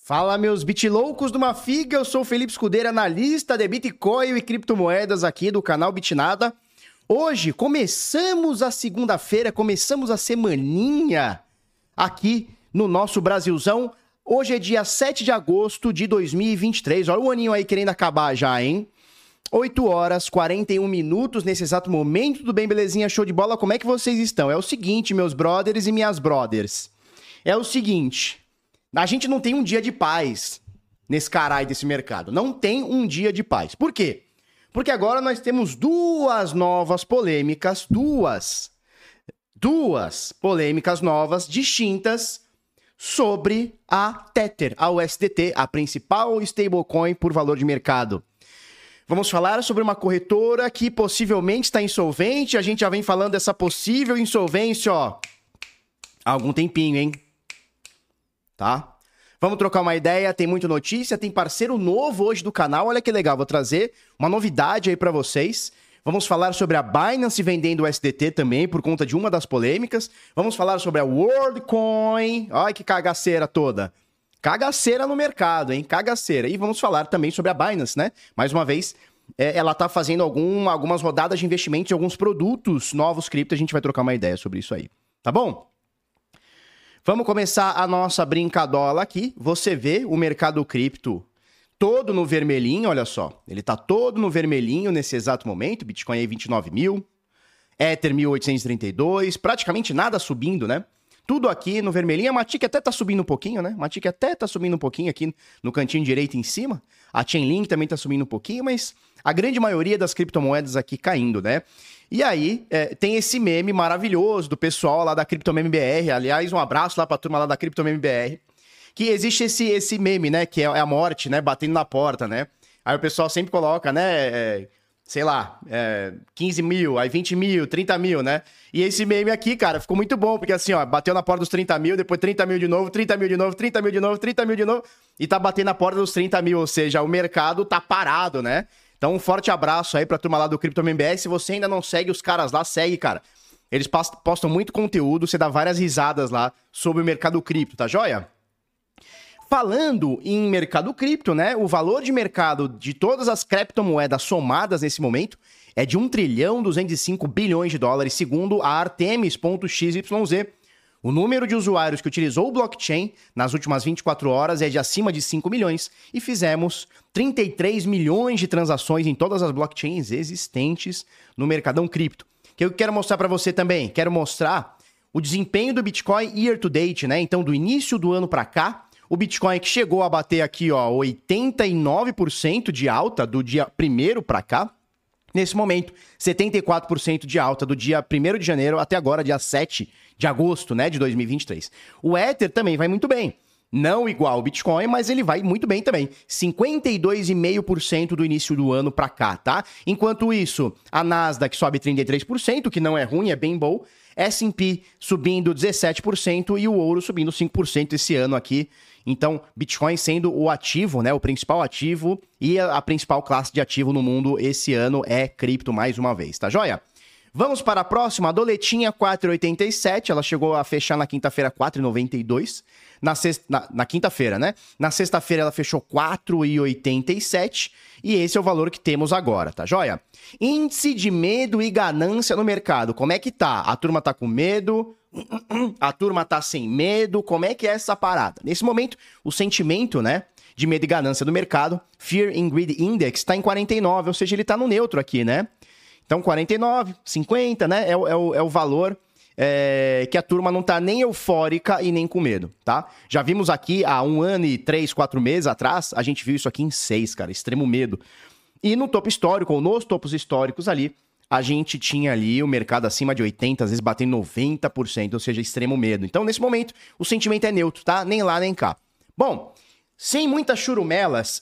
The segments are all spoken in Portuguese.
Fala, meus bitloucos de uma figa, eu sou o Felipe Escudeiro, analista de Bitcoin e criptomoedas aqui do canal Bitnada. Hoje, começamos a segunda-feira, começamos a semaninha aqui no nosso Brasilzão. Hoje é dia 7 de agosto de 2023, olha o aninho aí querendo acabar já, hein? 8 horas, 41 minutos nesse exato momento, tudo bem, belezinha, show de bola? Como é que vocês estão? É o seguinte, meus brothers e minhas brothers, é o seguinte... A gente não tem um dia de paz nesse caralho desse mercado. Não tem um dia de paz. Por quê? Porque agora nós temos duas novas polêmicas, duas polêmicas novas, distintas, sobre a Tether, a USDT, a principal stablecoin por valor de mercado. Vamos falar sobre uma corretora que possivelmente está insolvente. A gente já vem falando dessa possível insolvência, ó, há algum tempinho, hein? Tá? Vamos trocar uma ideia, tem muita notícia, tem parceiro novo hoje do canal, olha que legal, vou trazer uma novidade aí pra vocês. Vamos falar sobre a Binance vendendo o USDT também, por conta de uma das polêmicas. Vamos falar sobre a WorldCoin, olha que cagaceira toda. Cagaceira no mercado, hein? Cagaceira. E vamos falar também sobre a Binance, né? Mais uma vez, ela tá fazendo algumas rodadas de investimentos em alguns produtos novos cripto, a gente vai trocar uma ideia sobre isso aí, tá bom? Vamos começar a nossa brincadola aqui. Você vê o mercado cripto todo no vermelhinho, olha só. Ele tá todo no vermelhinho nesse exato momento. Bitcoin aí 29 mil, Ether 1832, praticamente nada subindo, né? Tudo aqui no vermelhinho. A Matic até tá subindo um pouquinho, né? A Matic até tá subindo um pouquinho aqui no cantinho direito em cima. A Chainlink também tá subindo um pouquinho, mas a grande maioria das criptomoedas aqui caindo, né? E aí, tem esse meme maravilhoso do pessoal lá da CryptoMeme BR. Aliás, um abraço lá pra turma lá da CryptoMeme BR. Que existe esse meme, né? Que é a morte, né? Batendo na porta, né? Aí o pessoal sempre coloca, né? Sei lá, 15 mil, aí 20 mil, 30 mil, né? E esse meme aqui, cara, ficou muito bom. Porque assim, ó, bateu na porta dos 30 mil, depois 30 mil de novo, 30 mil de novo, 30 mil de novo, 30 mil de novo. E tá batendo na porta dos 30 mil. Ou seja, o mercado tá parado, né? Então, um forte abraço aí pra turma lá do CryptoMeme BR. Se você ainda não segue os caras lá, segue, cara. Eles postam muito conteúdo, você dá várias risadas lá sobre o mercado cripto, tá joia? Falando em mercado cripto, né? O valor de mercado de todas as criptomoedas somadas nesse momento é de 1 trilhão 205 bilhões de dólares, segundo a Artemis.xyz. O número de usuários que utilizou o blockchain nas últimas 24 horas é de acima de 5 milhões e fizemos 33 milhões de transações em todas as blockchains existentes no mercadão cripto. Que eu quero mostrar para você também, quero mostrar o desempenho do Bitcoin year to date, né? Então, do início do ano para cá, o Bitcoin que chegou a bater aqui, ó, 89% de alta do dia 1º para cá. Nesse momento, 74% de alta do dia 1º de janeiro até agora, dia 7 de agosto, né, de 2023. O Ether também vai muito bem. Não igual o Bitcoin, mas ele vai muito bem também. 52,5% do início do ano pra cá, tá? Enquanto isso, a Nasdaq sobe 33%, que não é ruim, é bem bom. S&P subindo 17% e o ouro subindo 5% esse ano aqui. Então, Bitcoin sendo o ativo, né, o principal ativo e a principal classe de ativo no mundo esse ano é cripto mais uma vez, tá joia? Vamos para a próxima, a doletinha 4,87, ela chegou a fechar na quinta-feira 4,92, na quinta-feira, né? Na sexta-feira ela fechou 4,87 e esse é o valor que temos agora, tá joia? Índice de medo e ganância no mercado, como é que tá? A turma tá com medo? A turma tá sem medo? Como é que é essa parada? Nesse momento, o sentimento, né, de medo e ganância do mercado, Fear and Greed Index, tá em 49, ou seja, ele tá no neutro aqui, né? Então, 49, 50, né? É o valor que a turma não tá nem eufórica e nem com medo, tá? Já vimos aqui há 1 ano e 3, 4 meses atrás, a gente viu isso aqui em 6, cara, extremo medo. E no topo histórico, ou nos topos históricos ali, a gente tinha ali o mercado acima de 80, às vezes batendo 90%, ou seja, extremo medo. Então, nesse momento, o sentimento é neutro, tá? Nem lá, nem cá. Bom, sem muitas churumelas,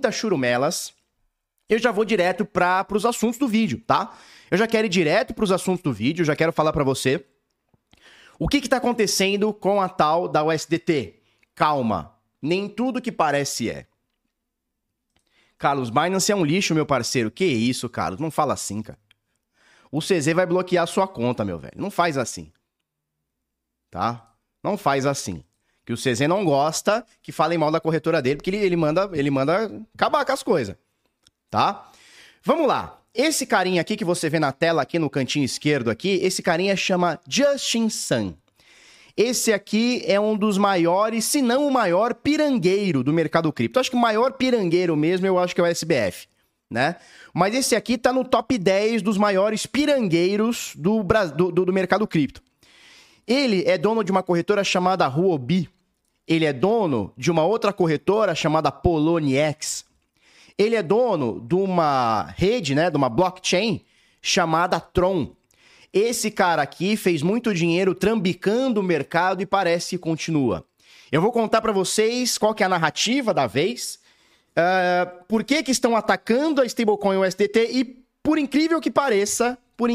eu já vou direto para os assuntos do vídeo, tá? Eu já quero ir direto para os assuntos do vídeo, já quero falar para você o que está acontecendo com a tal da USDT. Calma, nem tudo que parece é. Carlos, Binance é um lixo, meu parceiro. Que isso, Carlos? Não fala assim, cara. O CZ vai bloquear a sua conta, meu velho. Não faz assim. Tá? Não faz assim. Que o CZ não gosta que falem mal da corretora dele, porque ele manda acabar com as coisas, tá? Vamos lá. Esse carinha aqui que você vê na tela, aqui no cantinho esquerdo aqui, esse carinha chama Justin Sun. Esse aqui é um dos maiores, se não o maior pirangueiro do mercado cripto. Acho que o maior pirangueiro mesmo, eu acho que é o SBF, né? Mas esse aqui tá no top 10 dos maiores pirangueiros do mercado cripto. Ele é dono de uma corretora chamada Huobi. Ele é dono de uma outra corretora chamada Poloniex. Ele é dono de uma rede, né, de uma blockchain chamada Tron. Esse cara aqui fez muito dinheiro trambicando o mercado e parece que continua. Eu vou contar para vocês qual que é a narrativa da vez, por que estão atacando a stablecoin USDT e, por incrível que pareça,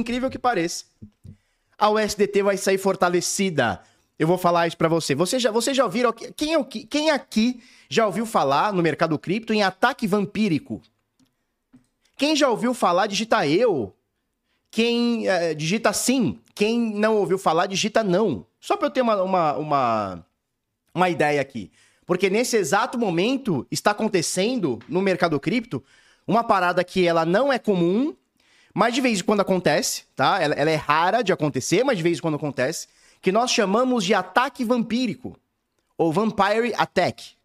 a USDT vai sair fortalecida. Eu vou falar isso para você. Vocês já ouviram? Quem aqui já ouviu falar no mercado cripto em ataque vampírico? Quem já ouviu falar, digita eu. Quem digita sim. Quem não ouviu falar, digita não. Só para eu ter uma ideia aqui. Porque nesse exato momento está acontecendo no mercado cripto uma parada que ela não é comum, mas de vez em quando acontece, tá? Ela é rara de acontecer, mas de vez em quando acontece, que nós chamamos de ataque vampírico, ou Vampire Attack.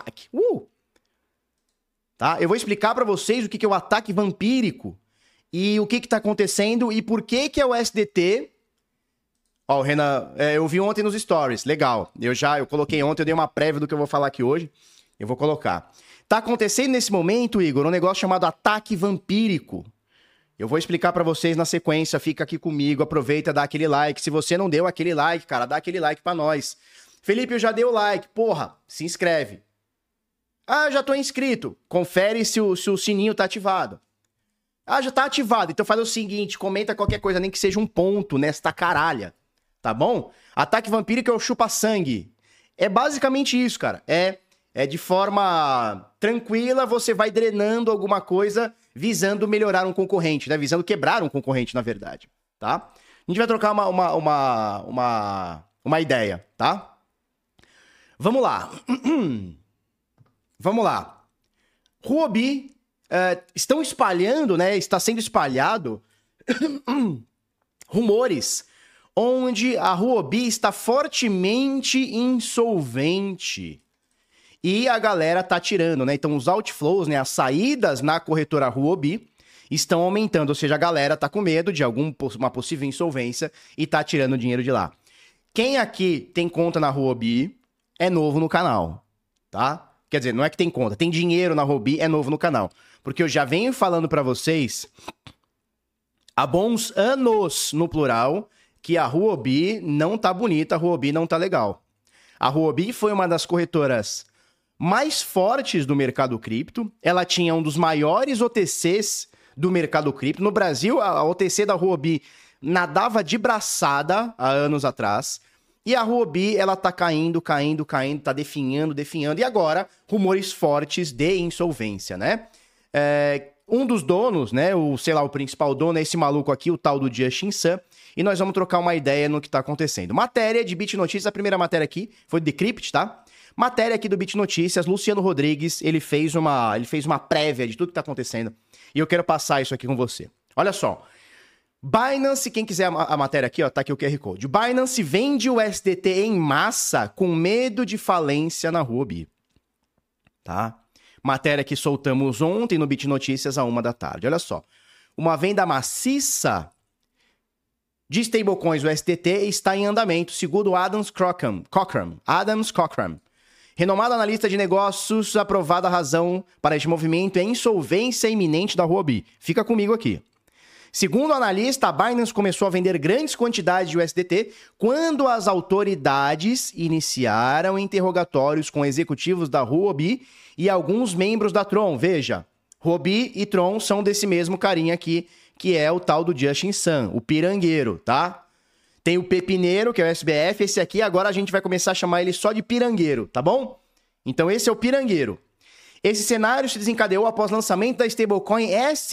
Tá? Eu vou explicar para vocês o que é o ataque vampírico e o que está acontecendo e por que a USDT... Ó, o Renan, eu vi ontem nos stories, legal. Eu coloquei ontem, eu dei uma prévia do que eu vou falar aqui hoje. Eu vou colocar. Tá acontecendo nesse momento, Igor, um negócio chamado ataque vampírico. Eu vou explicar pra vocês na sequência, fica aqui comigo, aproveita, dá aquele like. Se você não deu aquele like, cara, dá aquele like pra nós. Felipe, eu já dei o like, porra, se inscreve. Ah, eu já tô inscrito. Confere se o sininho tá ativado. Ah, já tá ativado, então faz o seguinte, comenta qualquer coisa, nem que seja um ponto nesta caralha, tá bom? Ataque vampírico é o chupa-sangue. É basicamente isso, cara. É de forma tranquila, você vai drenando alguma coisa visando melhorar um concorrente, né? Visando quebrar um concorrente, na verdade, tá? A gente vai trocar uma ideia, tá? Vamos lá. Vamos lá. Huobi estão espalhando, né? Está sendo espalhado rumores onde a Huobi está fortemente insolvente. E a galera tá tirando, né? Então os outflows, né? As saídas na corretora Huobi estão aumentando. Ou seja, a galera tá com medo de uma possível insolvência e tá tirando dinheiro de lá. Quem aqui tem conta na Huobi é novo no canal, tá? Quer dizer, não é que tem conta, tem dinheiro na Huobi, é novo no canal. Porque eu já venho falando pra vocês há bons anos, no plural, que a Huobi não tá bonita, a Huobi não tá legal. A Huobi foi uma das corretoras mais fortes do mercado cripto. Ela tinha um dos maiores OTCs do mercado cripto. No Brasil, a OTC da Huobi nadava de braçada há anos atrás. E a Huobi, ela tá caindo, tá definhando. E agora, rumores fortes de insolvência, né? Um dos donos, né, o principal dono é esse maluco aqui, o tal do Justin Sun. E nós vamos trocar uma ideia no que tá acontecendo. Matéria de BitNotícias, a primeira matéria aqui foi do Decrypt, tá? Matéria aqui do BitNotícias, Luciano Rodrigues, ele fez uma prévia de tudo que tá acontecendo. E eu quero passar isso aqui com você. Olha só. Binance, quem quiser a matéria aqui, ó, tá aqui o QR Code. Binance vende o USDT em massa com medo de falência na Huobi. Tá? Matéria que soltamos ontem no BitNotícias às 1h da tarde. Olha só. Uma venda maciça de stablecoins USDT está em andamento, segundo Adams Cochran. Renomado analista de negócios, aprovada a razão para este movimento é insolvência iminente da Huobi. Fica comigo aqui. Segundo o analista, a Binance começou a vender grandes quantidades de USDT quando as autoridades iniciaram interrogatórios com executivos da Huobi e alguns membros da Tron. Veja, Huobi e Tron são desse mesmo carinha aqui, que é o tal do Justin Sun, o pirangueiro, tá? Tem o Pepineiro, que é o SBF, esse aqui agora a gente vai começar a chamar ele só de pirangueiro, tá bom? Então esse é o pirangueiro. Esse cenário se desencadeou após o lançamento da stablecoin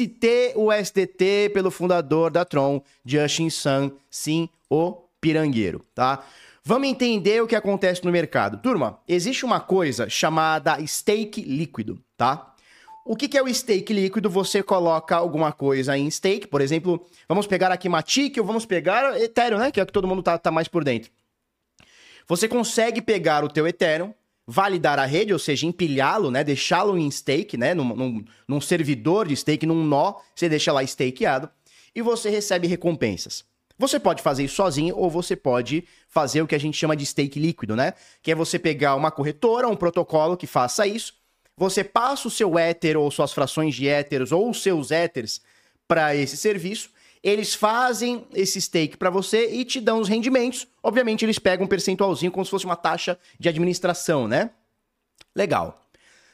STUSDT pelo fundador da Tron, Justin Sun, sim, o pirangueiro, tá? Vamos entender o que acontece no mercado. Turma, existe uma coisa chamada stake líquido, tá? O que é o stake líquido? Você coloca alguma coisa em stake, por exemplo, vamos pegar aqui Matic ou vamos pegar Ethereum, né? Que é o que todo mundo tá mais por dentro. Você consegue pegar o teu Ethereum, validar a rede, ou seja, empilhá-lo, né? Deixá-lo em stake, né? Num servidor de stake, num nó, você deixa lá stakeado e você recebe recompensas. Você pode fazer isso sozinho ou você pode fazer o que a gente chama de stake líquido, né? Que é você pegar uma corretora, um protocolo que faça isso, você passa o seu Ether ou suas frações de Ethers ou os seus Ethers para esse serviço, eles fazem esse stake para você e te dão os rendimentos. Obviamente, eles pegam um percentualzinho como se fosse uma taxa de administração, né? Legal.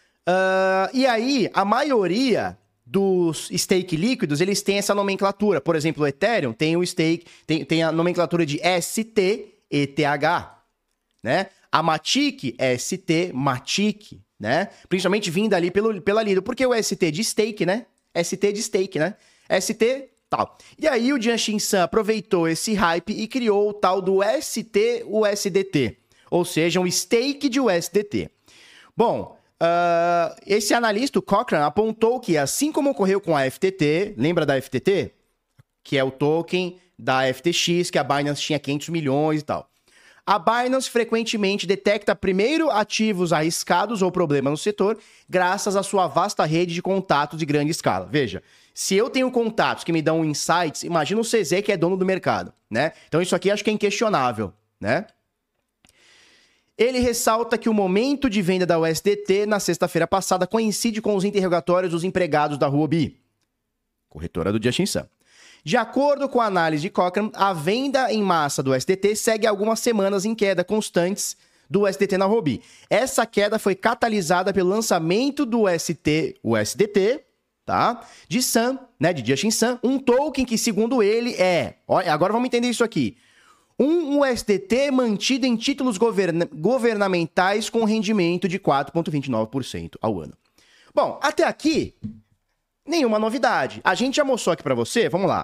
E aí, a maioria dos stake líquidos, eles têm essa nomenclatura. Por exemplo, o Ethereum tem o stake, tem a nomenclatura de ST-ETH, né? A Matic, ST Matic, né? Principalmente vindo ali pela Lido. Porque o ST de stake, né? ST de stake, né? ST tal. E aí o Jiaxin Sun aproveitou esse hype e criou o tal do ST-USDT. Ou seja, um stake de USDT. Bom, esse analista, o Cochrane, apontou que, assim como ocorreu com a FTT, lembra da FTT? Que é o token da FTX, que a Binance tinha 500 milhões e tal. A Binance frequentemente detecta primeiro ativos arriscados ou problemas no setor, graças à sua vasta rede de contatos de grande escala. Veja, se eu tenho contatos que me dão insights, imagina o CZ que é dono do mercado, né? Então isso aqui acho que é inquestionável, né? Ele ressalta que o momento de venda da USDT na sexta-feira passada coincide com os interrogatórios dos empregados da Huobi, corretora do Jiaxin Sun. De acordo com a análise de Cochrane, a venda em massa do USDT segue algumas semanas em queda constantes do USDT na Huobi. Essa queda foi catalisada pelo lançamento do USDT, tá? De Sun, né, de Jiaxin Sun, um token que, segundo ele, olha, agora vamos entender isso aqui. Um USDT mantido em títulos governamentais com rendimento de 4,29% ao ano. Bom, até aqui, nenhuma novidade. A gente já mostrou aqui para você, vamos lá.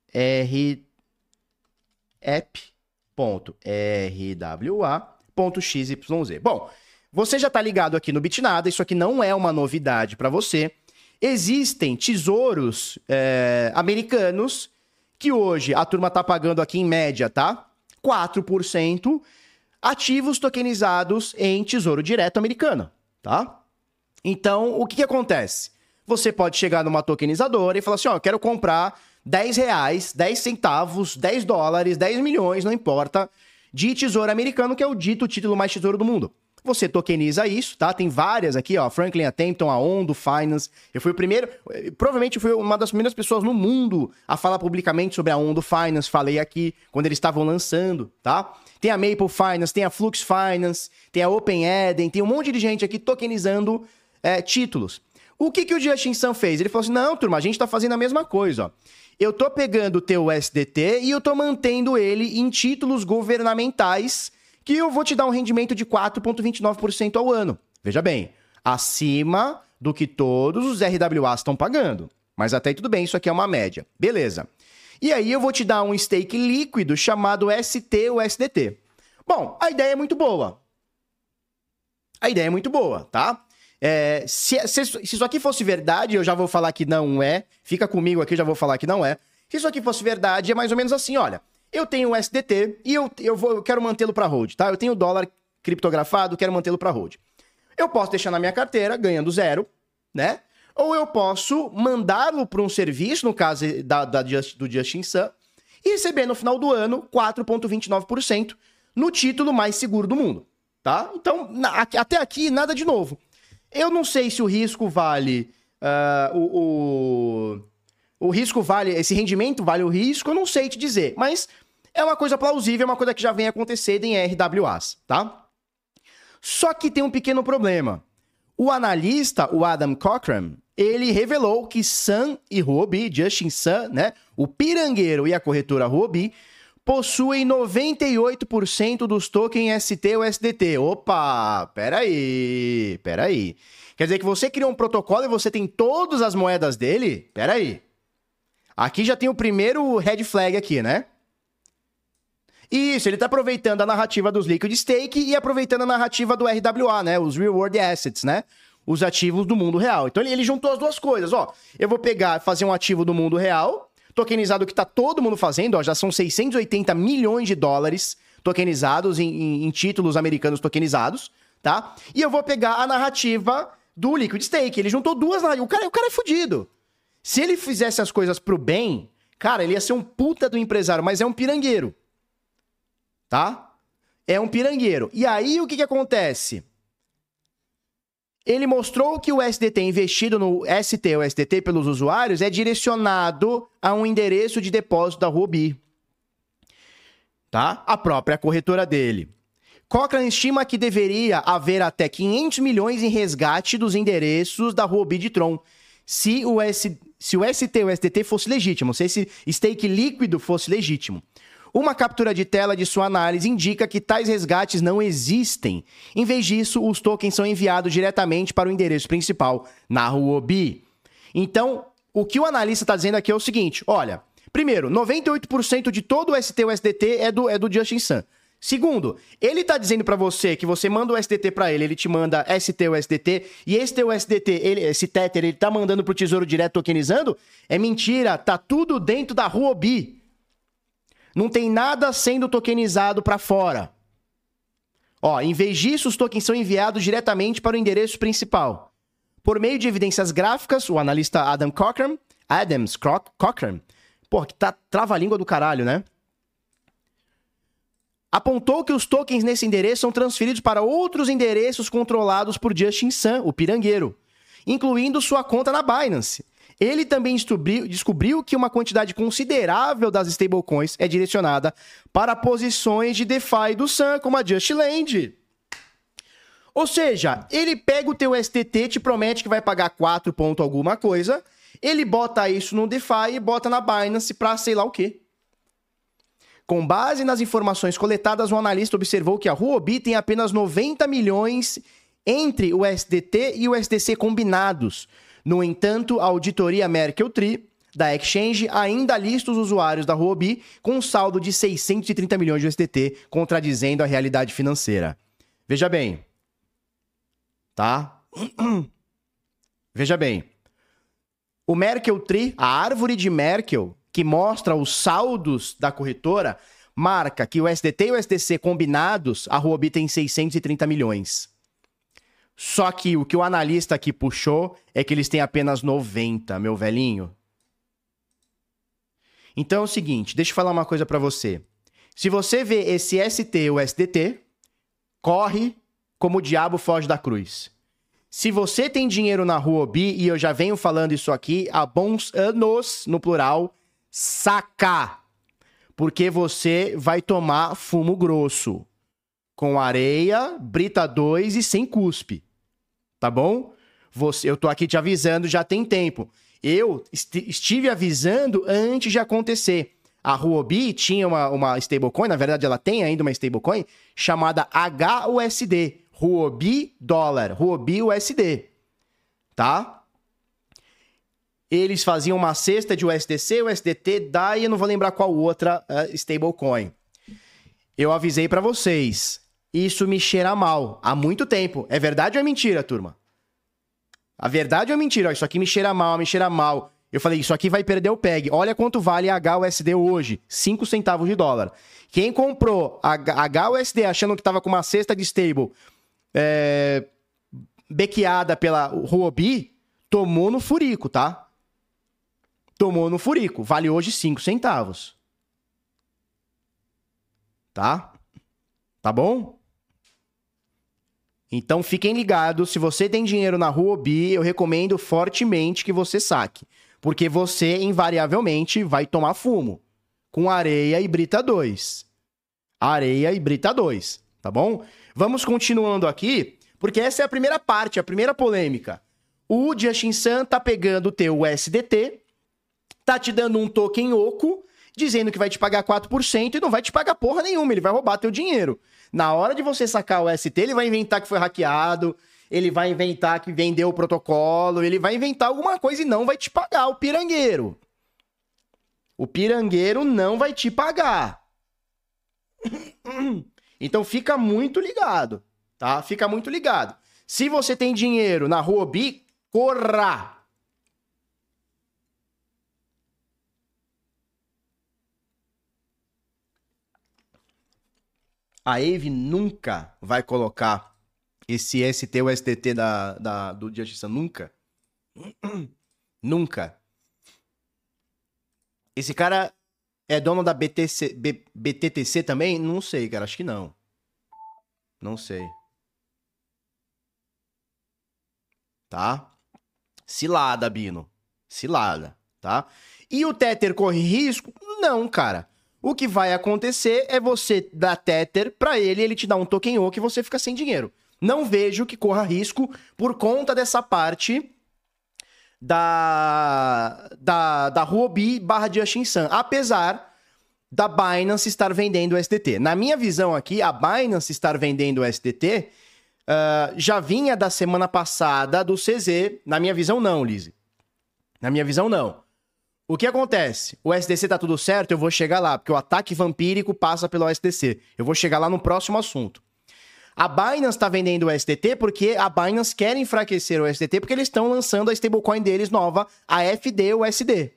app.rwa.xyz. Bom, você já tá ligado aqui no Bitnada, isso aqui não é uma novidade para você. Existem tesouros americanos que hoje a turma tá pagando aqui em média, tá? 4% ativos tokenizados em tesouro direto americano, tá? Então, o que acontece? Você pode chegar numa tokenizadora e falar assim, ó, eu quero comprar R$10, 10 centavos, 10 dólares, 10 milhões, não importa, de tesouro americano, que é o dito título mais tesouro do mundo. Você tokeniza isso, tá? Tem várias aqui, ó, Franklin Templeton, a Ondo Finance. Eu fui o primeiro, provavelmente fui uma das primeiras pessoas no mundo a falar publicamente sobre a Ondo Finance. Falei aqui quando eles estavam lançando, tá? Tem a Maple Finance, tem a Flux Finance, tem a Open Eden, tem um monte de gente aqui tokenizando títulos. O que o Jiaxin Sun fez? Ele falou assim, não, turma, a gente tá fazendo a mesma coisa, ó. Eu tô pegando o teu USDT e eu tô mantendo ele em títulos governamentais que eu vou te dar um rendimento de 4,29% ao ano. Veja bem, acima do que todos os RWAs estão pagando. Mas até aí tudo bem, isso aqui é uma média. Beleza. E aí eu vou te dar um stake líquido chamado ST-USDT. Bom, a ideia é muito boa. A ideia é muito boa, tá? Se isso aqui fosse verdade, eu já vou falar que não é. Fica comigo aqui, eu já vou falar que não é. Se isso aqui fosse verdade, é mais ou menos assim, olha. Eu tenho o USDT e eu quero mantê-lo para hold, tá? Eu tenho o dólar criptografado, quero mantê-lo para hold. Eu posso deixar na minha carteira, ganhando zero, né? Ou eu posso mandá-lo para um serviço, no caso do Jiaxin Sun, e receber no final do ano 4,29% no título mais seguro do mundo, tá? Então, até aqui, nada de novo. Eu não sei se o risco vale... O risco vale... Esse rendimento vale o risco, eu não sei te dizer. Mas é uma coisa plausível, é uma coisa que já vem acontecendo em RWAs, tá? Só que tem um pequeno problema. O analista, o Adam Cochrane, ele revelou que Sun e Huobi, Jiaxin Sun, né? O pirangueiro e a corretora Huobi possuem 98% dos tokens ST-USDT. Opa, peraí. Quer dizer que você criou um protocolo e você tem todas as moedas dele? Peraí. Aqui já tem o primeiro red flag aqui, né? Isso, ele tá aproveitando a narrativa dos Liquid Stake e aproveitando a narrativa do RWA, né? Os Real World Assets, né? Os ativos do mundo real. Então ele juntou as duas coisas, ó. Eu vou pegar, fazer um ativo do mundo real, tokenizado que tá todo mundo fazendo, ó. Já são 680 milhões de dólares tokenizados em títulos americanos tokenizados, tá? E eu vou pegar a narrativa do Liquid Stake. Ele juntou duas narrativas. O cara é fudido. Se ele fizesse as coisas pro bem, cara, ele ia ser um puta do empresário, mas é um pirangueiro. Tá? É um pirangueiro. E aí, o que acontece? Ele mostrou que o SDT investido no ST ou SDT pelos usuários é direcionado a um endereço de depósito da Huobi. Tá? A própria corretora dele. Cochrane estima que deveria haver até 500 milhões em resgate dos endereços da Huobi de Tron, se o ST ou SDT fosse legítimo, se esse stake líquido fosse legítimo. Uma captura de tela de sua análise indica que tais resgates não existem. Em vez disso, os tokens são enviados diretamente para o endereço principal, na Huobi. Então, o que o analista está dizendo aqui é o seguinte, olha, primeiro, 98% de todo o ST ou SDT é do Justin Sun. Segundo, ele tá dizendo pra você que você manda o SDT pra ele, ele te manda ST ou SDT, e esse teu SDT, esse Tether, ele tá mandando pro Tesouro Direto tokenizando? É mentira, tá tudo dentro da Huobi. Não tem nada sendo tokenizado pra fora. Ó, em vez disso, os tokens são enviados diretamente para o endereço principal. Por meio de evidências gráficas, o analista Adams Cochrane, porra, que tá trava-língua do caralho, né? Apontou que os tokens nesse endereço são transferidos para outros endereços controlados por Justin Sun, o pirangueiro, incluindo sua conta na Binance. Ele também descobriu que uma quantidade considerável das stablecoins é direcionada para posições de DeFi do Sun, como a JustLand. Ou seja, ele pega o teu STT, te promete que vai pagar 4 ponto alguma coisa, ele bota isso no DeFi e bota na Binance pra sei lá o quê. Com base nas informações coletadas, o analista observou que a Huobi tem apenas 90 milhões entre o SDT e o SDC combinados. No entanto, a auditoria Merkle Tree da Exchange ainda lista os usuários da Huobi com um saldo de 630 milhões de USDT, contradizendo a realidade financeira. Veja bem. Tá? Veja bem. O Merkle Tree, a árvore de Merkle, que mostra os saldos da corretora, marca que o SDT e o SDC combinados, a Huobi tem 630 milhões. Só que o que o analista aqui puxou é que eles têm apenas 90, meu velhinho. Então é o seguinte, deixa eu falar uma coisa pra você. Se você vê esse ST ou SDT, corre como o diabo foge da cruz. Se você tem dinheiro na Huobi, e eu já venho falando isso aqui há bons anos, no plural, saca. Porque você vai tomar fumo grosso. Com areia, Brita 2 e sem cuspe. Tá bom? Eu tô aqui te avisando já tem tempo. Eu estive avisando antes de acontecer. A Huobi tinha uma stablecoin, na verdade ela tem ainda uma stablecoin, chamada HUSD. Huobi dólar, Huobi USD. Tá? Eles faziam uma cesta de USDC, USDT, DAI, eu não vou lembrar qual outra stablecoin. Eu avisei pra vocês. Isso me cheira mal há muito tempo. É verdade ou é mentira, turma? A verdade ou é mentira? Ó, isso aqui me cheira mal, me cheira mal. Eu falei, isso aqui vai perder o PEG. Olha quanto vale a HUSD hoje. 5 centavos de dólar. Quem comprou a HUSD achando que tava com uma cesta de stable bequeada pela Huobi, tomou no furico, tá? Tomou no furico. Vale hoje 5 centavos. Tá? Tá bom? Então fiquem ligados, se você tem dinheiro na Huobi, eu recomendo fortemente que você saque. Porque você, invariavelmente, vai tomar fumo. Com areia e Brita 2. Areia e Brita 2, tá bom? Vamos continuando aqui, porque essa é a primeira parte, a primeira polêmica. O Justin Sun tá pegando o teu USDT, tá te dando um token oco, dizendo que vai te pagar 4% e não vai te pagar porra nenhuma, ele vai roubar teu dinheiro. Na hora de você sacar o ST, ele vai inventar que foi hackeado, ele vai inventar que vendeu o protocolo, ele vai inventar alguma coisa e não vai te pagar, o pirangueiro. O pirangueiro não vai te pagar. Então fica muito ligado, tá? Fica muito ligado. Se você tem dinheiro na Huobi, corra! A Aave nunca vai colocar esse ST ou STT do Dia Justiça. Nunca. Nunca. Esse cara é dono da BTTC também? Não sei, cara. Acho que não. Não sei. Tá? Cilada, Bino. Cilada, tá? E o Tether corre risco? Não, cara. O que vai acontecer é você dar Tether pra ele te dá um token O que você fica sem dinheiro. Não vejo que corra risco por conta dessa parte da Huobi / Jiaxinsan, apesar da Binance estar vendendo o SDT. Na minha visão aqui, a Binance estar vendendo o SDT já vinha da semana passada do CZ. Na minha visão, não, Lizzy. Na minha visão, não. O que acontece? O SDC tá tudo certo, eu vou chegar lá, porque o ataque vampírico passa pelo SDC. Eu vou chegar lá no próximo assunto. A Binance tá vendendo o SDT porque a Binance quer enfraquecer o SDT porque eles estão lançando a stablecoin deles nova, a FDUSD.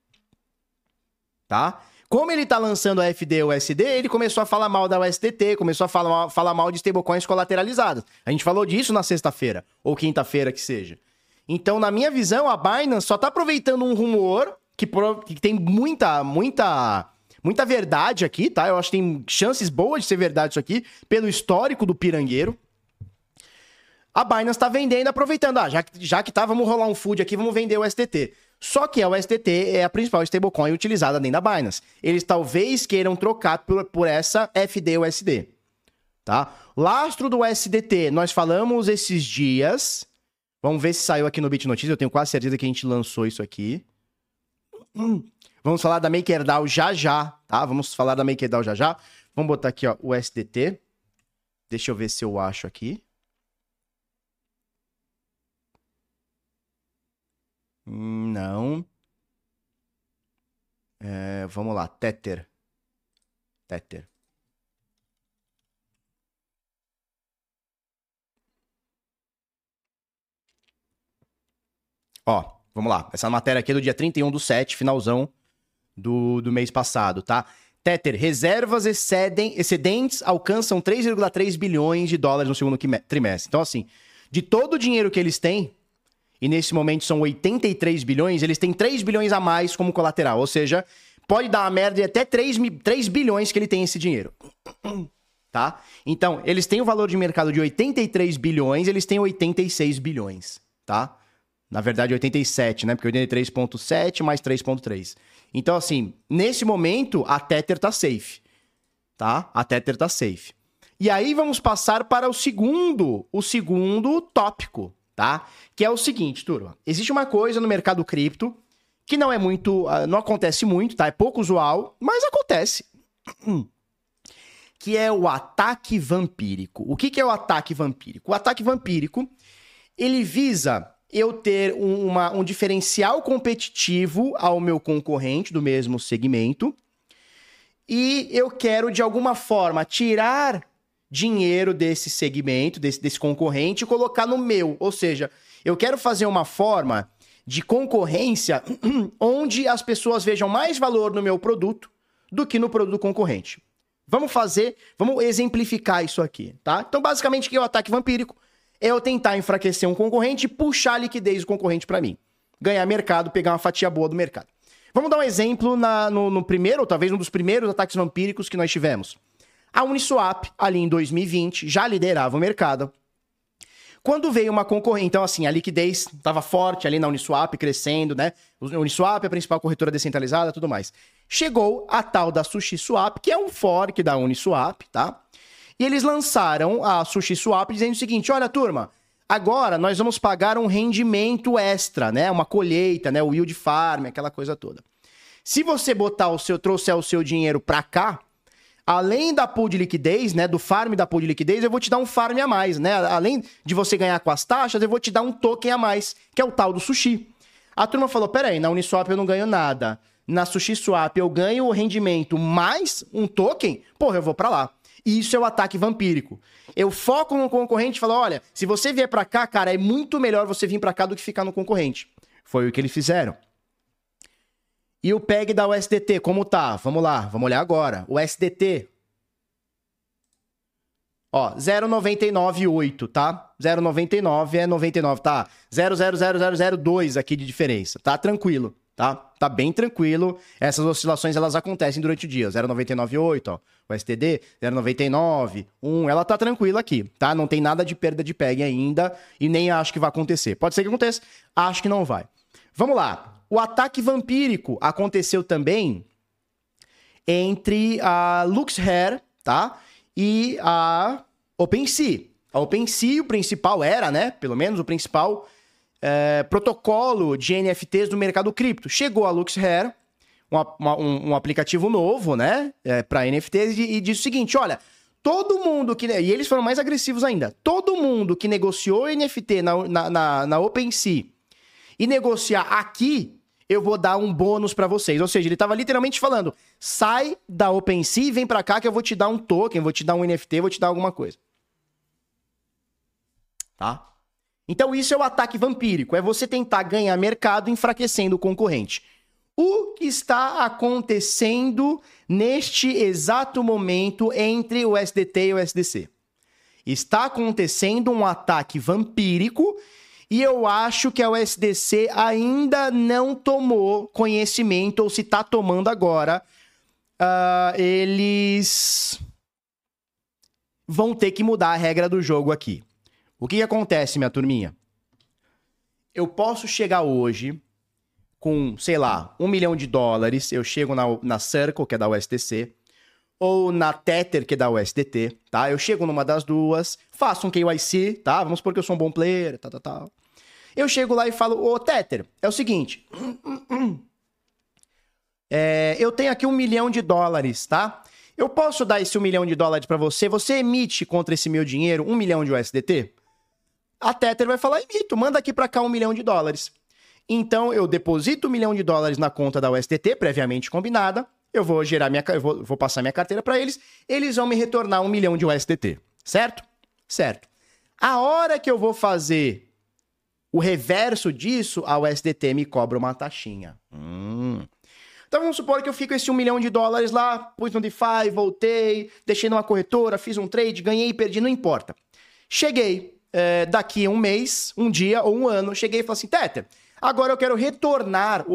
Tá? Como ele tá lançando a FDUSD, ele começou a falar mal da USDT, começou a falar mal de stablecoins colateralizadas. A gente falou disso na sexta-feira, ou quinta-feira que seja. Então, na minha visão, a Binance só tá aproveitando um rumor que tem muita verdade aqui, tá? Eu acho que tem chances boas de ser verdade isso aqui, pelo histórico do pirangueiro. A Binance tá vendendo, aproveitando. Já que tá, vamos rolar um food aqui, vamos vender o SDT. Só que a USDT é a principal stablecoin utilizada dentro da Binance. Eles talvez queiram trocar por essa FDUSD, tá? Lastro do SDT, nós falamos esses dias. Vamos ver se saiu aqui no BitNotícias, eu tenho quase certeza que a gente lançou isso aqui. Vamos falar da MakerDAO já, tá? Vamos falar da MakerDAO já. Vamos botar aqui, ó, o SDT. Deixa eu ver se eu acho aqui. Não. Vamos lá, Tether. Ó, vamos lá. Essa matéria aqui é do dia 31/7, finalzão do mês passado, tá? Tether, reservas excedentes alcançam 3,3 bilhões de dólares no segundo trimestre. Então, assim, de todo o dinheiro que eles têm, e nesse momento são 83 bilhões, eles têm 3 bilhões a mais como colateral. Ou seja, pode dar uma merda de até 3 bilhões que ele tem esse dinheiro. Tá? Então, eles têm o valor de mercado de 83 bilhões, eles têm 86 bilhões, tá? Na verdade, 87, né? Porque 83,7 mais 3,3. Então, assim, nesse momento, a Tether tá safe, tá? A Tether tá safe. E aí, vamos passar para o segundo tópico, tá? Que é o seguinte, turma. Existe uma coisa no mercado cripto que não é muito... não acontece muito, tá? É pouco usual, mas acontece. Que é o ataque vampírico. O que é o ataque vampírico? O ataque vampírico, ele visa eu ter um diferencial competitivo ao meu concorrente do mesmo segmento e eu quero, de alguma forma, tirar dinheiro desse segmento, desse concorrente e colocar no meu. Ou seja, eu quero fazer uma forma de concorrência onde as pessoas vejam mais valor no meu produto do que no produto concorrente. Vamos exemplificar isso aqui, tá? Então, basicamente, o que é o ataque vampírico? É eu tentar enfraquecer um concorrente e puxar a liquidez do concorrente para mim. Ganhar mercado, pegar uma fatia boa do mercado. Vamos dar um exemplo no primeiro, ou talvez um dos primeiros ataques vampíricos que nós tivemos. A Uniswap, ali em 2020, já liderava o mercado. Quando veio uma concorrente, então assim, a liquidez estava forte ali na Uniswap, crescendo, né? A Uniswap é a principal corretora descentralizada e tudo mais. Chegou a tal da SushiSwap, que é um fork da Uniswap, tá? E eles lançaram a SushiSwap dizendo o seguinte, olha, turma, agora nós vamos pagar um rendimento extra, né? Uma colheita, né? O yield farm, aquela coisa toda. Se você trouxer o seu dinheiro para cá, além da pool de liquidez, né? Do farm da pool de liquidez, eu vou te dar um farm a mais, né? Além de você ganhar com as taxas, eu vou te dar um token a mais, que é o tal do sushi. A turma falou, peraí, na Uniswap eu não ganho nada. na SushiSwap eu ganho o rendimento mais um token, porra, eu vou pra lá. E isso é o ataque vampírico. Eu foco no concorrente e falo, olha, se você vier pra cá, cara, é muito melhor você vir pra cá do que ficar no concorrente. Foi o que eles fizeram. E o PEG da USDT, como tá? Vamos lá, vamos olhar agora. O USDT. Ó, 0,998, tá? 0,99 é 99, tá? 0,00002 aqui de diferença. Tá tranquilo, tá? Tá bem tranquilo. Essas oscilações, elas acontecem durante o dia. 0,998, ó. O STD, 0,99, 1. Ela tá tranquila aqui, tá? Não tem nada de perda de PEG ainda e nem acho que vai acontecer. Pode ser que aconteça, acho que não vai. Vamos lá. O ataque vampírico aconteceu também entre a LuxRare, tá? E a OpenSea. A OpenSea, o principal era, né? Pelo menos o principal protocolo de NFTs do mercado cripto. Chegou a LuxRare, um aplicativo novo, né? Para NFTs e disse o seguinte, olha, todo mundo que... E eles foram mais agressivos ainda. Todo mundo que negociou NFT na OpenSea e negociar aqui, eu vou dar um bônus pra vocês. Ou seja, ele tava literalmente falando, sai da OpenSea e vem pra cá que eu vou te dar um token, vou te dar um NFT, vou te dar alguma coisa. Tá? Então isso é o ataque vampírico, é você tentar ganhar mercado enfraquecendo o concorrente. O que está acontecendo neste exato momento entre o SDT e o SDC? Está acontecendo um ataque vampírico e eu acho que a USDC ainda não tomou conhecimento, ou se está tomando agora, eles vão ter que mudar a regra do jogo aqui. O que acontece, minha turminha? Eu posso chegar hoje com, sei lá, $1 milhão, eu chego na Circle, que é da USDC, ou na Tether, que é da USDT, tá? Eu chego numa das duas, faço um KYC, tá? Vamos supor que eu sou um bom player, tal. Eu chego lá e falo, ô Tether, é o seguinte, eu tenho aqui $1 milhão, tá? Eu posso dar esse $1 milhão pra você, você emite contra esse meu dinheiro $1 milhão de USDT? A Tether vai falar, emito, manda aqui pra cá $1 milhão. Então eu deposito $1 milhão na conta da USDT, previamente combinada, eu vou gerar vou passar minha carteira pra eles, eles vão me retornar $1 milhão de USDT, certo? Certo. A hora que eu vou fazer o reverso disso, a USDT me cobra uma taxinha. Então vamos supor que eu fico esse $1 milhão lá, pus no DeFi, voltei, deixei numa corretora, fiz um trade, ganhei, perdi, não importa. Cheguei daqui a um mês, um dia ou um ano, cheguei e falei assim, Tether, agora eu quero retornar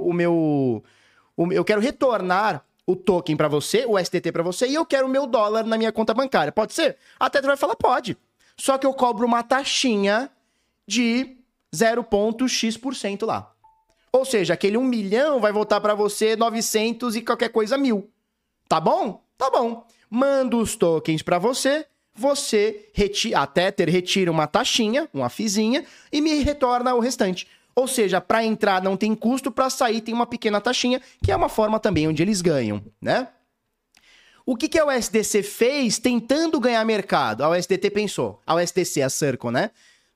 eu quero retornar o token pra você, o SDT pra você, e eu quero o meu dólar na minha conta bancária. Pode ser? A Tether vai falar, pode. Só que eu cobro uma taxinha de 0,x% lá. Ou seja, aquele 1 milhão vai voltar pra você 900 e qualquer coisa 1.000. Tá bom? Tá bom. Mando os tokens pra você, a Tether retira uma taxinha, uma fizinha, e me retorna o restante. Ou seja, para entrar não tem custo, para sair tem uma pequena taxinha, que é uma forma também onde eles ganham, né? O que a USDC fez tentando ganhar mercado? A USDT pensou, a USDC, a Circle, né?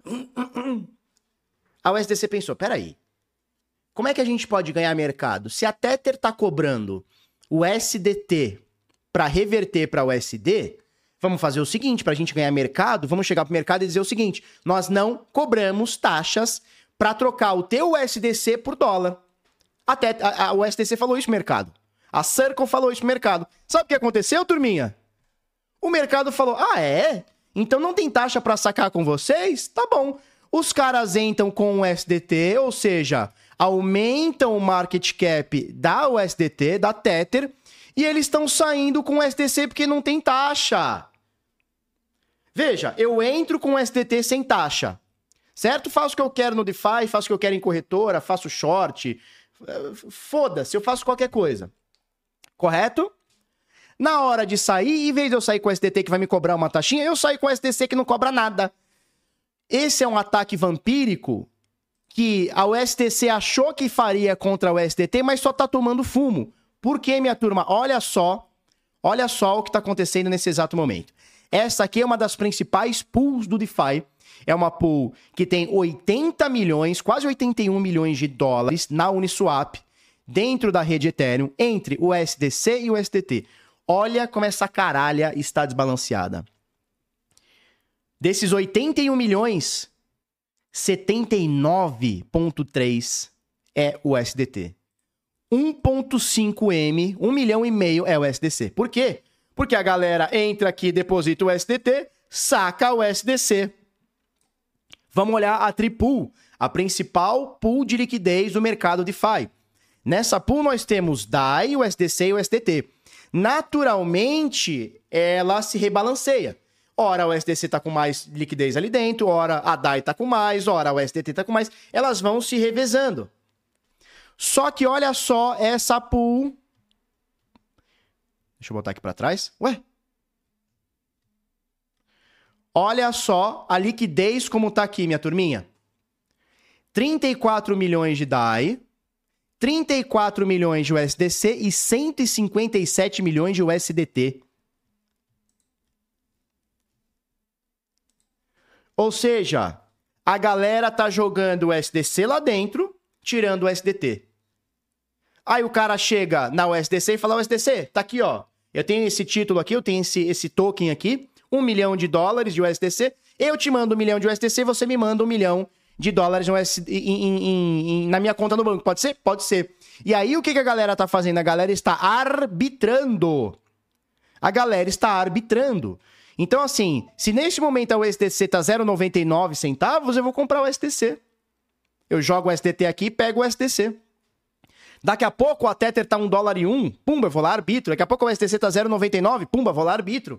A USDC pensou, peraí, como é que a gente pode ganhar mercado? Se a Tether tá cobrando o SDT para reverter para o USD, vamos fazer o seguinte, para a gente ganhar mercado, vamos chegar pro mercado e dizer o seguinte, nós não cobramos taxas para trocar o teu USDC por dólar. Até a USDC falou isso no mercado. A Circle falou isso no mercado. Sabe o que aconteceu, turminha? O mercado falou, é? Então não tem taxa para sacar com vocês? Tá bom. Os caras entram com o USDT, ou seja, aumentam o market cap da USDT, da Tether, e eles estão saindo com o USDC porque não tem taxa. Veja, eu entro com o USDT sem taxa. Certo? Faço o que eu quero no DeFi, faço o que eu quero em corretora, faço short, foda-se, eu faço qualquer coisa. Correto? Na hora de sair, em vez de eu sair com o SDT que vai me cobrar uma taxinha, eu saio com o SDC que não cobra nada. Esse é um ataque vampírico que a USDC achou que faria contra o SDT, mas só tá tomando fumo. Por quê, minha turma? Olha só o que tá acontecendo nesse exato momento. Essa aqui é uma das principais pools do DeFi. É uma pool que tem 80 milhões, quase 81 milhões de dólares na Uniswap. dentro da rede Ethereum entre o USDC e o USDT. Olha como essa caralha está desbalanceada. Desses 81 milhões, 79,3 é o USDT. 1,5 M, 1,5 milhão é o USDC. Por quê? Porque a galera entra aqui, deposita o USDT, saca o USDC. Vamos olhar a Tripool, a principal pool de liquidez do mercado DeFi. Nessa pool nós temos DAI, USDC e USDT. Naturalmente, ela se rebalanceia. Ora, o USDC está com mais liquidez ali dentro, ora a DAI está com mais, ora o USDT está com mais. Elas vão se revezando. Só que olha só essa pool. Deixa eu botar aqui para trás. Ué? Olha só a liquidez como tá aqui, minha turminha. 34 milhões de DAI, 34 milhões de USDC e 157 milhões de USDT. Ou seja, a galera tá jogando o USDC lá dentro, tirando o USDT. Aí o cara chega na USDC e fala, USDC, tá aqui, ó. Eu tenho esse título aqui, eu tenho esse token aqui, $1 milhão de USDC, eu te mando $1 milhão de USDC, você me manda $1 milhão de dólares na minha conta no banco. Pode ser? Pode ser. E aí o que a galera tá fazendo? A galera está arbitrando. A galera está arbitrando. Então, assim, se neste momento a USDC tá 0,99 centavos, eu vou comprar o USDC. Eu jogo o USDT aqui e pego o USDC. Daqui a pouco a Tether tá $1,01, pumba, eu vou lá arbitro. Daqui a pouco o USDC tá 0,99, pumba, vou lá arbitro.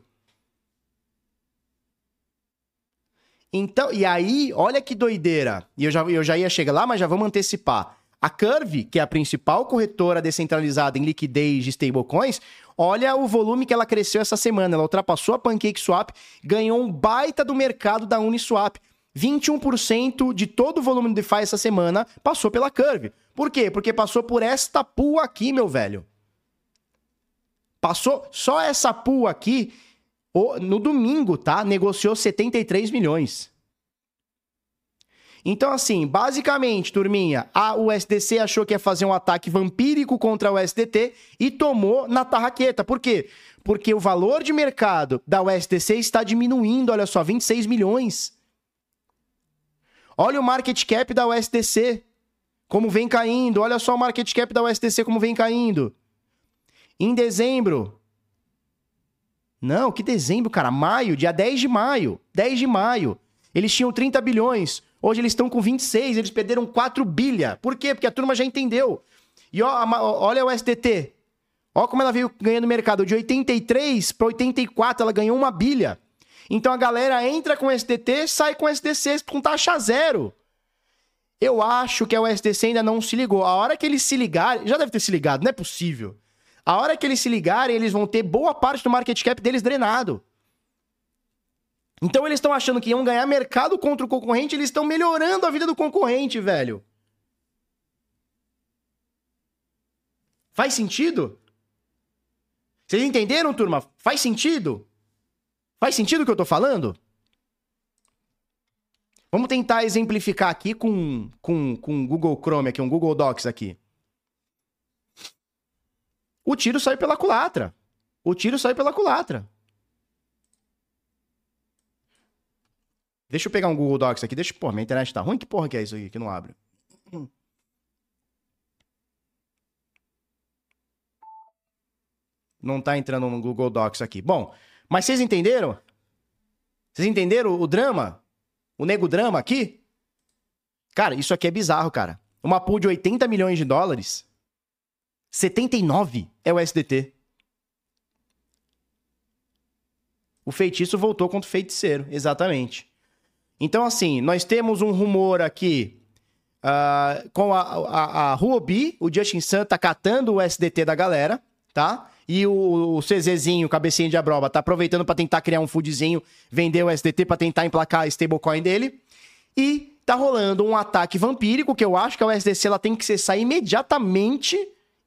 Então, e aí, olha que doideira. E eu já ia chegar lá, mas já vamos antecipar. A Curve, que é a principal corretora descentralizada em liquidez de stablecoins, olha o volume que ela cresceu essa semana. Ela ultrapassou a PancakeSwap, ganhou um baita do mercado da Uniswap. 21% de todo o volume do DeFi essa semana passou pela Curve. Por quê? Porque passou por esta pool aqui, meu velho. Passou só essa pool aqui, no domingo, tá? Negociou 73 milhões. Então, assim, basicamente, turminha, a USDC achou que ia fazer um ataque vampírico contra o USDT e tomou na tarraqueta. Por quê? Porque o valor de mercado da USDC está diminuindo, olha só, 26 milhões. Olha o market cap da USDC, como vem caindo. Olha só o market cap da USDC, como vem caindo. Em dezembro... Não, que dezembro, cara? Maio, dia 10 de maio. 10 de maio. Eles tinham 30 bilhões. Hoje eles estão com 26. Eles perderam 4 bilha. Por quê? Porque a turma já entendeu. E ó, olha o SDT. Olha como ela veio ganhando mercado. De 83 para 84, ela ganhou 1 bilha. Então a galera entra com SDT, sai com SDC com taxa zero. Eu acho que a USDC ainda não se ligou. A hora que eles se ligarem... Já deve ter se ligado, não é possível. A hora que eles se ligarem, eles vão ter boa parte do market cap deles drenado. Então eles estão achando que iam ganhar mercado contra o concorrente, eles estão melhorando a vida do concorrente, velho. Faz sentido? Vocês entenderam, turma? Faz sentido? Faz sentido o que eu tô falando? Vamos tentar exemplificar aqui com Google Chrome aqui, um Google Docs aqui. O tiro saiu pela culatra. O tiro saiu pela culatra. Deixa eu pegar um Google Docs aqui. Pô, minha internet tá ruim? Que porra que é isso aqui que não abre? Não tá entrando no Google Docs aqui. Bom, mas vocês entenderam? Vocês entenderam o drama? O nego drama aqui? Cara, isso aqui é bizarro, cara. Uma pool de 80 milhões de dólares... 79 é o SDT. O feitiço voltou contra o feiticeiro, exatamente. Então, assim, nós temos um rumor aqui com a Huobi, o Justin Sun tá catando o SDT da galera, tá? E o CZzinho, cabecinha de abroba, tá aproveitando para tentar criar um foodzinho, vender o SDT para tentar emplacar a stablecoin dele. E tá rolando um ataque vampírico, que eu acho que a USDC ela tem que cessar imediatamente,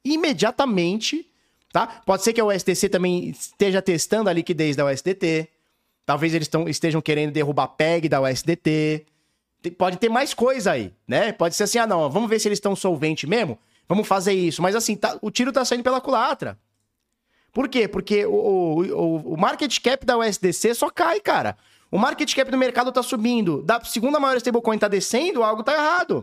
tá? Pode ser que a USDC também esteja testando a liquidez da USDT. Talvez eles estejam querendo derrubar a PEG da USDT. Pode ter mais coisa aí, né? Pode ser assim, não, vamos ver se eles estão solventes mesmo. vamos fazer isso. Mas assim, o tiro tá saindo pela culatra. Por quê? Porque o market cap da USDC só cai, cara. O market cap do mercado tá subindo. Da segunda maior stablecoin tá descendo, algo tá errado.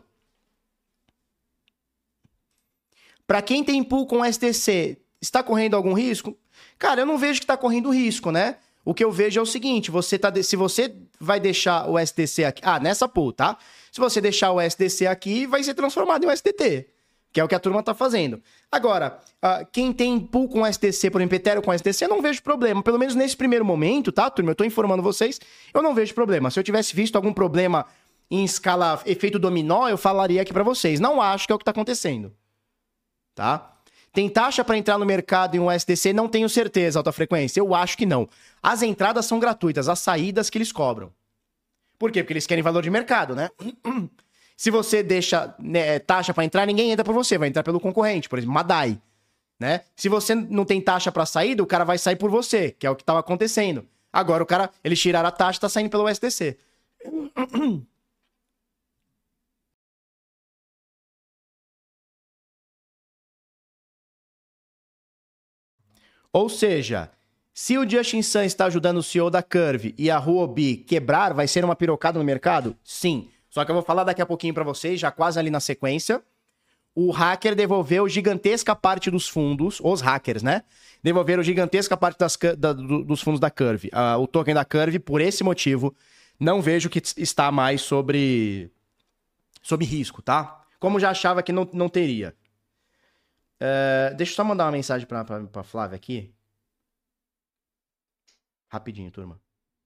Pra quem tem pool com USDC, está correndo algum risco? Cara, eu não vejo que tá correndo risco, né? O que eu vejo é o seguinte, se você vai deixar o USDC aqui... nessa pool, tá? Se você deixar o USDC aqui, vai ser transformado em USDT, que é o que a turma tá fazendo. Agora, quem tem pool com USDC, por exemplo, Ethereum com USDC, eu não vejo problema. Pelo menos nesse primeiro momento, tá, turma? Eu tô informando vocês, eu não vejo problema. Se eu tivesse visto algum problema em escala efeito dominó, eu falaria aqui pra vocês. Não acho que é o que tá acontecendo, tá? Tem taxa para entrar no mercado em um USDC? Não tenho certeza, alta frequência. Eu acho que não. As entradas são gratuitas, as saídas que eles cobram. Por quê? Porque eles querem valor de mercado, né? Se você deixa taxa para entrar, ninguém entra por você, vai entrar pelo concorrente, por exemplo, Madai, né? Se você não tem taxa para saída, o cara vai sair por você, que é o que estava acontecendo. Agora o cara, eles tiraram a taxa, tá saindo pelo USDC. Ou seja, se o Justin Sun está ajudando o CEO da Curve e a Huobi quebrar, vai ser uma pirocada no mercado? Sim. Só que eu vou falar daqui a pouquinho para vocês, já quase ali na sequência. O hacker devolveu gigantesca parte dos fundos, os hackers, né? Devolveram gigantesca parte dos fundos da Curve. O token da Curve, por esse motivo, não vejo que está mais sob risco, tá? Como já achava que não teria. Deixa eu só mandar uma mensagem pra Flávia aqui. Rapidinho, turma.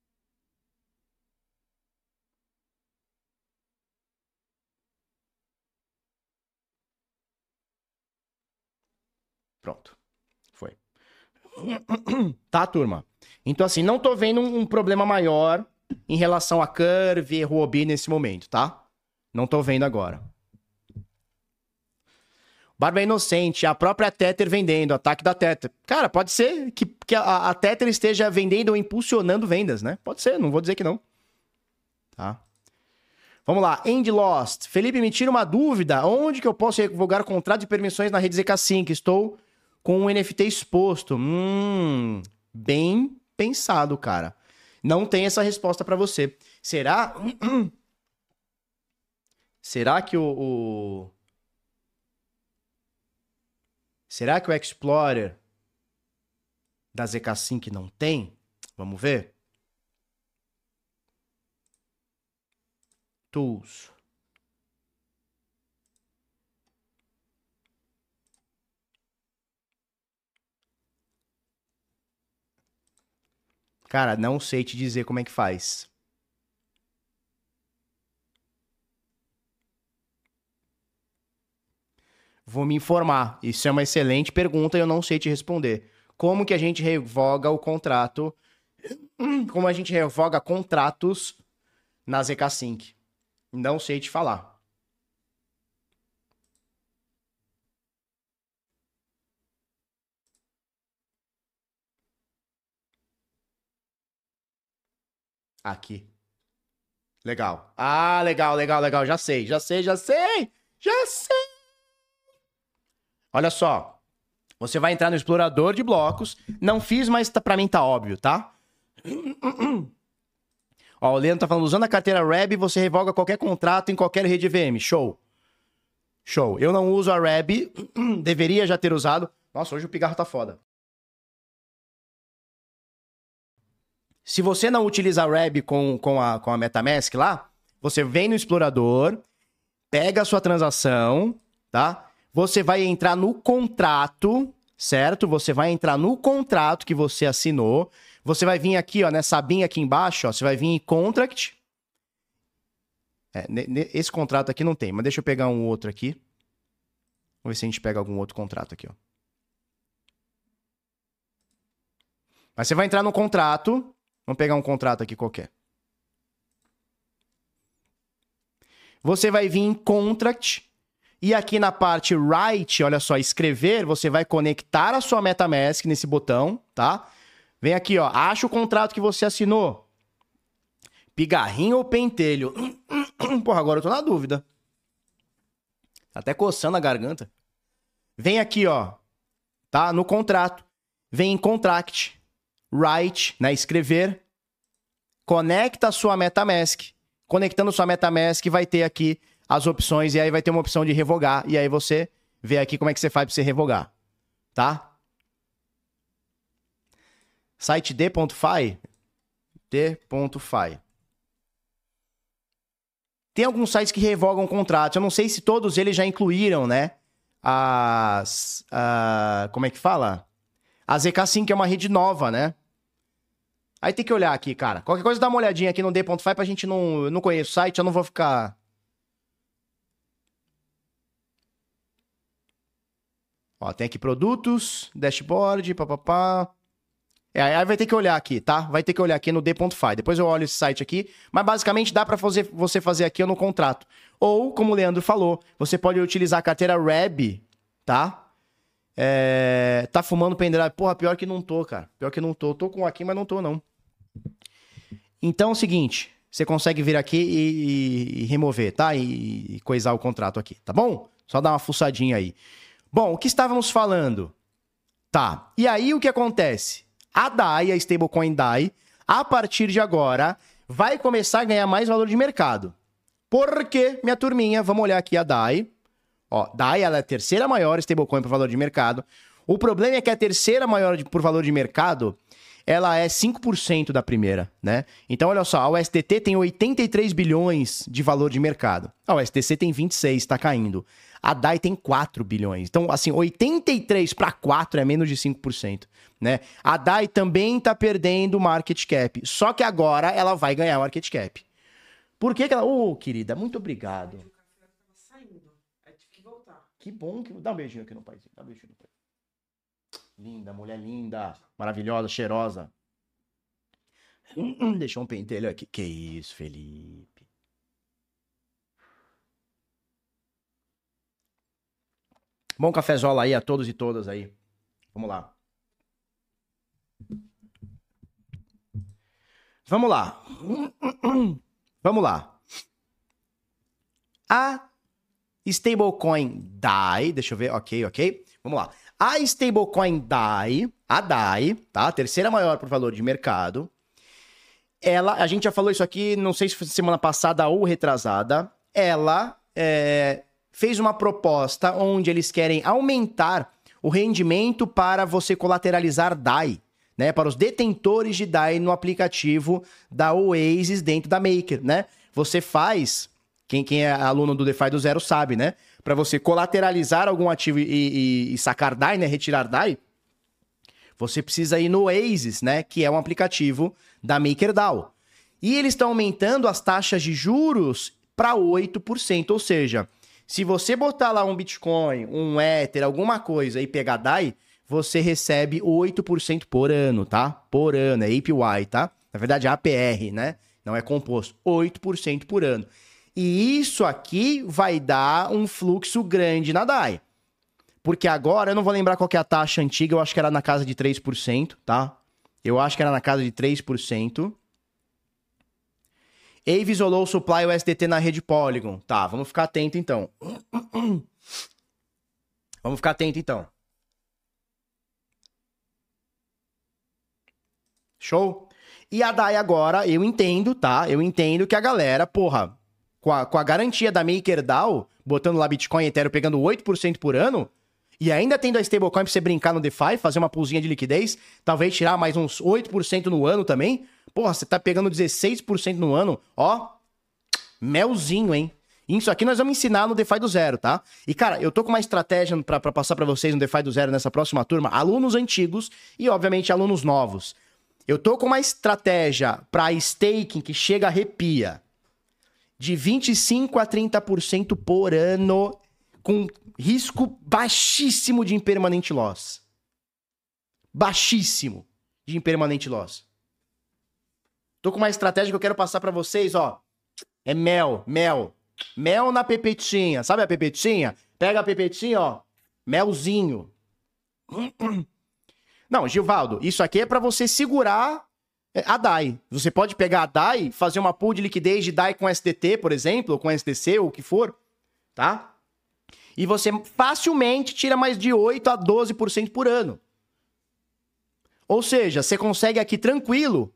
Pronto. Foi. Tá, turma? Então, assim, não tô vendo um problema maior em relação a Curve e Huobi nesse momento, tá? Não tô vendo agora. Barba Inocente, a própria Tether vendendo, ataque da Tether. Cara, pode ser que a Tether esteja vendendo ou impulsionando vendas, né? Pode ser, não vou dizer que não. Tá? Vamos lá, End Lost. Felipe, me tira uma dúvida. Onde que eu posso revogar contrato de permissões na rede ZK5? Estou com um NFT exposto. Bem pensado, cara. Não tem essa resposta pra você. Será? Será que Será que o Explorer da ZK5 não tem? Vamos ver. Tools. Cara, não sei te dizer como é que faz. Vou me informar. Isso é uma excelente pergunta e eu não sei te responder. Como que a gente revoga o contrato? Como a gente revoga contratos na ZK5? Não sei te falar. Aqui. Legal. Legal. Já sei. Olha só. Você vai entrar no explorador de blocos. Não fiz, mas pra mim tá óbvio, tá? Ó, o Leandro tá falando, usando a carteira REB, você revoga qualquer contrato em qualquer rede EVM. Show. Eu não uso a REB. Deveria já ter usado. Nossa, hoje o pigarro tá foda. Se você não utiliza a REB com a MetaMask lá, você vem no explorador, pega a sua transação, tá? Você vai entrar no contrato, certo? Você vai entrar no contrato que você assinou. Você vai vir aqui, ó, nessa abinha aqui embaixo, ó, você vai vir em Contract. Esse contrato aqui não tem, mas deixa eu pegar um outro aqui. Vamos ver se a gente pega algum outro contrato aqui, ó. Mas você vai entrar no contrato. Vamos pegar um contrato aqui qualquer. Você vai vir em Contract. E aqui na parte Write, olha só, escrever, você vai conectar a sua MetaMask nesse botão, tá? Vem aqui, ó, acha o contrato que você assinou. Pigarrinho ou pentelho? Porra, agora eu tô na dúvida. Tá até coçando a garganta. Vem aqui, ó, tá? No contrato. Vem em contract, write, né? Escrever. Conecta a sua MetaMask. Conectando sua MetaMask, vai ter aqui as opções e aí vai ter uma opção de revogar. E aí você vê aqui como é que você faz para você revogar, tá? Site d.fi. D.fi. Tem alguns sites que revogam contratos. Eu não sei se todos eles já incluíram, né? Como é que fala? A ZK5, que é uma rede nova, né? Aí tem que olhar aqui, cara. Qualquer coisa, dá uma olhadinha aqui no D.fi pra gente não... Eu não conheço o site, eu não vou ficar... Ó, tem aqui produtos, dashboard, papapá... aí vai ter que olhar aqui, tá? Vai ter que olhar aqui no D.fi. Depois eu olho esse site aqui. Mas basicamente dá pra você fazer aqui no contrato. Ou, como o Leandro falou, você pode utilizar a carteira REB, tá? Tá fumando pendrive. Porra, pior que não tô, cara. Pior que não tô. Tô com aqui, mas não tô, não. Então é o seguinte. Você consegue vir aqui e remover, tá? E coisar o contrato aqui, tá bom? Só dar uma fuçadinha aí. Bom, o que estávamos falando? Tá. E aí o que acontece? A DAI, a stablecoin DAI, a partir de agora, vai começar a ganhar mais valor de mercado. Por quê, minha turminha? Vamos olhar aqui a DAI. Ó, DAI, ela é a terceira maior stablecoin por valor de mercado. O problema é que a terceira maior por valor de mercado, ela é 5% da primeira, né? Então, olha só, a USDT tem 83 bilhões de valor de mercado. A USDC tem 26, tá caindo. A DAI tem 4 bilhões. Então, assim, 83 para 4 é menos de 5%, né? A DAI também tá perdendo market cap. Só que agora ela vai ganhar market cap. Por que ela... Ô, querida, muito obrigado. Que bom que... Dá um beijinho aqui no paizinho. Dá um beijinho no pai. Linda, mulher linda. Maravilhosa, cheirosa. Deixou um pentelho aqui. Que isso, Felipe. Bom cafezola aí a todos e todas aí. Vamos lá. Vamos lá. Vamos lá. A stablecoin DAI, deixa eu ver, ok. Vamos lá. A stablecoin DAI, a DAI, tá? A terceira maior por valor de mercado. Ela, a gente já falou isso aqui, não sei se foi semana passada ou retrasada. Ela fez uma proposta onde eles querem aumentar o rendimento para você colateralizar DAI, né? Para os detentores de DAI no aplicativo da Oasis dentro da Maker, né? Você faz, quem é aluno do DeFi do Zero sabe, né? Para você colateralizar algum ativo e sacar DAI, né? Retirar DAI, você precisa ir no Oasis, né? Que é um aplicativo da MakerDAO. E eles estão aumentando as taxas de juros para 8%, ou seja... Se você botar lá um Bitcoin, um Ether, alguma coisa e pegar DAI, você recebe 8% por ano, tá? Por ano, é APY, tá? Na verdade é APR, né? Não é composto. 8% por ano. E isso aqui vai dar um fluxo grande na DAI. Porque agora, eu não vou lembrar qual que é a taxa antiga, eu acho que era na casa de 3%, tá? Eu acho que era na casa de 3%. Aave isolou o supply USDT na rede Polygon. Tá, vamos ficar atento então. Vamos ficar atento então. Show? E a DAI agora, eu entendo, tá? Eu entendo que a galera, porra, com a garantia da MakerDAO, botando lá Bitcoin e Ethereum pegando 8% por ano, e ainda tendo a stablecoin pra você brincar no DeFi, fazer uma pulzinha de liquidez, talvez tirar mais uns 8% no ano também. Porra, você tá pegando 16% no ano, ó, melzinho, hein? Isso aqui nós vamos ensinar no DeFi do Zero, tá? E, cara, eu tô com uma estratégia pra passar pra vocês no DeFi do Zero nessa próxima turma, alunos antigos e, obviamente, alunos novos. Eu tô com uma estratégia pra staking que chega a arrepia, de 25% a 30% por ano, com risco baixíssimo de impermanent loss. Baixíssimo de impermanent loss. Tô com uma estratégia que eu quero passar pra vocês, ó. É mel. Mel na pepetinha. Sabe a pepetinha? Pega a pepetinha, ó. Melzinho. Não, Gilvaldo, isso aqui é pra você segurar a DAI. Você pode pegar a DAI, fazer uma pool de liquidez de DAI com SDT, por exemplo, ou com SDC, ou o que for, tá? E você facilmente tira mais de 8 a 12% por ano. Ou seja, você consegue aqui tranquilo,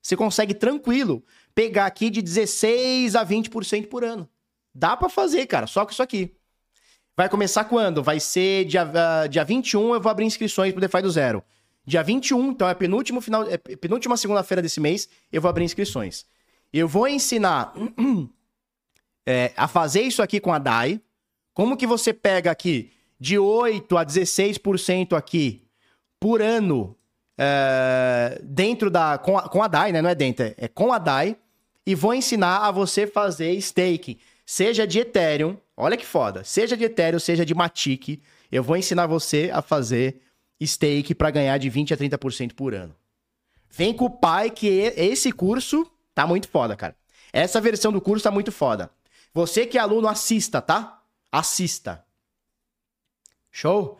pegar aqui de 16 a 20% por ano. Dá pra fazer, cara, só com isso aqui. Vai começar quando? Vai ser dia 21, eu vou abrir inscrições pro DeFi do Zero. Dia 21, então é penúltima segunda-feira desse mês, eu vou abrir inscrições. Eu vou ensinar a fazer isso aqui com a DAI. Como que você pega aqui de 8 a 16% aqui por ano dentro da... Com a DAI, né? Não é dentro, é com a DAI. E vou ensinar a você fazer staking. Seja de Ethereum, olha que foda. Seja de Ethereum, seja de Matic. Eu vou ensinar você a fazer stake para ganhar de 20 a 30% por ano. Vem com o pai que esse curso tá muito foda, cara. Essa versão do curso tá muito foda. Você que é aluno, assista, tá? Assista. Show?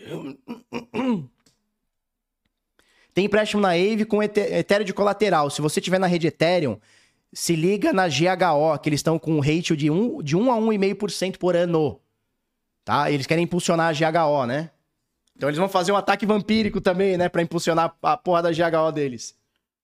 Tem empréstimo na Aave com Ethereum de colateral. Se você tiver na rede Ethereum, se liga na GHO, que eles estão com um ratio de 1 a 1,5% por ano. Tá? Eles querem impulsionar a GHO, né? Então eles vão fazer um ataque vampírico também, né? Pra impulsionar a porra da GHO deles.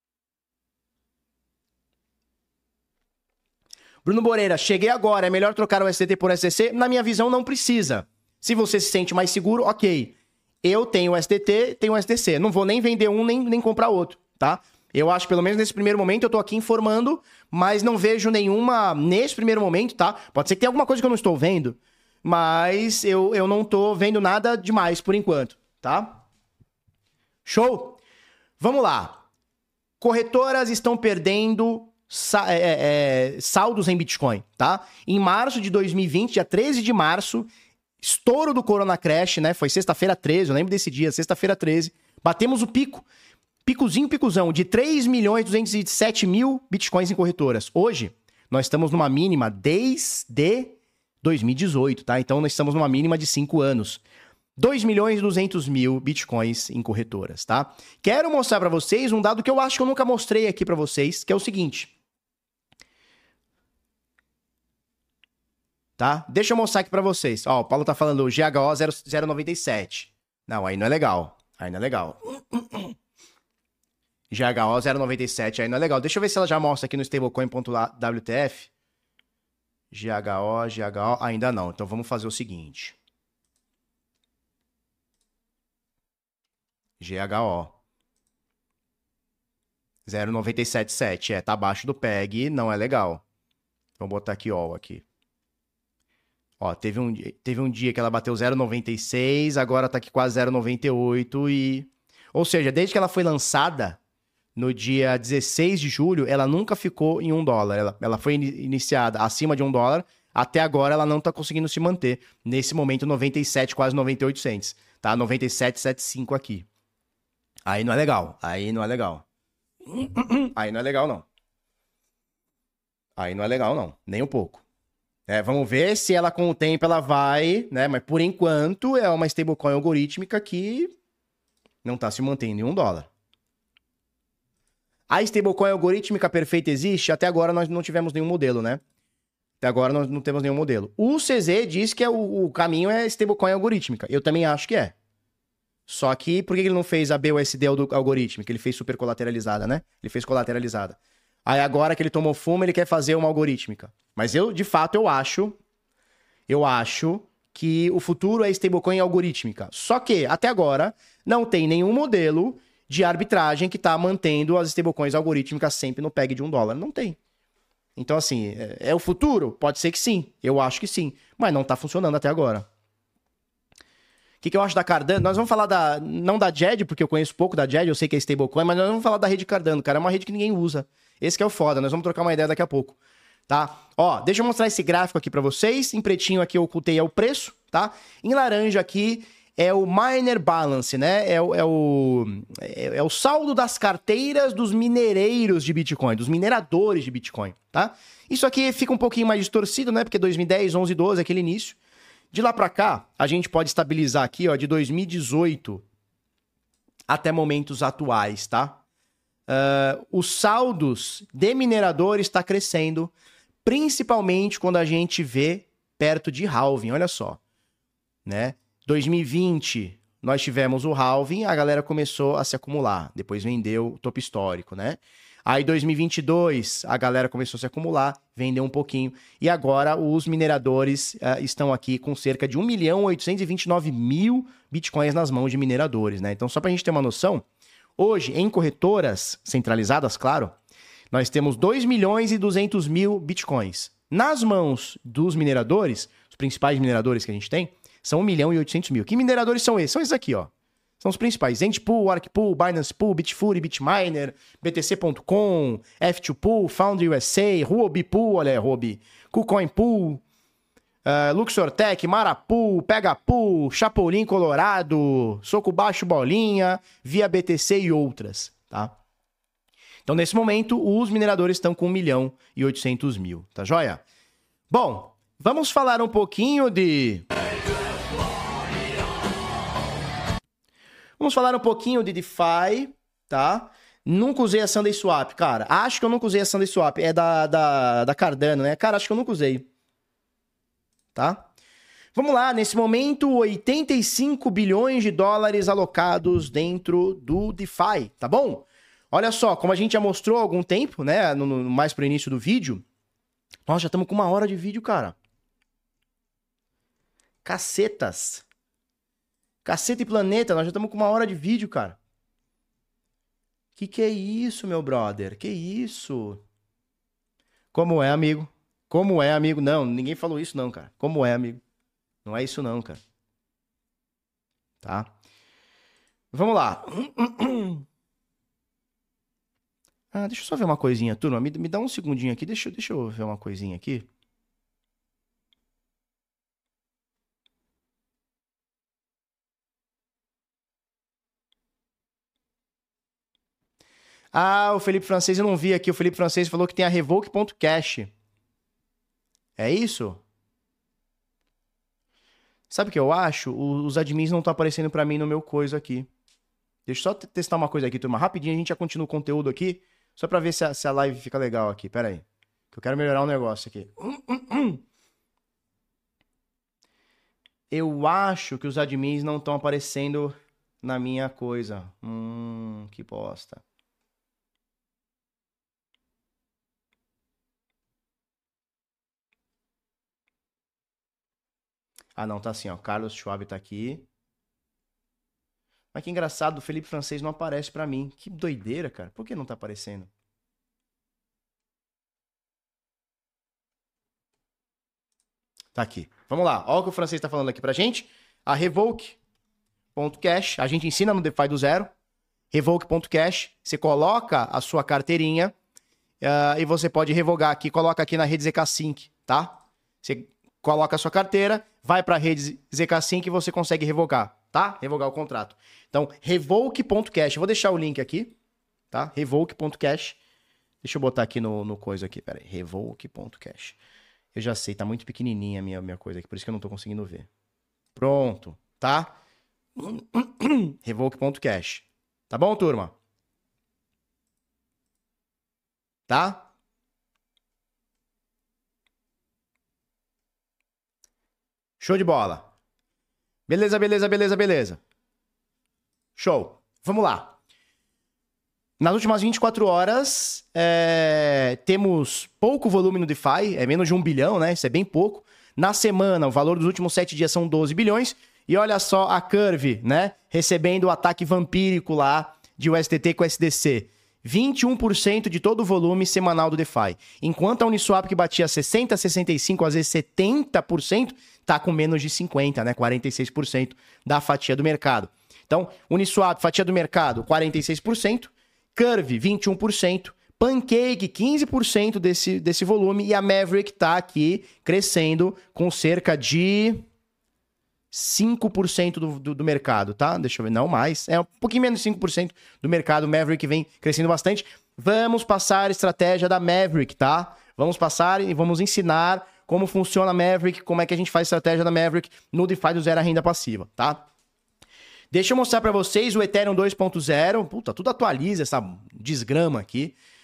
Bruno Moreira, cheguei agora, é melhor trocar o SDT por SDC? Na minha visão, não precisa. Se você se sente mais seguro, ok. Eu tenho o SDT, tenho o SDC. Não vou nem vender um, nem comprar outro, tá? Eu acho, pelo menos nesse primeiro momento, eu tô aqui informando, mas não vejo nenhuma nesse primeiro momento, tá? Pode ser que tenha alguma coisa que eu não estou vendo, mas eu não tô vendo nada demais por enquanto, tá? Show? Vamos lá. Corretoras estão perdendo saldos em Bitcoin, tá? Em março de 2020, dia 13 de março, estouro do Corona Crash, né? Foi sexta-feira 13, eu lembro desse dia, sexta-feira 13. Batemos o picuzão, de 3.207.000 Bitcoins em corretoras. Hoje, nós estamos numa mínima desde 2018, tá? Então, nós estamos numa mínima de 5 anos. 2.200.000 Bitcoins em corretoras, tá? Quero mostrar pra vocês um dado que eu acho que eu nunca mostrei aqui pra vocês, que é o seguinte. Tá? Deixa eu mostrar aqui pra vocês. Ó, o Paulo tá falando o GHO 097. Não, aí não é legal. Aí não é legal. GHO 097, aí não é legal. Deixa eu ver se ela já mostra aqui no stablecoin.wtf. GHO, ainda não. Então vamos fazer o seguinte. GHO 0,977. Tá abaixo do PEG, não é legal. Vamos botar aqui, ó, aqui. Ó, teve um dia que ela bateu 0,96, agora tá aqui quase 0,98 e... Ou seja, desde que ela foi lançada, no dia 16 de julho, ela nunca ficou em $1. Ela foi iniciada acima de $1, até agora ela não tá conseguindo se manter. Nesse momento, 97, quase 98 cents, tá? 97,75 aqui. Aí não é legal, aí não é legal. Aí não é legal, não. Aí não é legal, não, nem um pouco. Vamos ver se ela com o tempo ela vai, né? Mas por enquanto é uma stablecoin algorítmica que não tá se mantendo em $1. A stablecoin algorítmica perfeita existe? Até agora nós não tivemos nenhum modelo, né? Até agora nós não temos nenhum modelo. O CZ diz que o caminho é stablecoin algorítmica. Eu também acho que é. Só que por que ele não fez a BUSD algorítmica? Ele fez super colateralizada, né? Ele fez colateralizada. Aí agora que ele tomou fumo, ele quer fazer uma algorítmica. Mas de fato, eu acho que o futuro é stablecoin algorítmica. Só que, até agora, não tem nenhum modelo de arbitragem que tá mantendo as stablecoins algorítmicas sempre no PEG de $1. Não tem. Então, assim, é o futuro? Pode ser que sim. Eu acho que sim. Mas não tá funcionando até agora. O que eu acho da Cardano? Nós vamos falar não da JED, porque eu conheço pouco da JED, eu sei que é stablecoin, mas nós vamos falar da rede Cardano, cara. É uma rede que ninguém usa. Esse que é o foda, nós vamos trocar uma ideia daqui a pouco, tá? Ó, deixa eu mostrar esse gráfico aqui pra vocês. Em pretinho aqui eu ocultei o preço, tá? Em laranja aqui é o Miner Balance, né? É o saldo das carteiras dos minereiros de Bitcoin, dos mineradores de Bitcoin, tá? Isso aqui fica um pouquinho mais distorcido, né? Porque 2010, 11, 12, aquele início. De lá pra cá, a gente pode estabilizar aqui, ó, de 2018 até momentos atuais, tá? Os saldos de mineradores está crescendo, principalmente quando a gente vê perto de halving. Olha só. né? 2020, nós tivemos o halving, a galera começou a se acumular. Depois vendeu o topo histórico, né? Aí 2022, a galera começou a se acumular, vendeu um pouquinho. E agora os mineradores estão aqui com cerca de 1.829.000 bitcoins nas mãos de mineradores, né? Então, só pra gente ter uma noção, hoje, em corretoras centralizadas, claro, nós temos 2.200.000 bitcoins. Nas mãos dos mineradores, os principais mineradores que a gente tem, são 1.800.000. Que mineradores são esses? São esses aqui, ó. São os principais. Zendpool, Arkpool, Binance Pool, Bitfury, Bitminer, BTC.com, F2Pool, Foundry USA, Huobi Pool, olha aí, Huobi, KuCoin Pool, Luxor Tech, Marapool, Pegapool, Chapolin Colorado, Soco Baixo Bolinha, Via BTC e outras, tá? Então, nesse momento, os mineradores estão com 1.800.000, tá joia? Bom, vamos falar um pouquinho de... Vamos falar um pouquinho de DeFi, tá? Nunca usei a Sunday Swap, cara. Acho que eu nunca usei a Sunday Swap. É da Cardano, né? Cara, acho que eu nunca usei. Tá? Vamos lá. Nesse momento, 85 bilhões de dólares alocados dentro do DeFi, tá bom? Olha só, como a gente já mostrou há algum tempo, né? Mais pro início do vídeo. Nós já estamos com 1 hora de vídeo, cara. Cacetas. Caceta e planeta, nós já estamos com 1 hora de vídeo, cara. Que é isso, meu brother? Que isso? Como é, amigo? Como é, amigo? Não, ninguém falou isso não, cara. Como é, amigo? Não é isso não, cara. Tá? Vamos lá. Deixa eu só ver uma coisinha, turma. Me dá um segundinho aqui. Deixa eu ver uma coisinha aqui. O Felipe Francês eu não vi aqui. O Felipe Francês falou que tem a Revoke.cash. É isso? Sabe o que eu acho? Os admins não estão aparecendo pra mim no meu coisa aqui. Deixa eu só testar uma coisa aqui, turma. Rapidinho, a gente já continua o conteúdo aqui. Só pra ver se a live fica legal aqui. Pera aí. Que eu quero melhorar um negócio aqui. Eu acho que os admins não estão aparecendo na minha coisa. Que bosta. Não, tá assim, ó. Carlos Schwab tá aqui. Mas que engraçado, o Felipe Francês não aparece pra mim. Que doideira, cara. Por que não tá aparecendo? Tá aqui. Vamos lá. Olha o que o Francês tá falando aqui pra gente. A Revoke.cash. A gente ensina no DeFi do zero. Revoke.cash. Você coloca a sua carteirinha e você pode revogar aqui. Coloca aqui na rede ZK Sync, tá? Você coloca a sua carteira, vai pra rede ZK Sync e você consegue revogar, tá? Revogar o contrato. Então, Revoke.cash. Eu vou deixar o link aqui, tá? Revoke.cash. Deixa eu botar aqui no coisa aqui. Pera aí. Revoke.cash. Eu já sei, tá muito pequenininha a minha coisa aqui, por isso que eu não tô conseguindo ver. Pronto, tá? Revoke.cash. Tá bom, turma? Tá? Show de bola. Beleza, beleza, beleza, beleza. Show. Vamos lá. Nas últimas 24 horas, temos pouco volume no DeFi, é menos de 1 bilhão, né? Isso é bem pouco. Na semana, o valor dos últimos 7 dias são 12 bilhões. E olha só a Curve, né? Recebendo o ataque vampírico lá de USDT com SDC. 21% de todo o volume semanal do DeFi. Enquanto a Uniswap, que batia 60%, 65%, às vezes 70%, tá com menos de 50%, né? 46% da fatia do mercado. Então, Uniswap, fatia do mercado, 46%. Curve, 21%. Pancake, 15% desse volume. E a Maverick tá aqui crescendo com cerca de 5% do mercado, tá? Deixa eu ver, não mais. É um pouquinho menos de 5% do mercado. Maverick vem crescendo bastante. Vamos passar a estratégia da Maverick, tá? Vamos passar e vamos ensinar como funciona a Maverick, como é que a gente faz a estratégia da Maverick no DeFi do zero a renda passiva, tá? Deixa eu mostrar para vocês o Ethereum 2.0. Puta, tudo atualiza essa desgrama aqui.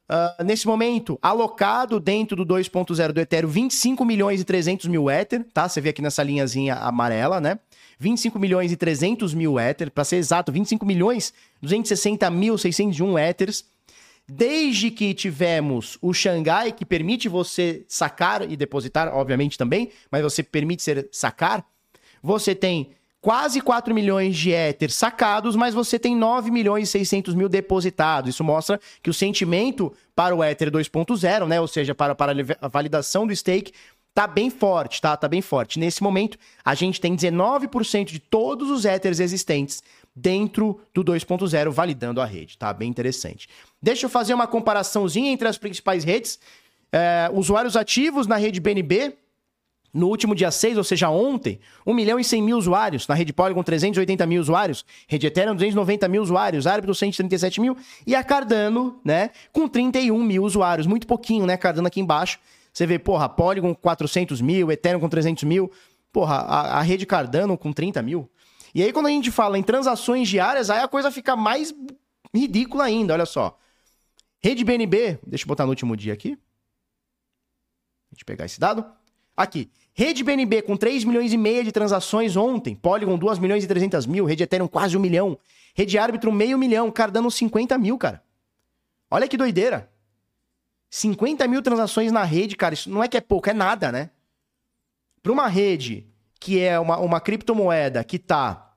nesse momento, alocado dentro do 2.0 do Ethereum, 25 milhões e 300 mil Ether, tá? Você vê aqui nessa linhazinha amarela, né? 25 milhões e 300 mil Ether, para ser exato, 25 milhões 260 mil 601 Ethers. Desde que tivemos o Xangai, que permite você sacar e depositar, obviamente também, mas você permite sacar, você tem quase 4 milhões de Ether sacados, mas você tem 9 milhões e 600 mil depositados. Isso mostra que o sentimento para o Ether 2.0, né, ou seja, para a validação do stake, tá bem forte, tá? Tá bem forte. Nesse momento, a gente tem 19% de todos os Ethers existentes dentro do 2.0 validando a rede, tá? Bem interessante. Deixa eu fazer uma comparaçãozinha entre as principais redes. Usuários ativos na rede BNB, no último dia 6, ou seja, ontem, 1 milhão e 100 mil usuários. Na rede Polygon, 380 mil usuários. Rede Ethereum, 290 mil usuários. Arbitrum, 137 mil. E a Cardano, né, com 31 mil usuários. Muito pouquinho, né, Cardano aqui embaixo. Você vê, porra, Polygon com 400 mil, Ethereum com 300 mil. Porra, a rede Cardano com 30 mil. E aí, quando a gente fala em transações diárias, aí a coisa fica mais ridícula ainda, olha só. Rede BNB, deixa eu botar no último dia aqui. Deixa eu pegar esse dado. Aqui, rede BNB com 3 milhões e meio de transações ontem, Polygon 2 milhões e 300 mil, rede Ethereum quase 1 milhão, rede Arbitrum meio milhão, Cardano 50 mil, cara. Olha que doideira. 50 mil transações na rede, cara, isso não é que é pouco, é nada, né? Para uma rede que é uma criptomoeda que tá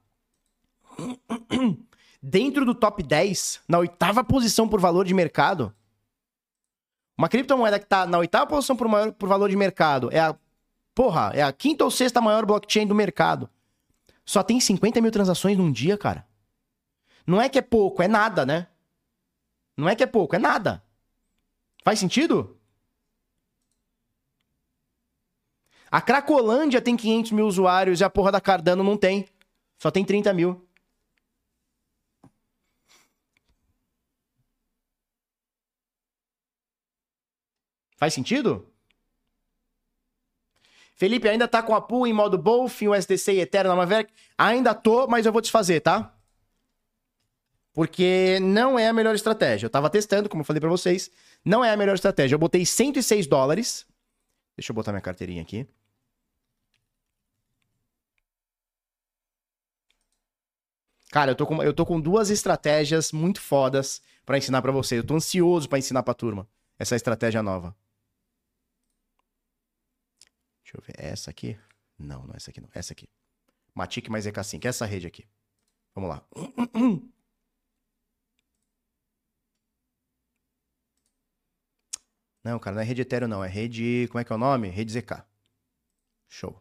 dentro do top 10, na 8ª posição por valor de mercado, uma criptomoeda que tá na 8ª posição por valor de mercado, é a 5ª ou 6ª maior blockchain do mercado. Só tem 50 mil transações num dia, cara. Não é que é pouco, é nada, né? Não é que é pouco, é nada. Faz sentido? A Cracolândia tem 500 mil usuários e a porra da Cardano não tem. Só tem 30 mil. Faz sentido? Felipe, ainda tá com a pool em modo both, em USDC e Ethereum na Maverick? Ainda tô, mas eu vou desfazer, tá? Porque não é a melhor estratégia. Eu tava testando, como eu falei pra vocês. Não é a melhor estratégia. Eu botei 106 dólares. Deixa eu botar minha carteirinha aqui. Cara, eu tô com duas estratégias muito fodas pra ensinar pra vocês. Eu tô ansioso pra ensinar pra turma essa estratégia nova. Deixa eu ver. É essa aqui? Não, não é essa aqui não. Essa aqui. Matic mais EK5. Essa rede aqui. Vamos lá. Não, cara, não é rede Ethereum não. É rede... Como é que é o nome? Rede ZK. Show.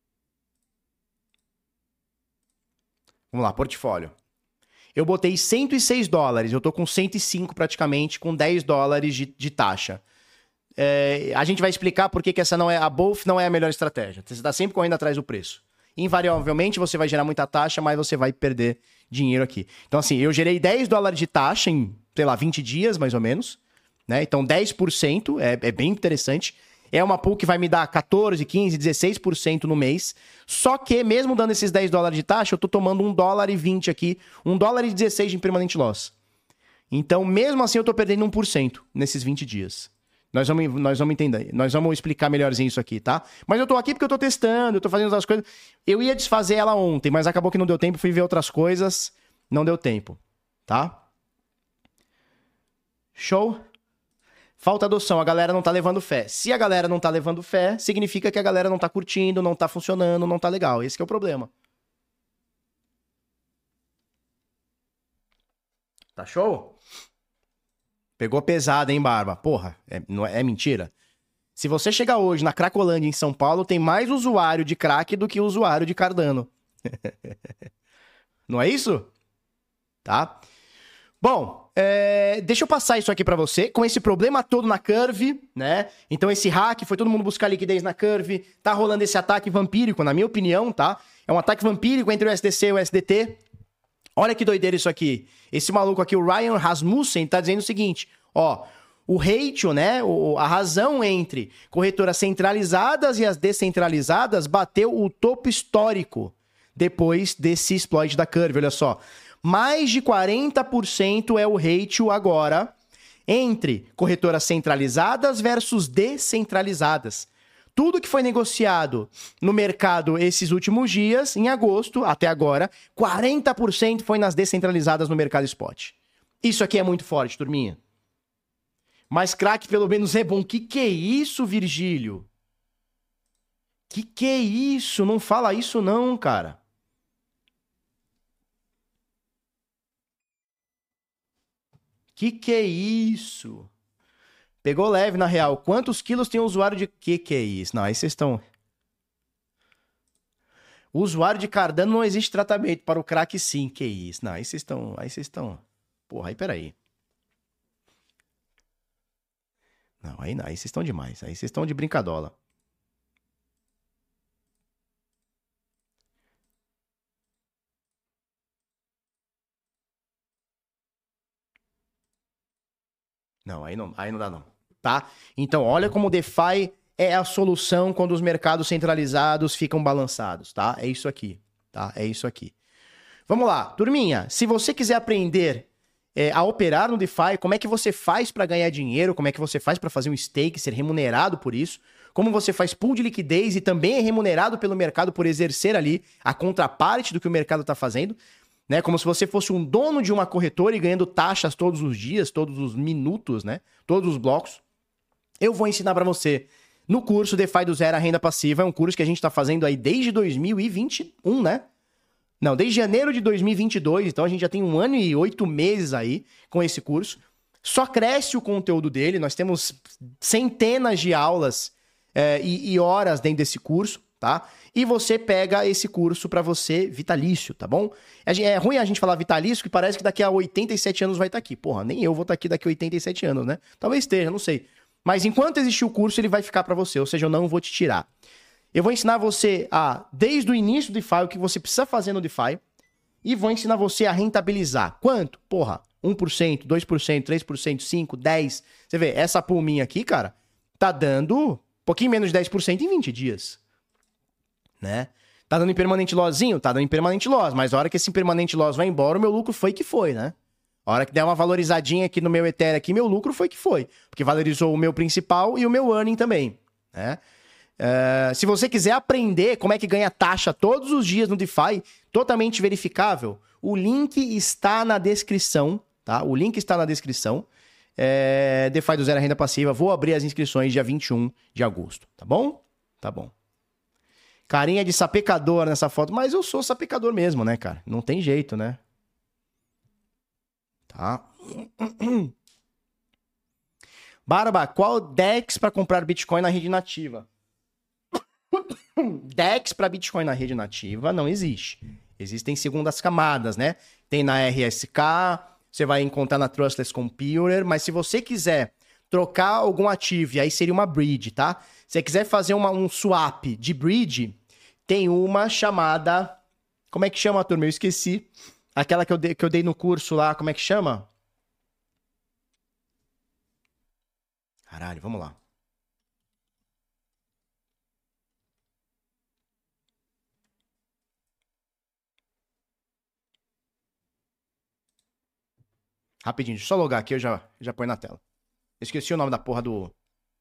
Vamos lá, portfólio. Eu botei 106 dólares. Eu tô com 105 praticamente, com 10 dólares de taxa. A gente vai explicar por que essa não é... A Both não é a melhor estratégia. Você tá sempre correndo atrás do preço. Invariavelmente, você vai gerar muita taxa, mas você vai perder dinheiro aqui. Então, assim, eu gerei 10 dólares de taxa em, sei lá, 20 dias, mais ou menos. Né? Então, 10% é bem interessante. É uma pool que vai me dar 14, 15, 16% no mês. Só que, mesmo dando esses 10 dólares de taxa, eu tô tomando 1 dólar e 20 aqui. 1 dólar e 16 de permanent loss. Então, mesmo assim, eu tô perdendo 1% nesses 20 dias. Nós vamos entender. Nós vamos explicar melhorzinho isso aqui, tá? Mas eu tô aqui porque eu tô testando, eu tô fazendo outras coisas. Eu ia desfazer ela ontem, mas acabou que não deu tempo. Fui ver outras coisas. Não deu tempo, tá? Show? Falta adoção, a galera não tá levando fé. Se a galera não tá levando fé, significa que a galera não tá curtindo, não tá funcionando, não tá legal. Esse que é o problema. Tá show? Pegou pesado, hein, Barba? Porra, não é mentira? Se você chegar hoje na Cracolândia, em São Paulo, tem mais usuário de crack do que usuário de Cardano. Não é isso? Tá? Bom, deixa eu passar isso aqui pra você, com esse problema todo na Curve, né? Então esse hack, foi todo mundo buscar liquidez na Curve, tá rolando esse ataque vampírico, na minha opinião, tá? É um ataque vampírico entre o USDC e o USDT. Olha que doideira isso aqui. Esse maluco aqui, o Ryan Rasmussen, tá dizendo o seguinte, ó, o ratio, né, a razão entre corretoras centralizadas e as descentralizadas bateu o topo histórico depois desse exploit da Curve, olha só. Mais de 40% é o ratio agora entre corretoras centralizadas versus descentralizadas. Tudo que foi negociado no mercado esses últimos dias, em agosto até agora, 40% foi nas descentralizadas no mercado spot. Isso aqui é muito forte, turminha. Mas craque pelo menos é bom. Que é isso, Virgílio? Que é isso? Não fala isso não, cara. Que é isso? Pegou leve, na real. Quantos quilos tem o usuário de... Que é isso? Não, aí vocês estão... O usuário de Cardano não existe tratamento. Para o craque, sim. Que isso? Não, aí vocês estão... Porra, aí peraí. Não, aí não. Aí vocês estão demais. Aí vocês estão de brincadola. Não, aí não dá não, tá? Então, olha como o DeFi é a solução quando os mercados centralizados ficam balançados, tá? É isso aqui, tá? É isso aqui. Vamos lá, turminha, se você quiser aprender a operar no DeFi, como é que você faz para ganhar dinheiro, como é que você faz para fazer um stake, ser remunerado por isso, como você faz pool de liquidez e também é remunerado pelo mercado por exercer ali a contraparte do que o mercado está fazendo, né? Como se você fosse um dono de uma corretora e ganhando taxas todos os dias, todos os minutos, né? Todos os blocos. Eu vou ensinar para você no curso DeFi do Zero a Renda Passiva. É um curso que a gente tá fazendo aí desde 2021, né? Não, desde janeiro de 2022. Então a gente já tem 1 ano e 8 meses aí com esse curso. Só cresce o conteúdo dele. Nós temos centenas de aulas e horas dentro desse curso, tá? E você pega esse curso pra você vitalício, tá bom? É ruim a gente falar vitalício, que parece que daqui a 87 anos vai estar aqui. Porra, nem eu vou estar aqui daqui a 87 anos, né? Talvez esteja, não sei. Mas enquanto existir o curso, ele vai ficar pra você, ou seja, eu não vou te tirar. Eu vou ensinar você desde o início do DeFi, o que você precisa fazer no DeFi, e vou ensinar você a rentabilizar. Quanto? Porra, 1%, 2%, 3%, 5%, 10%. Você vê, essa pool minha aqui, cara, tá dando um pouquinho menos de 10% em 20 dias. Né? Tá dando impermanente loszinho? Tá dando impermanente loss, mas a hora que esse impermanente loss vai embora, o meu lucro foi que foi, né? A hora que der uma valorizadinha aqui no meu Ethereum aqui, meu lucro foi que foi. Porque valorizou o meu principal e o meu earning também, né? Se você quiser aprender como é que ganha taxa todos os dias no DeFi, totalmente verificável, o link está na descrição, tá? O link está na descrição. DeFi do Zero a Renda Passiva. Vou abrir as inscrições dia 21 de agosto, tá bom? Tá bom. Carinha de sapecador nessa foto. Mas eu sou sapecador mesmo, né, cara? Não tem jeito, né? Tá. Barba, qual DEX para comprar Bitcoin na rede nativa? DEX para Bitcoin na rede nativa não existe. Existem segundas camadas, né? Tem na RSK, você vai encontrar na Trustless Computer, mas se você quiser trocar algum ativo, aí seria uma bridge, tá? Se você quiser fazer um swap de bridge, tem uma chamada... Como é que chama, turma? Eu esqueci. Aquela que eu dei no curso lá, como é que chama? Caralho, vamos lá. Rapidinho, deixa eu só logar aqui, eu já ponho na tela. Esqueci o nome da porra do...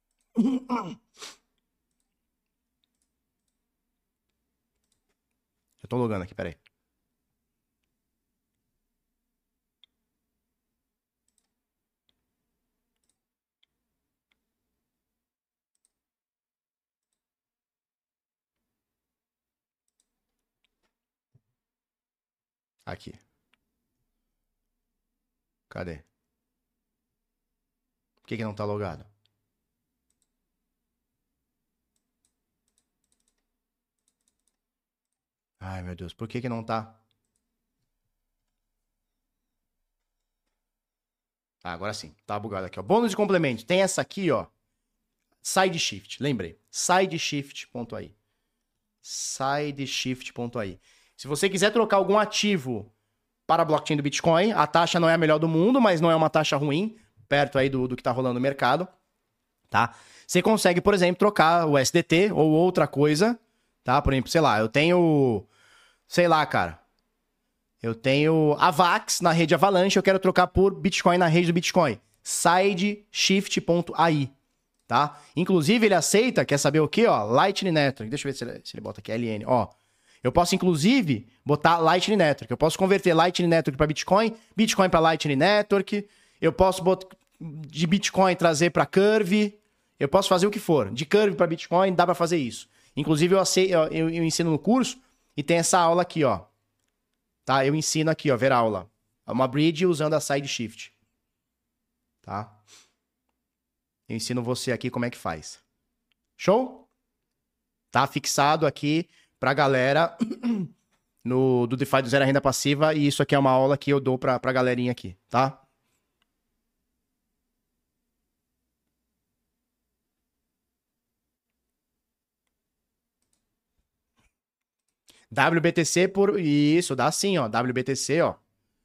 Eu tô logando aqui, peraí. Aqui. Cadê? Por que não tá logado? Ai, meu Deus, por que não tá? Ah, agora sim, tá bugado aqui, ó. Bônus de complemento. Tem essa aqui, ó. SideShift, lembrei. SideShift.ai. SideShift.ai. Se você quiser trocar algum ativo para a blockchain do Bitcoin, a taxa não é a melhor do mundo, mas não é uma taxa ruim, perto aí do que tá rolando no mercado, tá? Você consegue, por exemplo, trocar o SDT ou outra coisa, tá? Por exemplo, sei lá, eu tenho... Sei lá, cara. Eu tenho Avax na rede Avalanche, eu quero trocar por Bitcoin na rede do Bitcoin. sideshift.ai, tá? Inclusive, ele aceita, quer saber o quê, ó? Lightning Network. Deixa eu ver se ele bota aqui, LN, ó. Eu posso, inclusive, botar Lightning Network. Eu posso converter Lightning Network para Bitcoin, Bitcoin para Lightning Network. Eu posso botar de Bitcoin trazer para Curve. Eu posso fazer o que for. De Curve para Bitcoin, dá para fazer isso. Inclusive, eu ensino no curso e tem essa aula aqui, ó. Tá? Eu ensino aqui, ó, ver aula. Uma bridge usando a SideShift. Tá? Eu ensino você aqui como é que faz. Show? Tá fixado aqui pra galera do DeFi do Zero Renda Passiva, e isso aqui é uma aula que eu dou pra galerinha aqui, tá? WBTC por... Isso, dá sim, ó. WBTC, ó.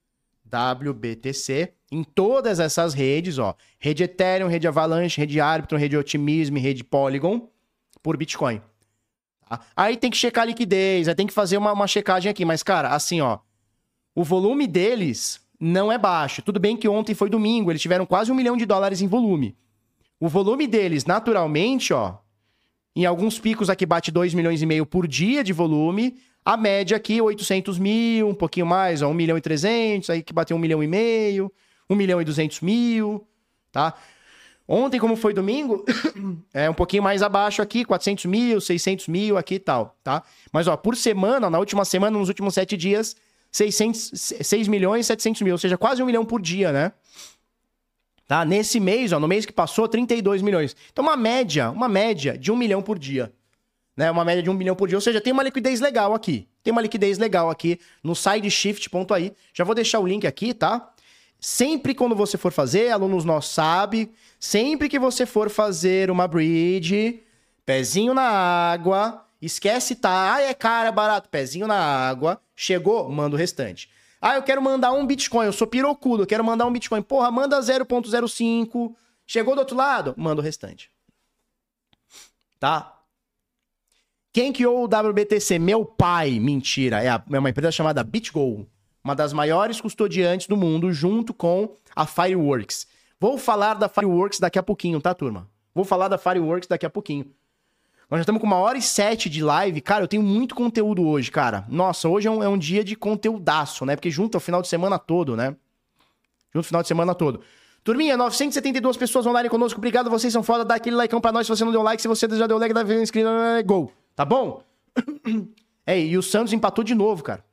WBTC em todas essas redes, ó. Rede Ethereum, rede Avalanche, rede Arbitrum, rede Optimism, rede Polygon, por Bitcoin. Tá? Aí tem que checar a liquidez, aí tem que fazer uma checagem aqui. Mas, cara, assim, ó. O volume deles não é baixo. Tudo bem que ontem foi domingo, eles tiveram quase $1 milhão em volume. O volume deles, naturalmente, ó, em alguns picos aqui bate 2,5 milhões por dia de volume. A média aqui, 800 mil, um pouquinho mais, ó, 1 milhão e 300, aí que bateu 1,5 milhão, 1 milhão e 200 mil, tá? Ontem, como foi domingo, é um pouquinho mais abaixo aqui, 400 mil, 600 mil aqui e tal, tá? Mas, ó, por semana, na última semana, nos últimos 7 dias, 6 milhões e 700 mil, ou seja, quase 1 milhão por dia, né? Tá? Nesse mês, ó, no mês que passou, 32 milhões. Então, uma média de 1 milhão por dia. Né? Uma média de 1 milhão por dia. Ou seja, tem uma liquidez legal aqui. Tem uma liquidez legal aqui no sideshift.ai. Já vou deixar o link aqui, tá? Sempre quando você for fazer, alunos nossos sabem, sempre que você for fazer uma bridge, pezinho na água, esquece, tá? Ah, é caro, é barato. Pezinho na água, chegou, manda o restante. Ah, eu quero mandar um Bitcoin, eu sou pirocudo, eu quero mandar um Bitcoin. Porra, manda 0,05. Chegou do outro lado? Manda o restante. Tá? Quem criou o WBTC? Meu pai. Mentira. É uma empresa chamada BitGo. Uma das maiores custodiantes do mundo, junto com a Fireworks. Vou falar da Fireworks daqui a pouquinho, tá, turma? Vou falar da Fireworks daqui a pouquinho. Nós já estamos com 1h07 de live. Cara, eu tenho muito conteúdo hoje, cara. Nossa, hoje é um dia de conteúdaço, né? Porque junta o final de semana todo, né? Junta o final de semana todo. Turminha, 972 pessoas online conosco. Obrigado, vocês são foda. Dá aquele likeão pra nós se você não deu like. Se você já deu like, dá inscrito, gol. Tá bom? E o Santos empatou de novo, cara.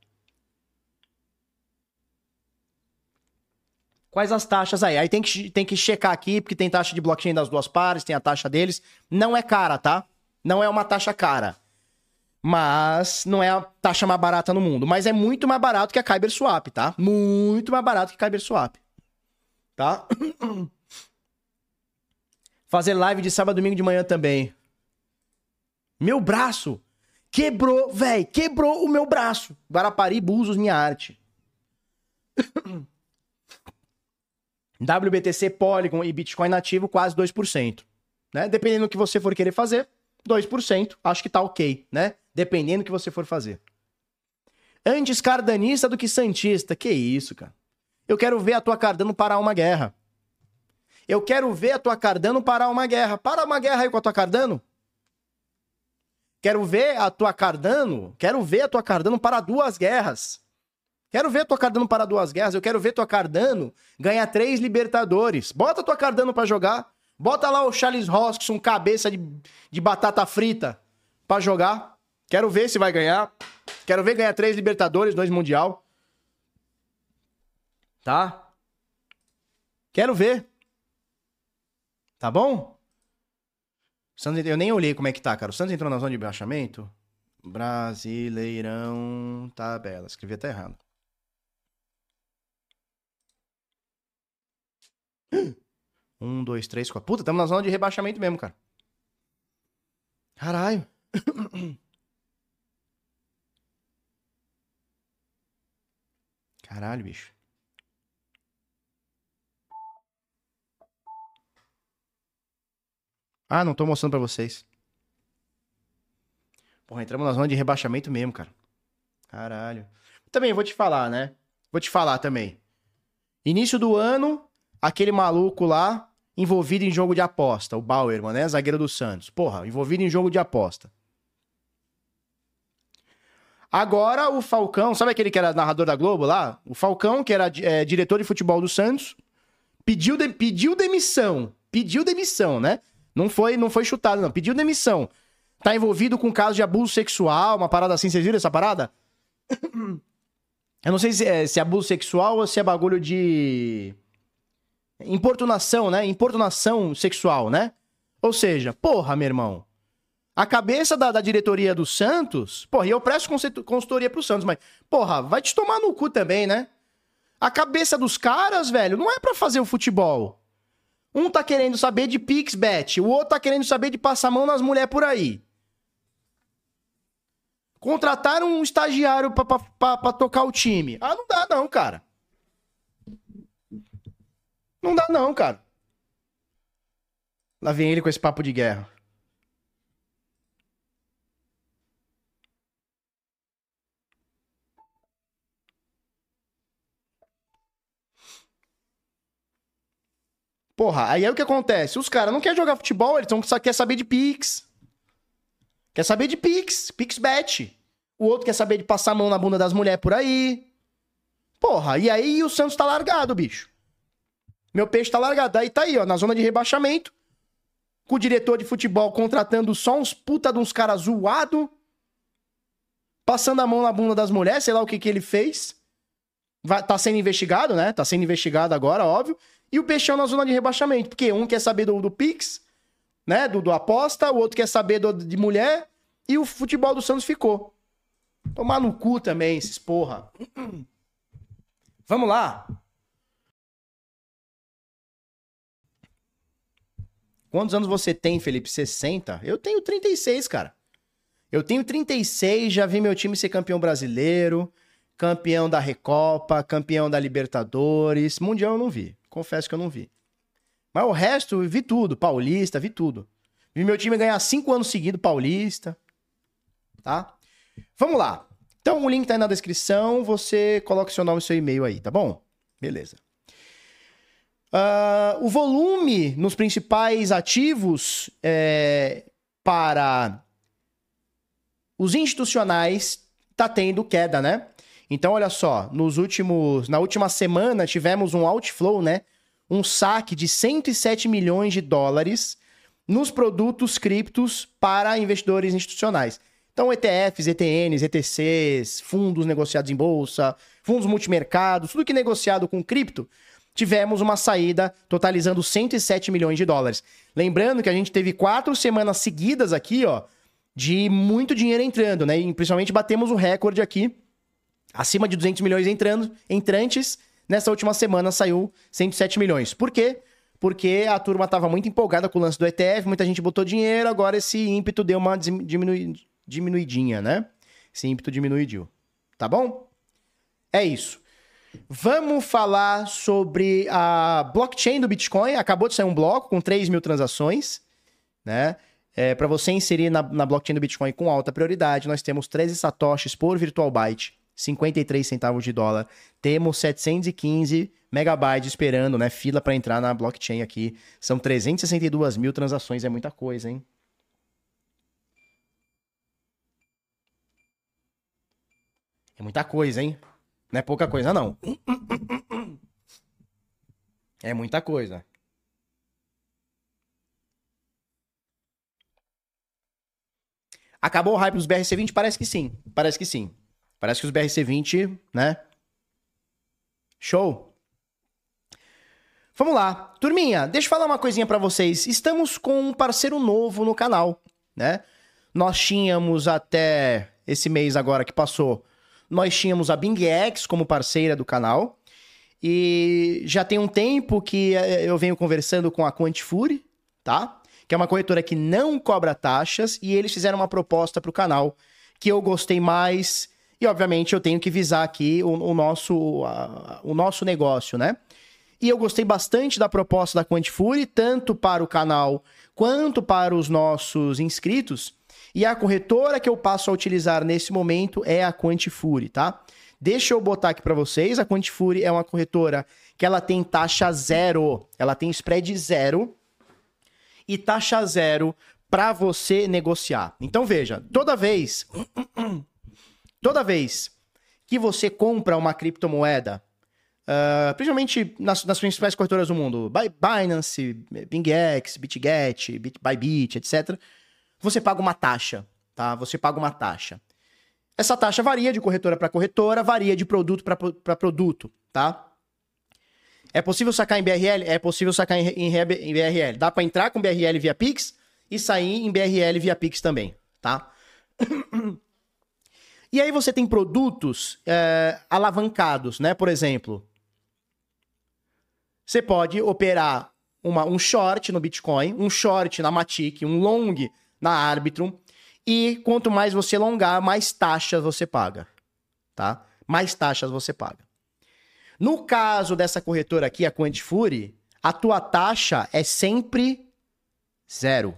Quais as taxas aí? Aí tem que checar aqui, porque tem taxa de blockchain das duas partes, tem a taxa deles. Não é cara, tá? Não é uma taxa cara. Mas não é a taxa mais barata no mundo. Mas é muito mais barato que a Kyber Swap, tá? Muito mais barato que a Kyber Swap. Tá? Fazer live de sábado e domingo de manhã também. Meu braço quebrou, velho. Quebrou o meu braço. Guarapari, Búzios, minha arte. WBTC, Polygon e Bitcoin nativo, quase 2%. Né? Dependendo do que você for querer fazer, 2%, acho que tá ok, né? Dependendo do que você for fazer. Antes cardanista do que santista. Que isso, cara? Eu quero ver a tua Cardano parar uma guerra. Eu quero ver a tua Cardano parar uma guerra. Para uma guerra aí com a tua Cardano. Quero ver a tua Cardano para 2 guerras. Quero ver a tua Cardano para 2 guerras. Eu quero ver tua Cardano ganhar 3 Libertadores. Bota a tua Cardano pra jogar. Bota lá o Charles Hoskinson, cabeça de batata frita, pra jogar. Quero ver se vai ganhar. Quero ver ganhar 3 Libertadores, 2 Mundial. Tá? Quero ver. Tá bom? Eu nem olhei como é que tá, cara. O Santos entrou na zona de rebaixamento? Brasileirão tabela. Escrevi até errado. 1, 2, 3, 4. Puta, estamos na zona de rebaixamento mesmo, cara. Caralho. Caralho, bicho. Ah, não tô mostrando pra vocês. Porra, entramos na zona de rebaixamento mesmo, cara. Caralho. Também, vou te falar, né? Vou te falar também. Início do ano, aquele maluco lá envolvido em jogo de aposta, o Bauerman, né? Zagueiro do Santos. Porra, envolvido em jogo de aposta. Agora o Falcão, sabe aquele que era narrador da Globo lá? O Falcão, que era diretor de futebol do Santos, pediu demissão. Pediu demissão, né? Não foi chutado, não. Pediu demissão. Tá envolvido com caso de abuso sexual, uma parada assim. Vocês viram essa parada? Eu não sei se é abuso sexual ou se é bagulho de importunação, né? Importunação sexual, né? Ou seja, porra, meu irmão. A cabeça da diretoria do Santos... Porra, e eu presto consultoria pro Santos, mas... Porra, vai te tomar no cu também, né? A cabeça dos caras, velho, não é pra fazer o futebol. Um tá querendo saber de PixBet, o outro tá querendo saber de passar a mão nas mulheres por aí. Contrataram um estagiário pra tocar o time. Ah, não dá não, cara. Não dá não, cara. Lá vem ele com esse papo de guerra. Porra, aí é o que acontece. Os caras não querem jogar futebol, eles só querem saber de Pix. Quer saber de Pix, PixBet. O outro quer saber de passar a mão na bunda das mulheres por aí. Porra, e aí o Santos tá largado, bicho. Meu peixe tá largado. Aí tá aí, ó, na zona de rebaixamento. Com o diretor de futebol contratando só uns puta de uns caras zoados. Passando a mão na bunda das mulheres, sei lá o que ele fez. Tá sendo investigado, né? Tá sendo investigado agora, óbvio. E o peixão na zona de rebaixamento. Porque um quer saber do Pix, né? Do aposta, o outro quer saber de mulher. E o futebol do Santos ficou. Tomar no cu também, esses porra. Vamos lá. Quantos anos você tem, Felipe? 60? Eu tenho 36, cara. Eu tenho 36, já vi meu time ser campeão brasileiro, campeão da Recopa, campeão da Libertadores. Mundial eu não vi. Confesso que eu não vi. Mas o resto, eu vi tudo. Paulista, vi tudo. Vi meu time ganhar 5 anos seguidos Paulista. Tá? Vamos lá. Então o link tá aí na descrição. Você coloca seu nome e seu e-mail aí, tá bom? Beleza. O volume nos principais ativos para os institucionais tá tendo queda, né? Então, olha só, na última semana tivemos um outflow, né? Um saque de 107 milhões de dólares nos produtos criptos para investidores institucionais. Então, ETFs, ETNs, ETCs, fundos negociados em bolsa, fundos multimercados, tudo que é negociado com cripto, tivemos uma saída totalizando 107 milhões de dólares. Lembrando que a gente teve 4 semanas seguidas aqui, ó, de muito dinheiro entrando, né? E principalmente batemos o recorde aqui, acima de 200 milhões entrantes. Nessa última semana saiu 107 milhões. Por quê? Porque a turma estava muito empolgada com o lance do ETF, muita gente botou dinheiro, agora esse ímpeto deu uma diminuidinha, né? Esse ímpeto diminuiu. Tá bom? É isso. Vamos falar sobre a blockchain do Bitcoin. Acabou de sair um bloco com 3 mil transações, né? Para você inserir na blockchain do Bitcoin com alta prioridade, nós temos 13 satoshis por virtual byte, 53 centavos de dólar. Temos 715 megabytes esperando, né? Fila para entrar na blockchain aqui. São 362 mil transações, é muita coisa, hein? É muita coisa, hein? Não é pouca coisa, não. É muita coisa. Acabou o hype dos BRC20? Parece que sim. Parece que sim. Parece que os BRC20, né? Show. Vamos lá. Turminha, deixa eu falar uma coisinha pra vocês. Estamos com um parceiro novo no canal, né? Nós tínhamos até esse mês agora que passou, nós tínhamos a BingX como parceira do canal. E já tem um tempo que eu venho conversando com a Quantifuri, tá? Que é uma corretora que não cobra taxas, e eles fizeram uma proposta pro canal que eu gostei mais, e obviamente eu tenho que visar aqui o nosso negócio, né? E eu gostei bastante da proposta da Quantifuri, tanto para o canal quanto para os nossos inscritos, e a corretora que eu passo a utilizar nesse momento é a Quantifuri, tá? Deixa eu botar aqui para vocês. A Quantifury é uma corretora que ela tem taxa zero. Ela tem spread zero e taxa zero para você negociar. Então veja, toda vez que você compra uma criptomoeda, principalmente nas principais corretoras do mundo, Binance, BingX, BitGet, Bybit, etc., você paga uma taxa, tá? Você paga uma taxa. Essa taxa varia de corretora para corretora, varia de produto para produto, tá? É possível sacar em BRL? É possível sacar em BRL. Dá para entrar com BRL via Pix e sair em BRL via Pix também, tá? E aí você tem produtos alavancados, né? Por exemplo, você pode operar um short no Bitcoin, um short na Matic, um long na Arbitrum, e quanto mais você longar, mais taxas você paga, tá? Mais taxas você paga. No caso dessa corretora aqui, a Quantifury, a tua taxa é sempre zero.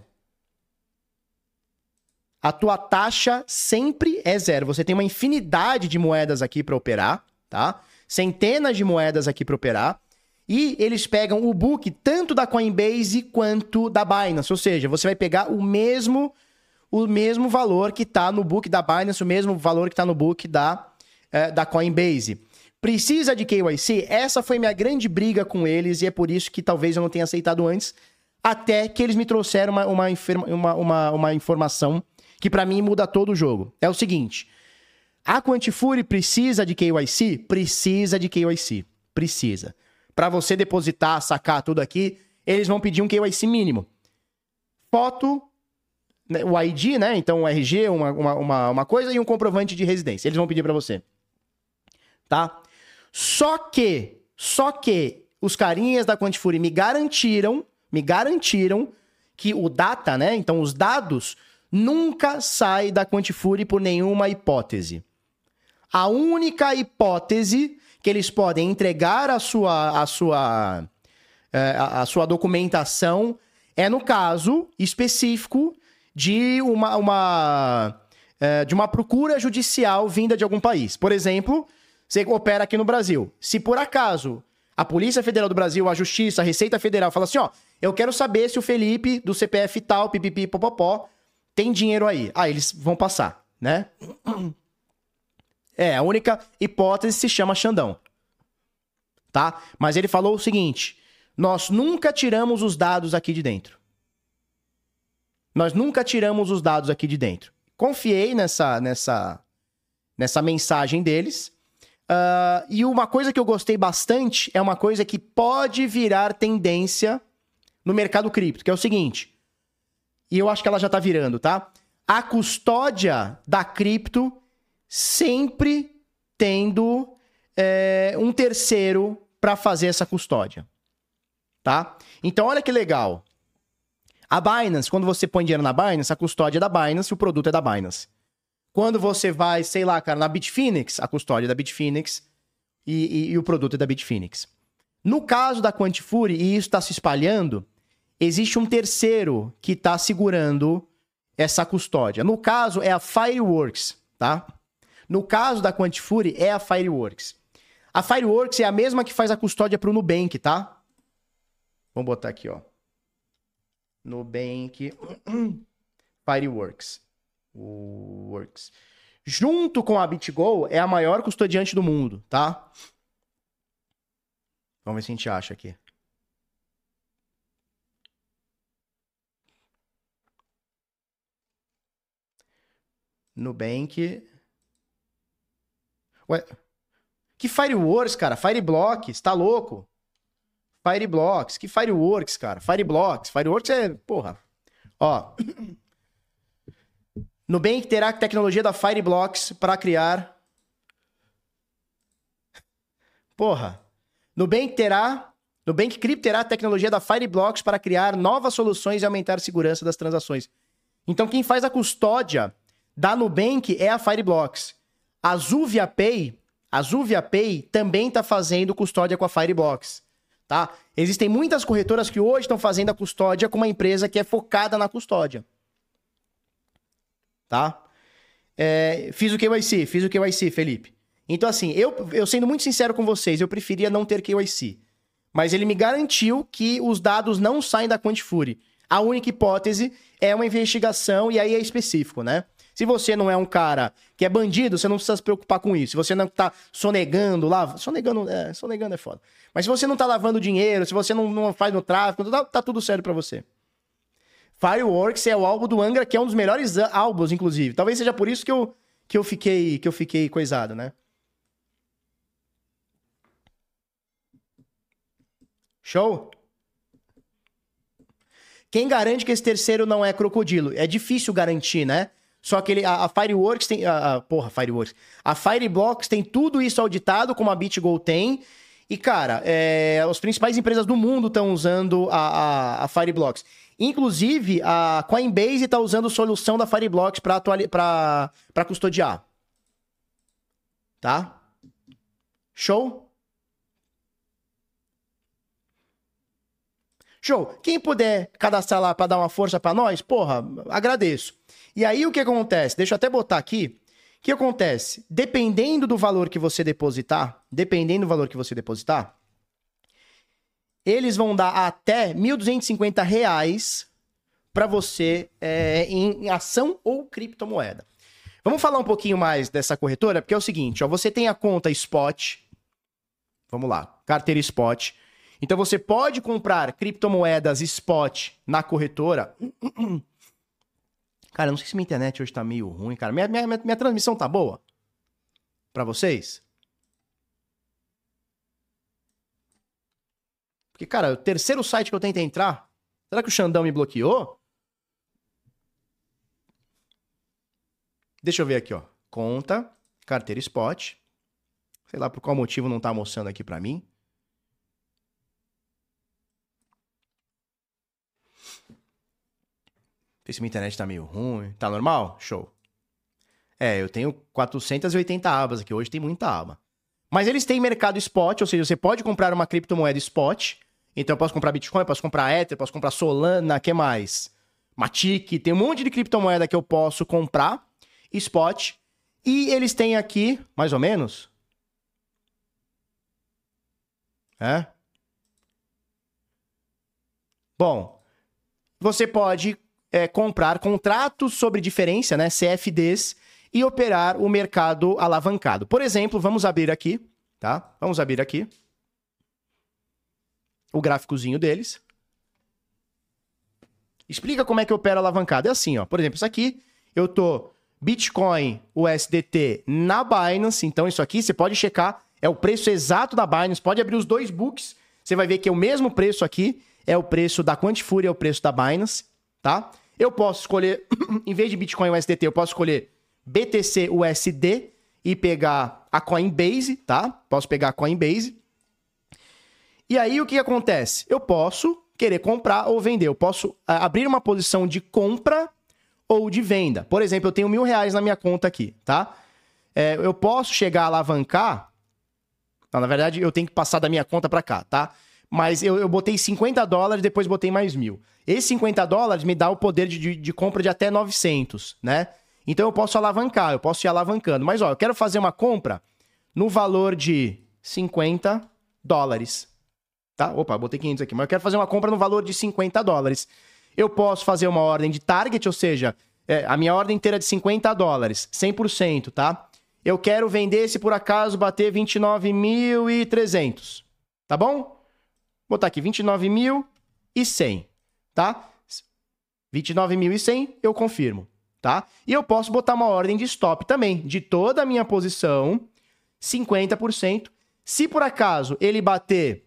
A tua taxa sempre é zero. Você tem uma infinidade de moedas aqui para operar, tá? Centenas de moedas aqui para operar. E eles pegam o book tanto da Coinbase quanto da Binance. Ou seja, você vai pegar o mesmo valor que está no book da Binance, o mesmo valor que está no book da Coinbase. Precisa de KYC? Essa foi minha grande briga com eles e é por isso que talvez eu não tenha aceitado antes, até que eles me trouxeram uma informação que para mim muda todo o jogo. É o seguinte, a Quantifury precisa de KYC? Precisa de KYC. Precisa. Para você depositar, sacar tudo aqui, eles vão pedir um KYC mínimo. Foto, o ID, né? Então o RG, uma coisa e um comprovante de residência. Eles vão pedir para você. Tá? Só que os carinhas da Quantifury me garantiram que o data, né? Então os dados nunca saem da Quantifury por nenhuma hipótese. A única hipótese que eles podem entregar a sua documentação é no caso específico de uma procura judicial vinda de algum país. Por exemplo, você opera aqui no Brasil. Se por acaso a Polícia Federal do Brasil, a Justiça, a Receita Federal fala assim, ó, eu quero saber se o Felipe do CPF tal, pipipi, popopó, tem dinheiro aí. Ah, eles vão passar, né? A única hipótese se chama Xandão. Tá? Mas ele falou o seguinte, nós nunca tiramos os dados aqui de dentro. Nós nunca tiramos os dados aqui de dentro. Confiei nessa mensagem deles. E uma coisa que eu gostei bastante é uma coisa que pode virar tendência no mercado cripto, que é o seguinte, e eu acho que ela já tá virando, tá? A custódia da cripto sempre tendo um terceiro para fazer essa custódia, tá? Então olha que legal. A Binance, quando você põe dinheiro na Binance, a custódia é da Binance e o produto é da Binance. Quando você vai, sei lá, cara, na Bitfinex, a custódia é da Bitfinex e o produto é da Bitfinex. No caso da Quantifury, e isso está se espalhando, existe um terceiro que está segurando essa custódia. No caso, é a Fireworks, tá? No caso da Quantifury, é a Fireworks. A Fireworks é a mesma que faz a custódia para o Nubank, tá? Vamos botar aqui, ó. Nubank Fireworks. Works. Junto com a BitGo, é a maior custodiante do mundo, tá? Vamos ver se a gente acha aqui. Nubank. Ué, que Fireworks, cara? Fireblocks, tá louco? Fireblocks, que Fireworks, cara? Fireworks é, porra. Ó. Nubank terá tecnologia da Fireblocks para criar... Porra. Nubank Crypto terá a tecnologia da Fireblocks para criar novas soluções e aumentar a segurança das transações. Então, quem faz a custódia da Nubank é a Fireblocks. A Zuvia Pay também está fazendo custódia com a Fireblocks, tá? Existem muitas corretoras que hoje estão fazendo a custódia com uma empresa que é focada na custódia. Tá? Fiz o KYC, Felipe. Então, assim, eu sendo muito sincero com vocês, eu preferia não ter KYC. Mas ele me garantiu que os dados não saem da Quantifury. A única hipótese é uma investigação e aí é específico, né? Se você não é um cara que é bandido, você não precisa se preocupar com isso. Se você não tá sonegando lá... Sonegando é foda. Mas se você não tá lavando dinheiro, se você não faz no tráfico, tá tudo certo pra você. Fireworks é o álbum do Angra, que é um dos melhores álbuns, inclusive. Talvez seja por isso que eu fiquei coisado, né? Show? Quem garante que esse terceiro não é crocodilo? É difícil garantir, né? Só que a Fireworks tem... Fireworks. A Fireblocks tem tudo isso auditado, como a BitGo tem. E, cara, as principais empresas do mundo estão usando a Fireblocks. Inclusive, a Coinbase está usando solução da Fireblocks para custodiar. Tá? Show? Show. Quem puder cadastrar lá para dar uma força para nós, porra, agradeço. E aí o que acontece? Deixa eu até botar aqui. O que acontece? Dependendo do valor que você depositar, eles vão dar até R$ 1.250 para você em ação ou criptomoeda. Vamos falar um pouquinho mais dessa corretora, porque é o seguinte, ó, você tem a conta Spot. Vamos lá, carteira Spot. Então você pode comprar criptomoedas Spot na corretora. Cara, eu não sei se minha internet hoje tá meio ruim, cara. Minha transmissão tá boa? Pra vocês? Porque, cara, o terceiro site que eu tento entrar... Será que o Xandão me bloqueou? Deixa eu ver aqui, ó. Conta, carteira Spot. Sei lá por qual motivo não tá mostrando aqui pra mim. Não sei se minha internet tá meio ruim. Tá normal? Show. Eu tenho 480 abas aqui. Hoje tem muita aba. Mas eles têm mercado spot, ou seja, você pode comprar uma criptomoeda spot. Então eu posso comprar Bitcoin, eu posso comprar Ether, eu posso comprar Solana, que mais? Matic, tem um monte de criptomoeda que eu posso comprar spot. E eles têm aqui, mais ou menos... Bom, você pode... comprar contratos sobre diferença, né, CFDs, e operar o mercado alavancado. Por exemplo, vamos abrir aqui, tá? Vamos abrir aqui o gráficozinho deles. Explica como é que opera alavancado. É assim, ó. Por exemplo, isso aqui, eu tô Bitcoin USDT na Binance, então isso aqui você pode checar, é o preço exato da Binance, pode abrir os dois books, você vai ver que é o mesmo preço aqui, é o preço da Quantifury, é o preço da Binance, tá? Eu posso escolher, em vez de Bitcoin USDT, eu posso escolher BTC USD e pegar a Coinbase, tá? Posso pegar a Coinbase. E aí, o que acontece? Eu posso querer comprar ou vender. Eu posso abrir uma posição de compra ou de venda. Por exemplo, eu tenho R$1.000 na minha conta aqui, tá? Eu posso chegar a alavancar... Não, na verdade, eu tenho que passar da minha conta para cá, tá? Mas eu botei $50, depois botei mais 1.000. Esses $50 me dá o poder de compra de até 900, né? Então eu posso alavancar, eu posso ir alavancando. Mas, ó, eu quero fazer uma compra no valor de $50, tá? Opa, botei 500 aqui. Mas eu quero fazer uma compra no valor de $50. Eu posso fazer uma ordem de target, ou seja, a minha ordem inteira é de $50, 100%, tá? Eu quero vender se por acaso bater 29.300, tá bom? Vou botar aqui 29.100, tá? 29.100 eu confirmo, tá? E eu posso botar uma ordem de stop também, de toda a minha posição, 50%. Se por acaso ele bater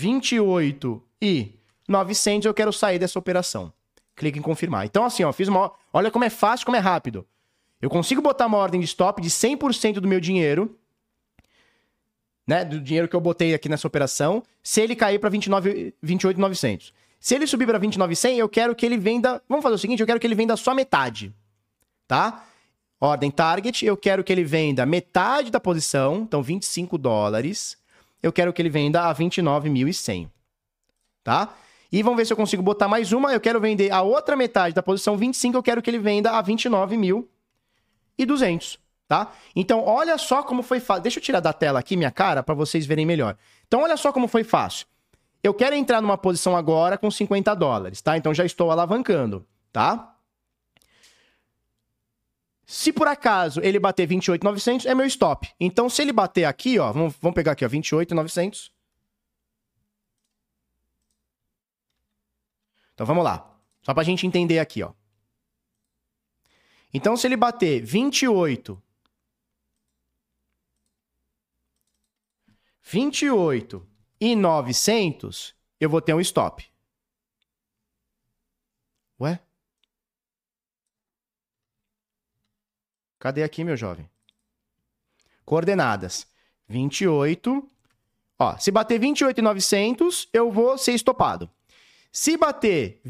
28.900, eu quero sair dessa operação. Clique em confirmar. Então assim, ó, fiz uma... Olha como é fácil, como é rápido. Eu consigo botar uma ordem de stop de 100% do meu dinheiro, né, do dinheiro que eu botei aqui nessa operação, se ele cair para 28.900. Se ele subir para 29.100, eu quero que ele venda... Vamos fazer o seguinte, eu quero que ele venda só metade, tá? Ordem target, eu quero que ele venda metade da posição, então $25. Eu quero que ele venda a 29.100, tá? E vamos ver se eu consigo botar mais uma. Eu quero vender a outra metade da posição 25, eu quero que ele venda a 29.200. tá? Então, olha só como foi fácil. Deixa eu tirar da tela aqui minha cara para vocês verem melhor. Então, olha só como foi fácil. Eu quero entrar numa posição agora com $50, tá? Então, já estou alavancando, tá? Se por acaso ele bater 28.900, é meu stop. Então, se ele bater aqui, ó, vamos pegar aqui, ó, 28.900. Então, vamos lá. Só pra gente entender aqui, ó. Então, se ele bater 28.900, eu vou ter um stop. Ué? Cadê aqui, meu jovem? Coordenadas. 28. Ó, se bater 28.900, eu vou ser estopado. Se bater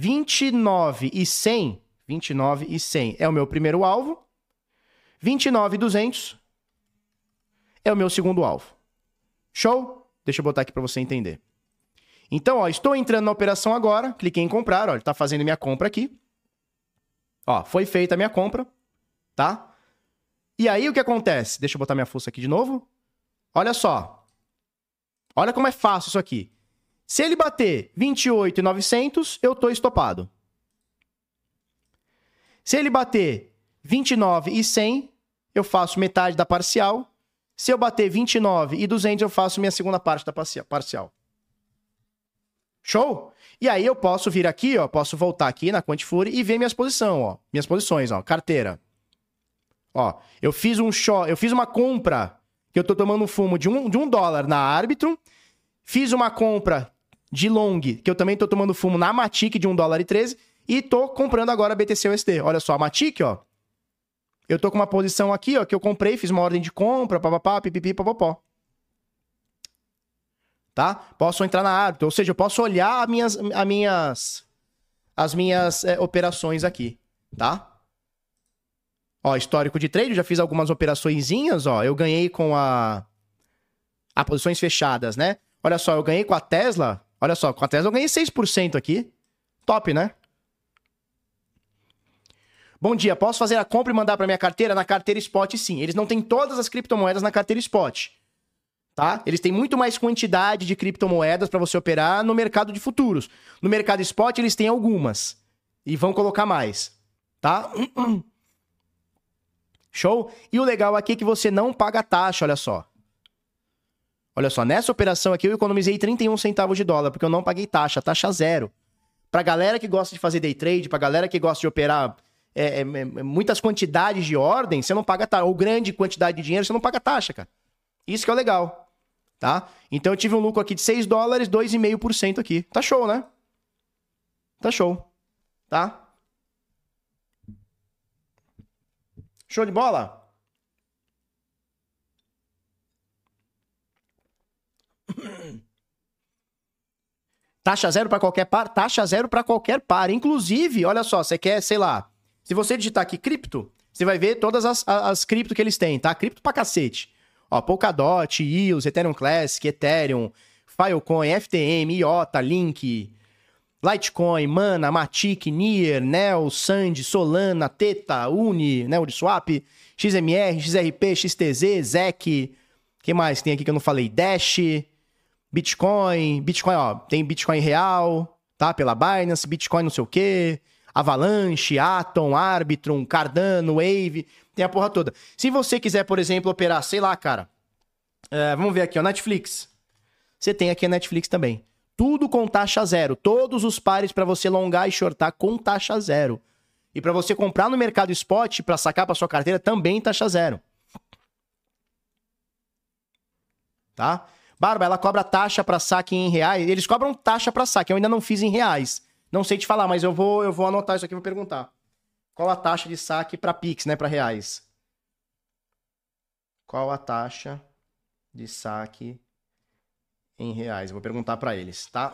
29.100 é o meu primeiro alvo. 29.200 é o meu segundo alvo. Show? Deixa eu botar aqui para você entender. Então, ó, estou entrando na operação agora. Cliquei em comprar, ó, ele está fazendo minha compra aqui. Ó, foi feita a minha compra, tá? E aí, o que acontece? Deixa eu botar minha força aqui de novo. Olha só. Olha como é fácil isso aqui. Se ele bater 28.900, eu estou estopado. Se ele bater 29.100, eu faço metade da parcial. Se eu bater 29.200, eu faço minha segunda parte da parcial. Show? E aí eu posso vir aqui, ó, posso voltar aqui na Quantifury e ver minhas posições, ó, carteira. Ó, eu fiz uma compra que eu tô tomando fumo de um dólar na Arbitrum. Fiz uma compra de long que eu também tô tomando fumo na Matic de $1,13 e tô comprando agora BTC-USD. Olha só, a Matic, ó. Eu tô com uma posição aqui, ó, que eu comprei, fiz uma ordem de compra, papapá, pipipi, papapó. Tá? Posso entrar na Arbitrum, ou seja, eu posso olhar as minhas operações aqui, tá? Ó, histórico de trade, eu já fiz algumas operaçõezinhas, ó. Eu ganhei com a posições fechadas, né? Olha só, eu ganhei com a Tesla. Olha só, com a Tesla eu ganhei 6% aqui. Top, né? Bom dia, posso fazer a compra e mandar para minha carteira? Na carteira Spot, sim. Eles não têm todas as criptomoedas na carteira Spot, tá? Eles têm muito mais quantidade de criptomoedas para você operar no mercado de futuros. No mercado Spot, eles têm algumas. E vão colocar mais, tá? Show? E o legal aqui é que você não paga taxa, olha só. Olha só, nessa operação aqui eu economizei 31 centavos de dólar, porque eu não paguei taxa zero. Pra galera que gosta de fazer day trade, pra galera que gosta de operar muitas quantidades de ordens, você não paga taxa. Ou grande quantidade de dinheiro, você não paga taxa, cara. Isso que é o legal, tá? Então eu tive um lucro aqui de $6, 2,5% aqui. Tá show, né? Tá show, tá? Show de bola? Taxa zero para qualquer par? Taxa zero para qualquer par. Inclusive, olha só, você quer, sei lá, se você digitar aqui cripto, você vai ver todas as cripto que eles têm, tá? Cripto pra cacete. Ó, Polkadot, EOS, Ethereum Classic, Ethereum, Filecoin, FTM, IOTA, Link, Litecoin, Mana, Matic, Near, Neo, Sand, Solana, Theta, Uni, né, Uniswap, XMR, XRP, XTZ, ZEC, que mais tem aqui que eu não falei? Dash, Bitcoin, ó, tem Bitcoin real, tá? Pela Binance, Bitcoin não sei o quê, Avalanche, Atom, Arbitrum, Cardano, Wave, tem a porra toda. Se você quiser, por exemplo, operar, sei lá, cara, vamos ver aqui, ó, Netflix. Você tem aqui a Netflix também. Tudo com taxa zero. Todos os pares para você longar e shortar com taxa zero. E para você comprar no mercado spot, para sacar para sua carteira, também taxa zero. Tá? Barba, ela cobra taxa para saque em reais. Eles cobram taxa para saque. Eu ainda não fiz em reais. Não sei te falar, mas eu vou anotar isso aqui e vou perguntar. Qual a taxa de saque para Pix, né? Para reais? Qual a taxa de saque em reais? Eu vou perguntar para eles, tá?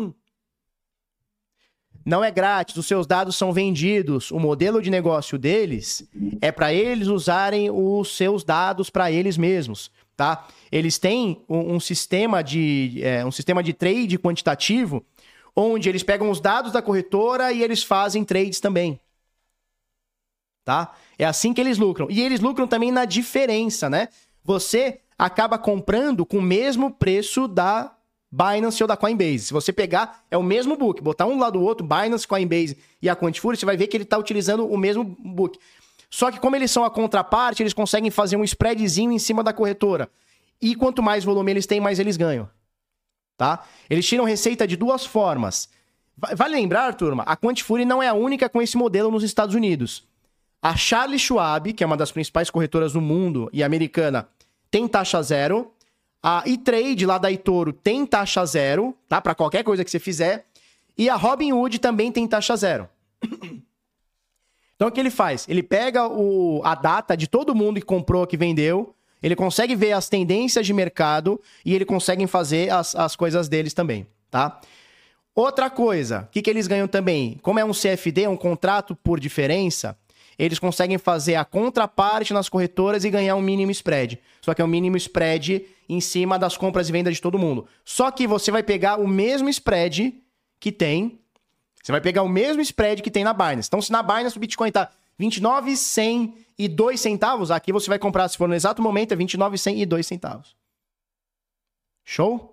Não é grátis, os seus dados são vendidos. O modelo de negócio deles é para eles usarem os seus dados para eles mesmos, tá? Eles têm um sistema de trade quantitativo, onde eles pegam os dados da corretora e eles fazem trades também. tá? É assim que eles lucram. E eles lucram também na diferença, né? Você acaba comprando com o mesmo preço da Binance ou da Coinbase. Se você pegar, é o mesmo book, botar um lado do outro, Binance, Coinbase e a Quantifury, você vai ver que ele está utilizando o mesmo book. Só que como eles são a contraparte, eles conseguem fazer um spreadzinho em cima da corretora. E quanto mais volume eles têm, mais eles ganham. Tá? Eles tiram receita de duas formas. Vale lembrar, turma, a Quantifury não é a única com esse modelo nos Estados Unidos. A Charles Schwab, que é uma das principais corretoras do mundo e americana, tem taxa zero. A E-Trade, lá da eToro, tem taxa zero, tá? Para qualquer coisa que você fizer. E a Robinhood também tem taxa zero. Então, o que ele faz? Ele pega a data de todo mundo que comprou, que vendeu, ele consegue ver as tendências de mercado e ele consegue fazer as coisas deles também, tá? Outra coisa, o que eles ganham também? Como é um CFD, um contrato por diferença, eles conseguem fazer a contraparte nas corretoras e ganhar um mínimo spread. Só que é um mínimo spread em cima das compras e vendas de todo mundo. Só que você vai pegar o mesmo spread que tem. Você vai pegar o mesmo spread que tem na Binance. Então, se na Binance o Bitcoin tá 29,102 centavos, aqui você vai comprar, se for no exato momento, é 29,102 centavos. Show?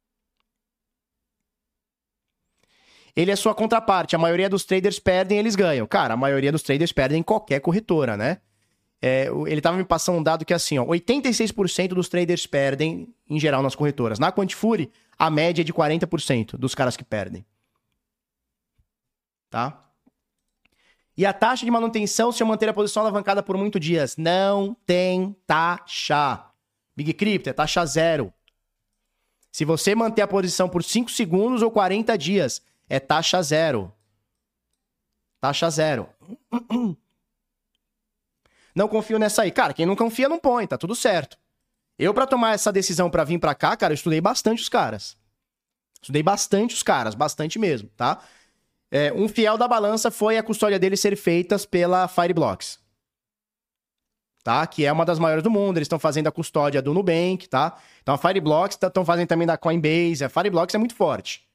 Ele é sua contraparte. A maioria dos traders perdem, eles ganham. Cara, a maioria dos traders perdem em qualquer corretora, né? Ele tava me passando um dado que é assim, ó, 86% dos traders perdem, em geral, nas corretoras. Na Quantifury, a média é de 40% dos caras que perdem. Tá? E a taxa de manutenção se eu manter a posição alavancada por muitos dias? Não tem taxa. Big Crypto é taxa zero. Se você manter a posição por 5 segundos ou 40 dias, é taxa zero. Taxa zero. Não confio nessa aí. Cara, quem não confia não põe, tá tudo certo. Eu, pra tomar essa decisão pra vir pra cá, cara, eu estudei bastante os caras. Bastante mesmo, tá? Um fiel da balança foi a custódia deles ser feitas pela Fireblocks. Tá? Que é uma das maiores do mundo. Eles estão fazendo a custódia do Nubank, tá? Então a Fireblocks estão fazendo também da Coinbase. A Fireblocks é muito forte.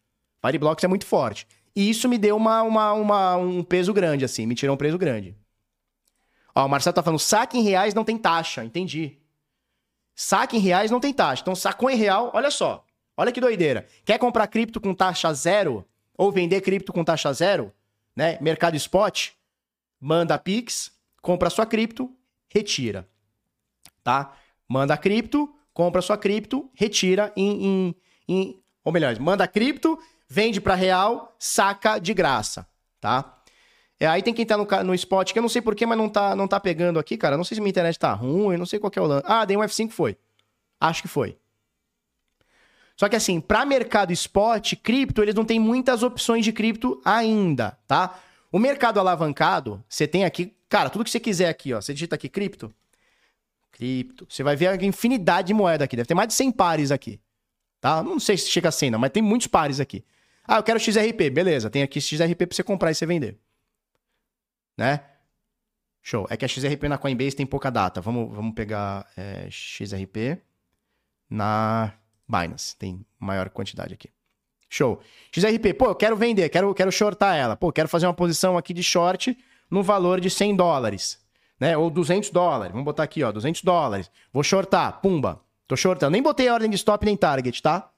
E isso me deu um peso grande, assim. Me tirou um peso grande. Ó, o Marcelo tá falando, saque em reais não tem taxa. Entendi. Saque em reais não tem taxa. Então sacou em real, olha só. Olha que doideira. Quer comprar cripto com taxa zero? Ou vender cripto com taxa zero? Né? Mercado Spot? Manda Pix, compra sua cripto, retira. Tá? Manda cripto, compra sua cripto, retira ou melhor, manda cripto, vende para real, saca de graça, tá? Aí tem que entrar no spot, que eu não sei porquê, mas não tá pegando aqui, cara. Não sei se minha internet tá ruim, não sei qual que é o lance. Ah, dei um F5, foi. Acho que foi. Só que assim, para mercado spot, cripto, eles não têm muitas opções de cripto ainda, tá? O mercado alavancado, você tem aqui, cara, tudo que você quiser aqui, ó. Você digita aqui cripto, você vai ver a infinidade de moeda aqui. Deve ter mais de 100 pares aqui, tá? Não sei se chega a 100, não, mas tem muitos pares aqui. Ah, eu quero XRP, beleza. Tem aqui XRP pra você comprar e você vender. Né? Show. É que a XRP na Coinbase tem pouca data. Vamos pegar XRP na Binance. Tem maior quantidade aqui. Show. XRP, pô, eu quero vender, quero shortar ela. Pô, quero fazer uma posição aqui de short no valor de $100, né? Ou $200. Vamos botar aqui, ó, $200. Vou shortar, pumba. Tô shortando. Nem botei a ordem de stop nem target, tá?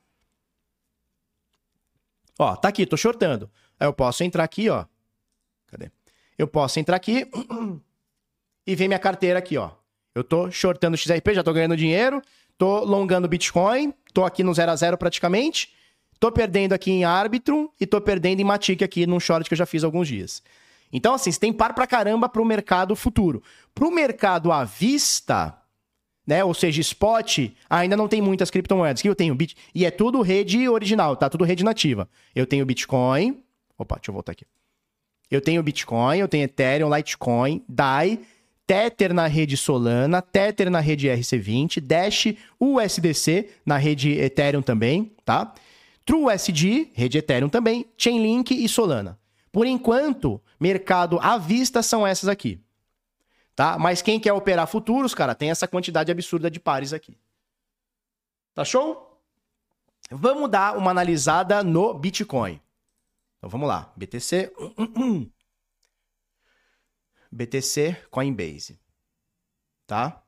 Ó, tá aqui, tô shortando. Aí eu posso entrar aqui, ó. Cadê? Eu posso entrar aqui e ver minha carteira aqui, ó. Eu tô shortando XRP, já tô ganhando dinheiro. Tô longando Bitcoin. Tô aqui no 0 a 0 praticamente. Tô perdendo aqui em Arbitrum e tô perdendo em Matic aqui num short que eu já fiz há alguns dias. Então, assim, você tem par pra caramba pro mercado futuro. Pro mercado à vista, né? Ou seja, spot, ainda não tem muitas criptomoedas. Aqui eu tenho e é tudo rede original, tá? Tudo rede nativa. Eu tenho Bitcoin. Opa, deixa eu voltar aqui. Eu tenho Bitcoin, eu tenho Ethereum, Litecoin, DAI, Tether na rede Solana, Tether na rede RC20, Dash, USDC na rede Ethereum também, tá? TrueUSD, rede Ethereum também, Chainlink e Solana. Por enquanto, mercado à vista são essas aqui, tá? Mas quem quer operar futuros, cara, tem essa quantidade absurda de pares aqui. Tá show? Vamos dar uma analisada no Bitcoin. Então vamos lá, BTC. BTC, Coinbase. Tá?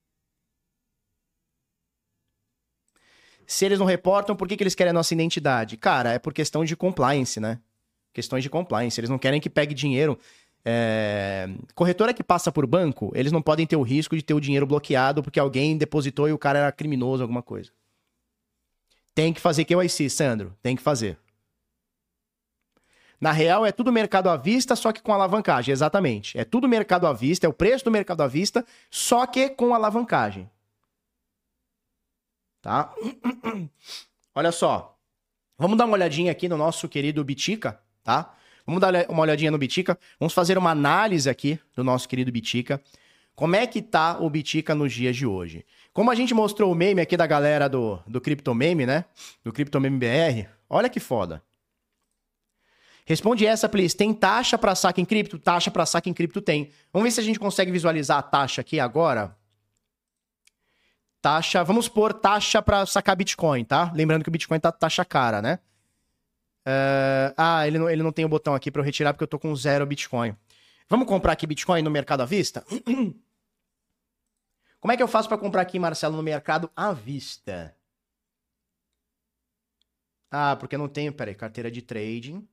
Se eles não reportam, por que eles querem a nossa identidade? Cara, é por questão de compliance, né? Questões de compliance. Eles não querem que pegue dinheiro. Corretora que passa por banco, eles não podem ter o risco de ter o dinheiro bloqueado porque alguém depositou e o cara era criminoso, alguma coisa. Tem que fazer KYC, Sandro. Tem que fazer. Na real, é tudo mercado à vista, só que com alavancagem. Exatamente. É tudo mercado à vista, é o preço do mercado à vista, só que com alavancagem. Tá? Olha só. Vamos dar uma olhadinha aqui no nosso querido Bitica, tá? Vamos dar uma olhadinha no Bitica. Vamos fazer uma análise aqui do nosso querido Bitica. Como é que tá o Bitica nos dias de hoje? Como a gente mostrou o meme aqui da galera do Cryptomeme, né? Do Cryptomeme BR. Olha que foda. Responde essa, please. Tem taxa para saque em cripto? Taxa para saque em cripto tem. Vamos ver se a gente consegue visualizar a taxa aqui agora. Taxa, vamos pôr taxa para sacar Bitcoin, tá? Lembrando que o Bitcoin tá taxa cara, né? Ele não tem o botão aqui para eu retirar porque eu tô com 0 Bitcoin. Vamos comprar aqui Bitcoin no mercado à vista? Como é que eu faço para comprar aqui, Marcelo, no mercado à vista? Porque eu não tenho, peraí, carteira de trading.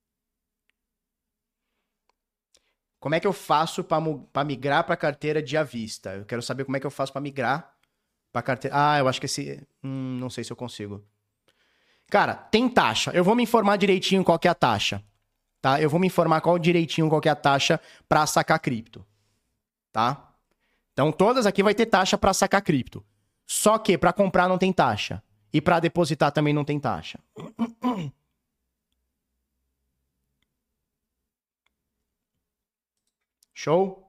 Como é que eu faço para migrar para carteira de à vista? Eu quero saber como é que eu faço para migrar para carteira. Eu acho que não sei se eu consigo. Cara, tem taxa. Eu vou me informar direitinho qual que é a taxa, tá? Eu vou me informar direitinho qual que é a taxa para sacar cripto, tá? Então todas aqui vai ter taxa para sacar cripto. Só que para comprar não tem taxa e para depositar também não tem taxa. Show?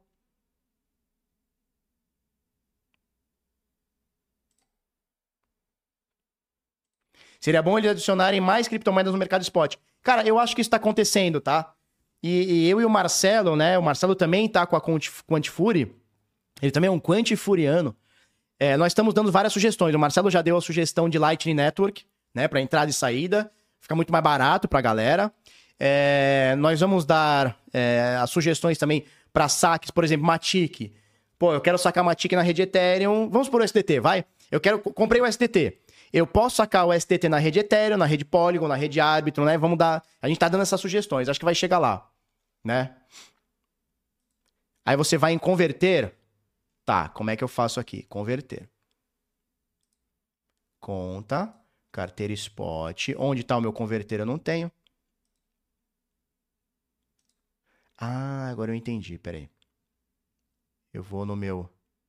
Seria bom eles adicionarem mais criptomoedas no mercado spot. Cara, eu acho que isso tá acontecendo, tá? E eu e o Marcelo, né? O Marcelo também tá com a Quantifuri. Ele também é um quantifuriano. Nós estamos dando várias sugestões. O Marcelo já deu a sugestão de Lightning Network, né? Para entrada e saída. Fica muito mais barato pra galera. Nós vamos dar as sugestões também para saques, por exemplo, Matic. Pô, eu quero sacar Matic na rede Ethereum. Vamos por USDT, vai? Comprei o USDT. Eu posso sacar o USDT na rede Ethereum, na rede Polygon, na rede Arbitrum, né? Vamos dar... A gente tá dando essas sugestões. Acho que vai chegar lá, né? Aí você vai em converter. Tá, como é que eu faço aqui? Converter. Conta, carteira spot. Onde tá o meu converter? Eu não tenho. Agora eu entendi, peraí. Eu vou no meu...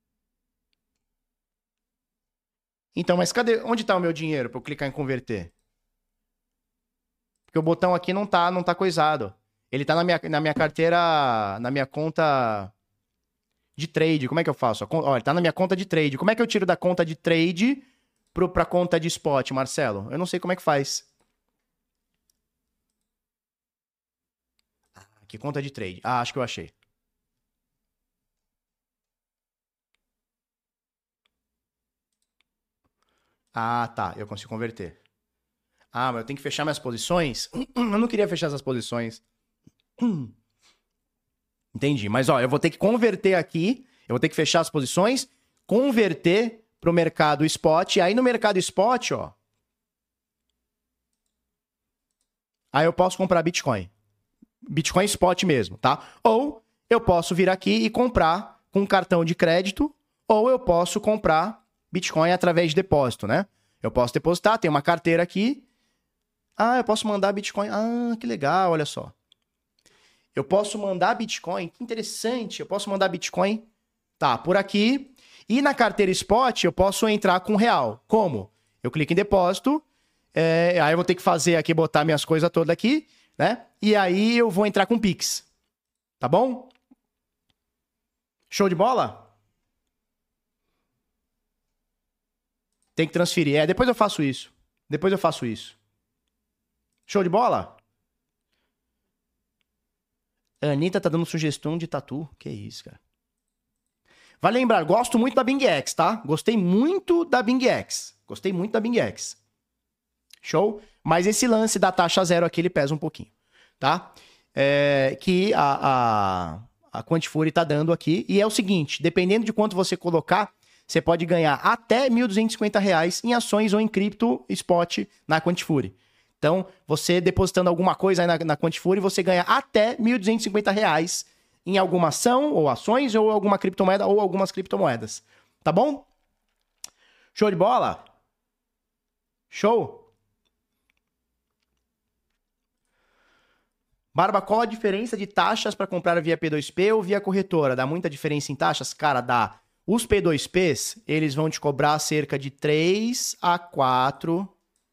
Então, mas cadê? Onde tá o meu dinheiro pra eu clicar em converter? Porque o botão aqui não tá coisado. Ele tá na minha carteira, na minha conta de trade. Como é que eu faço? Ó, ele tá na minha conta de trade. Como é que eu tiro da conta de trade pra conta de spot, Marcelo? Eu não sei como é que faz. Que conta de trade? Acho que eu achei. Tá. Eu consigo converter. Mas eu tenho que fechar minhas posições? Eu não queria fechar essas posições. Entendi. Mas, ó, eu vou ter que converter aqui. Eu vou ter que fechar as posições, converter pro mercado spot. E aí, no mercado spot, ó... Aí eu posso comprar Bitcoin. Bitcoin spot mesmo, tá? Ou eu posso vir aqui e comprar com cartão de crédito, ou eu posso comprar Bitcoin através de depósito, né? Eu posso depositar, tem uma carteira aqui. Eu posso mandar Bitcoin. Que legal, olha só. Eu posso mandar Bitcoin, que interessante. Eu posso mandar Bitcoin, tá, por aqui. E na carteira spot eu posso entrar com real. Como? Eu clico em depósito, aí eu vou ter que fazer aqui, botar minhas coisas todas aqui, né? E aí eu vou entrar com Pix. Tá bom? Show de bola? Tem que transferir. Depois eu faço isso. Show de bola? A Anitta tá dando sugestão de tatu. Que isso, cara. Vale lembrar, gosto muito da BingX, tá? Gostei muito da BingX. Show? Mas esse lance da taxa zero aqui, ele pesa um pouquinho, tá? Que a a Quantifury tá dando aqui. E é o seguinte, dependendo de quanto você colocar, você pode ganhar até R$ 1.250 em ações ou em cripto spot na Quantifury. Então, você depositando alguma coisa aí na Quantifury, você ganha até R$ 1.250 em alguma ação, ou ações, ou alguma criptomoeda, ou algumas criptomoedas. Tá bom? Show de bola? Show? Barba, qual a diferença de taxas para comprar via P2P ou via corretora? Dá muita diferença em taxas? Cara, dá. Os P2Ps, eles vão te cobrar cerca de 3 a 4%,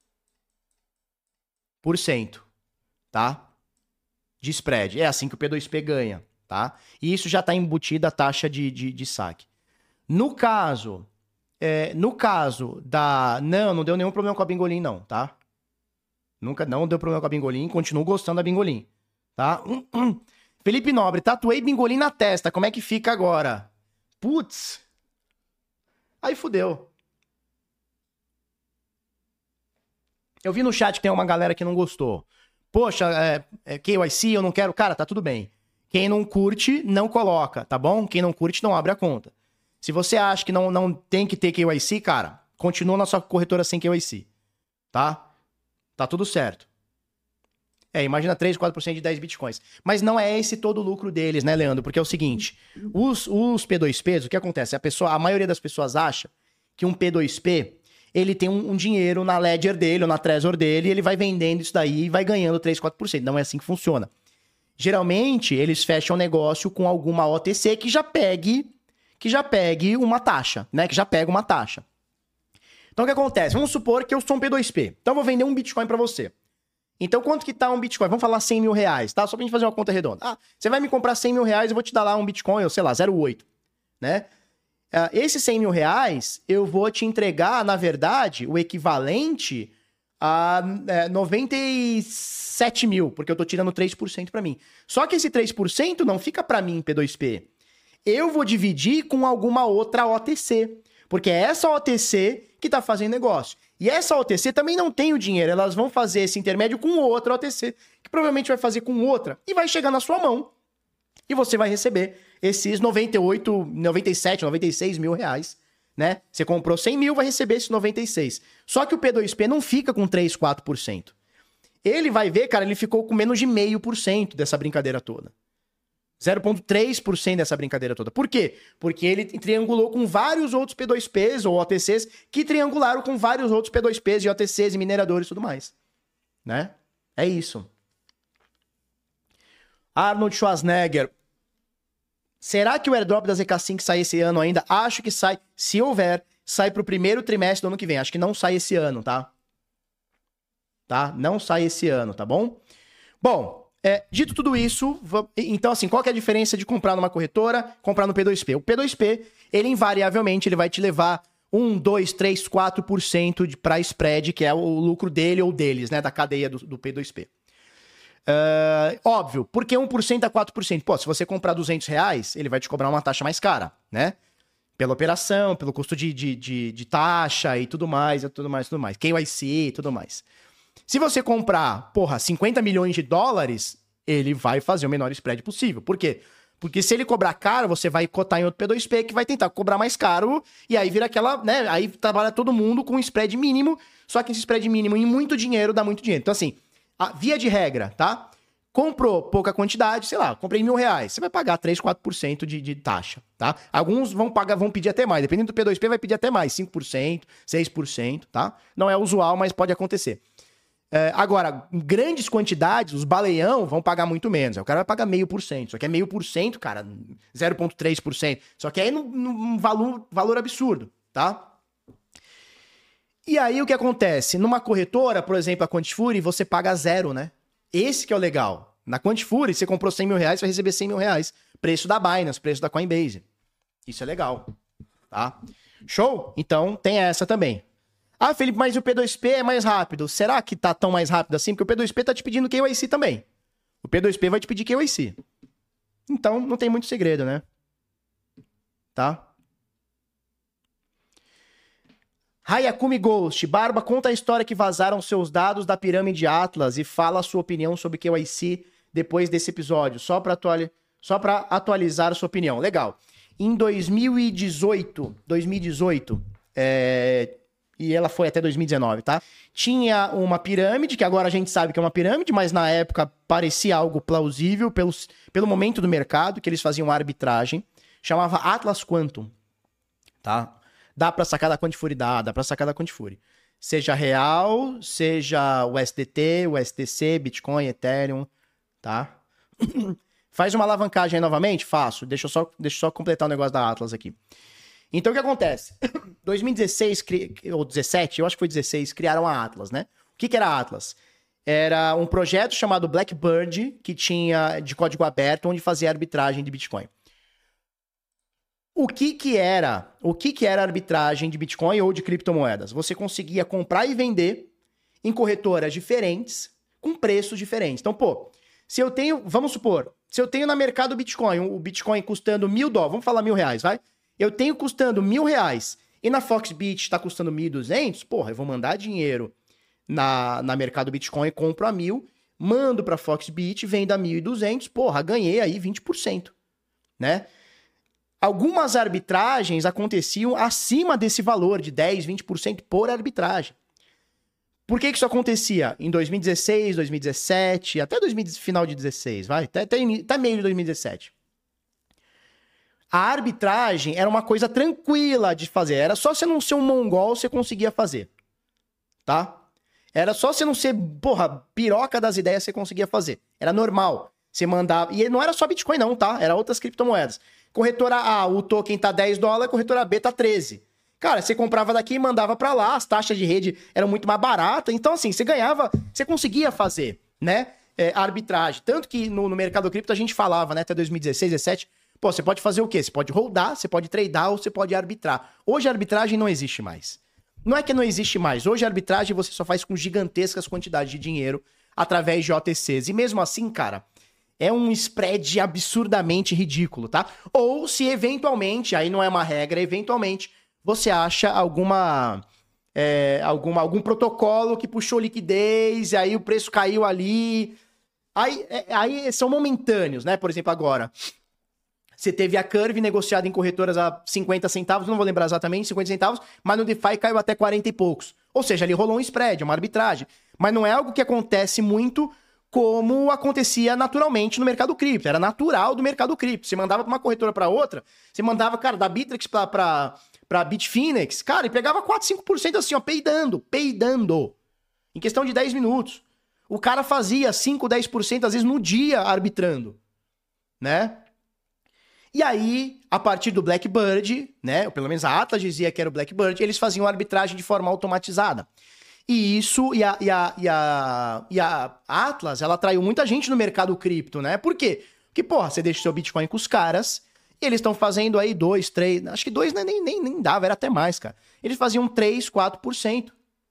tá? De spread. É assim que o P2P ganha, tá? E isso já está embutido a taxa de saque. No caso da... Não deu nenhum problema com a Bingolim, não, tá? Não deu problema com a Bingolim, continuo gostando da Bingolim, tá? Felipe Nobre, tatuei Bingolim na testa, como é que fica agora? Putz. Aí fudeu. Eu vi no chat que tem uma galera que não gostou. Poxa, KYC, eu não quero. Cara, tá tudo bem. Quem não curte, não coloca, tá bom? Quem não curte, não abre a conta. Se você acha que não tem que ter KYC, cara, continua na sua corretora sem KYC, tá? Tá tudo certo. Imagina 3, 4% de 10 bitcoins. Mas não é esse todo o lucro deles, né, Leandro? Porque é o seguinte, os P2Ps, o que acontece? A maioria das pessoas acha que um P2P, ele tem um dinheiro na ledger dele ou na Trezor dele, e ele vai vendendo isso daí e vai ganhando 3, 4%. Não é assim que funciona. Geralmente, eles fecham negócio com alguma OTC que já pegue uma taxa, né? Que já pega uma taxa. Então, o que acontece? Vamos supor que eu sou um P2P. Então, eu vou vender um Bitcoin para você. Então, quanto que tá um Bitcoin? Vamos falar R$100 mil, tá? Só pra gente fazer uma conta redonda. Você vai me comprar R$100 mil, eu vou te dar lá um Bitcoin, ou sei lá, 0,8, né? Esses R$100 mil, eu vou te entregar, na verdade, o equivalente a 97 mil, porque eu tô tirando 3% pra mim. Só que esse 3% não fica pra mim, P2P. Eu vou dividir com alguma outra OTC, porque é essa OTC que tá fazendo negócio. E essa OTC também não tem o dinheiro, elas vão fazer esse intermédio com outra OTC, que provavelmente vai fazer com outra, e vai chegar na sua mão, e você vai receber esses 98, 97, 96 mil reais, né? Você comprou 100 mil, vai receber esses 96. Só que o P2P não fica com 3, 4%. Ele vai ver, cara, ele ficou com menos de 0,5% dessa brincadeira toda. 0,3% dessa brincadeira toda. Por quê? Porque ele triangulou com vários outros P2Ps ou OTCs que triangularam com vários outros P2Ps e OTCs e mineradores e tudo mais. Né? É isso. Arnold Schwarzenegger. Será que o airdrop da ZK5 sai esse ano ainda? Acho que sai. Se houver, sai pro primeiro trimestre do ano que vem. Acho que não sai esse ano, tá? Não sai esse ano, tá bom? Bom... dito tudo isso, então assim, qual que é a diferença de comprar numa corretora, comprar no P2P? O P2P, ele invariavelmente ele vai te levar 1, 2, 3, 4% para spread, que é o lucro dele ou deles, né, da cadeia do P2P. Óbvio, por que 1% a 4%? Pô, se você comprar R$200, ele vai te cobrar uma taxa mais cara, né? Pela operação, pelo custo de taxa e tudo mais, KYC e tudo mais. Se você comprar, 50 milhões de dólares, ele vai fazer o menor spread possível. Por quê? Porque se ele cobrar caro, você vai cotar em outro P2P que vai tentar cobrar mais caro, e aí vira aquela, né? Aí trabalha todo mundo com um spread mínimo, só que esse spread mínimo em muito dinheiro dá muito dinheiro. Então, assim, via de regra, tá? Comprou pouca quantidade, sei lá, comprei R$1.000, você vai pagar 3, 4% de taxa, tá? Alguns vão pedir até mais, dependendo do P2P vai pedir até mais, 5%, 6%, tá? Não é usual, mas pode acontecer. Agora, em grandes quantidades, os baleião vão pagar muito menos. O cara vai pagar 0,5%. Só que é 0,5%, cara, 0,3%. Só que aí num valor absurdo, tá? E aí o que acontece? Numa corretora, por exemplo, a Quantifury, você paga 0, né? Esse que é o legal. Na Quantifury, você comprou R$100 mil, vai receber R$100 mil. Preço da Binance, preço da Coinbase. Isso é legal, tá? Show? Então, tem essa também. Felipe, mas o P2P é mais rápido. Será que tá tão mais rápido assim? Porque o P2P tá te pedindo KYC também. O P2P vai te pedir KYC. Então, não tem muito segredo, né? Tá? Hayakumi Ghost. Barba, conta a história que vazaram seus dados da pirâmide Atlas e fala a sua opinião sobre KYC depois desse episódio. Só pra atualizar. Só para atualizar a sua opinião. Legal. Em 2018, e ela foi até 2019, tá? Tinha uma pirâmide, que agora a gente sabe que é uma pirâmide, mas na época parecia algo plausível pelo momento do mercado, que eles faziam arbitragem. Chamava Atlas Quantum, tá? Dá pra sacar da Quantifury? Dá pra sacar da Quantifury. Seja real, seja o USDT, o USDC, Bitcoin, Ethereum, tá? Faz uma alavancagem aí novamente? Faço. Deixa eu só completar o negócio da Atlas aqui. Então, o que acontece? 2016, ou 17, eu acho que foi 16, criaram a Atlas, né? O que era a Atlas? Era um projeto chamado Blackbird, que tinha de código aberto, onde fazia arbitragem de Bitcoin. O que era arbitragem de Bitcoin ou de criptomoedas? Você conseguia comprar e vender em corretoras diferentes, com preços diferentes. Então, se eu tenho, vamos supor, se eu tenho na mercado Bitcoin, o Bitcoin custando $1.000, vamos falar R$1.000, vai? Eu tenho custando R$1.000 e na Foxbit está custando 1.200, eu vou mandar dinheiro na mercado Bitcoin, compro a 1.000, mando para Foxbit, vendo a 1.200, ganhei aí 20%, né? Algumas arbitragens aconteciam acima desse valor de 10, 20% por arbitragem. Por que isso acontecia? Em 2016, 2017, até final de 16, vai? Até meio de 2017. A arbitragem era uma coisa tranquila de fazer. Era só você não ser um mongol, você conseguia fazer. Tá? Era só você não ser, piroca das ideias, você conseguia fazer. Era normal. Você mandava... E não era só Bitcoin não, tá? Era outras criptomoedas. Corretora A, o token tá $10, corretora B tá 13. Cara, você comprava daqui e mandava pra lá, as taxas de rede eram muito mais baratas. Então, assim, você ganhava, você conseguia fazer, né? Arbitragem. Tanto que no mercado cripto a gente falava, né? Até 2016, 2017... você pode fazer o quê? Você pode holdar, você pode tradear ou você pode arbitrar. Hoje a arbitragem não existe mais. Não é que não existe mais. Hoje a arbitragem você só faz com gigantescas quantidades de dinheiro através de OTCs. E mesmo assim, cara, é um spread absurdamente ridículo, tá? Ou se eventualmente, aí não é uma regra, eventualmente você acha algum protocolo que puxou liquidez, e aí o preço caiu ali. Aí são momentâneos, né? Por exemplo, agora... Você teve a Curve negociada em corretoras a 50 centavos, não vou lembrar exatamente, 50 centavos, mas no DeFi caiu até 40 e poucos. Ou seja, ali rolou um spread, uma arbitragem. Mas não é algo que acontece muito como acontecia naturalmente no mercado cripto. Era natural do mercado cripto. Você mandava pra uma corretora pra outra, você mandava, cara, da Bittrex pra Bitfinex, cara, e pegava 4, 5% assim, ó, peidando. Em questão de 10 minutos. O cara fazia 5, 10% às vezes no dia arbitrando, né? E aí, a partir do Blackbird, né, ou pelo menos a Atlas dizia que era o Blackbird, eles faziam arbitragem de forma automatizada. E a Atlas, ela atraiu muita gente no mercado cripto, né? Por quê? Porque, você deixa o seu Bitcoin com os caras, e eles estão fazendo aí 2, 3, acho que 2 nem dava, era até mais, cara. Eles faziam 3, 4%.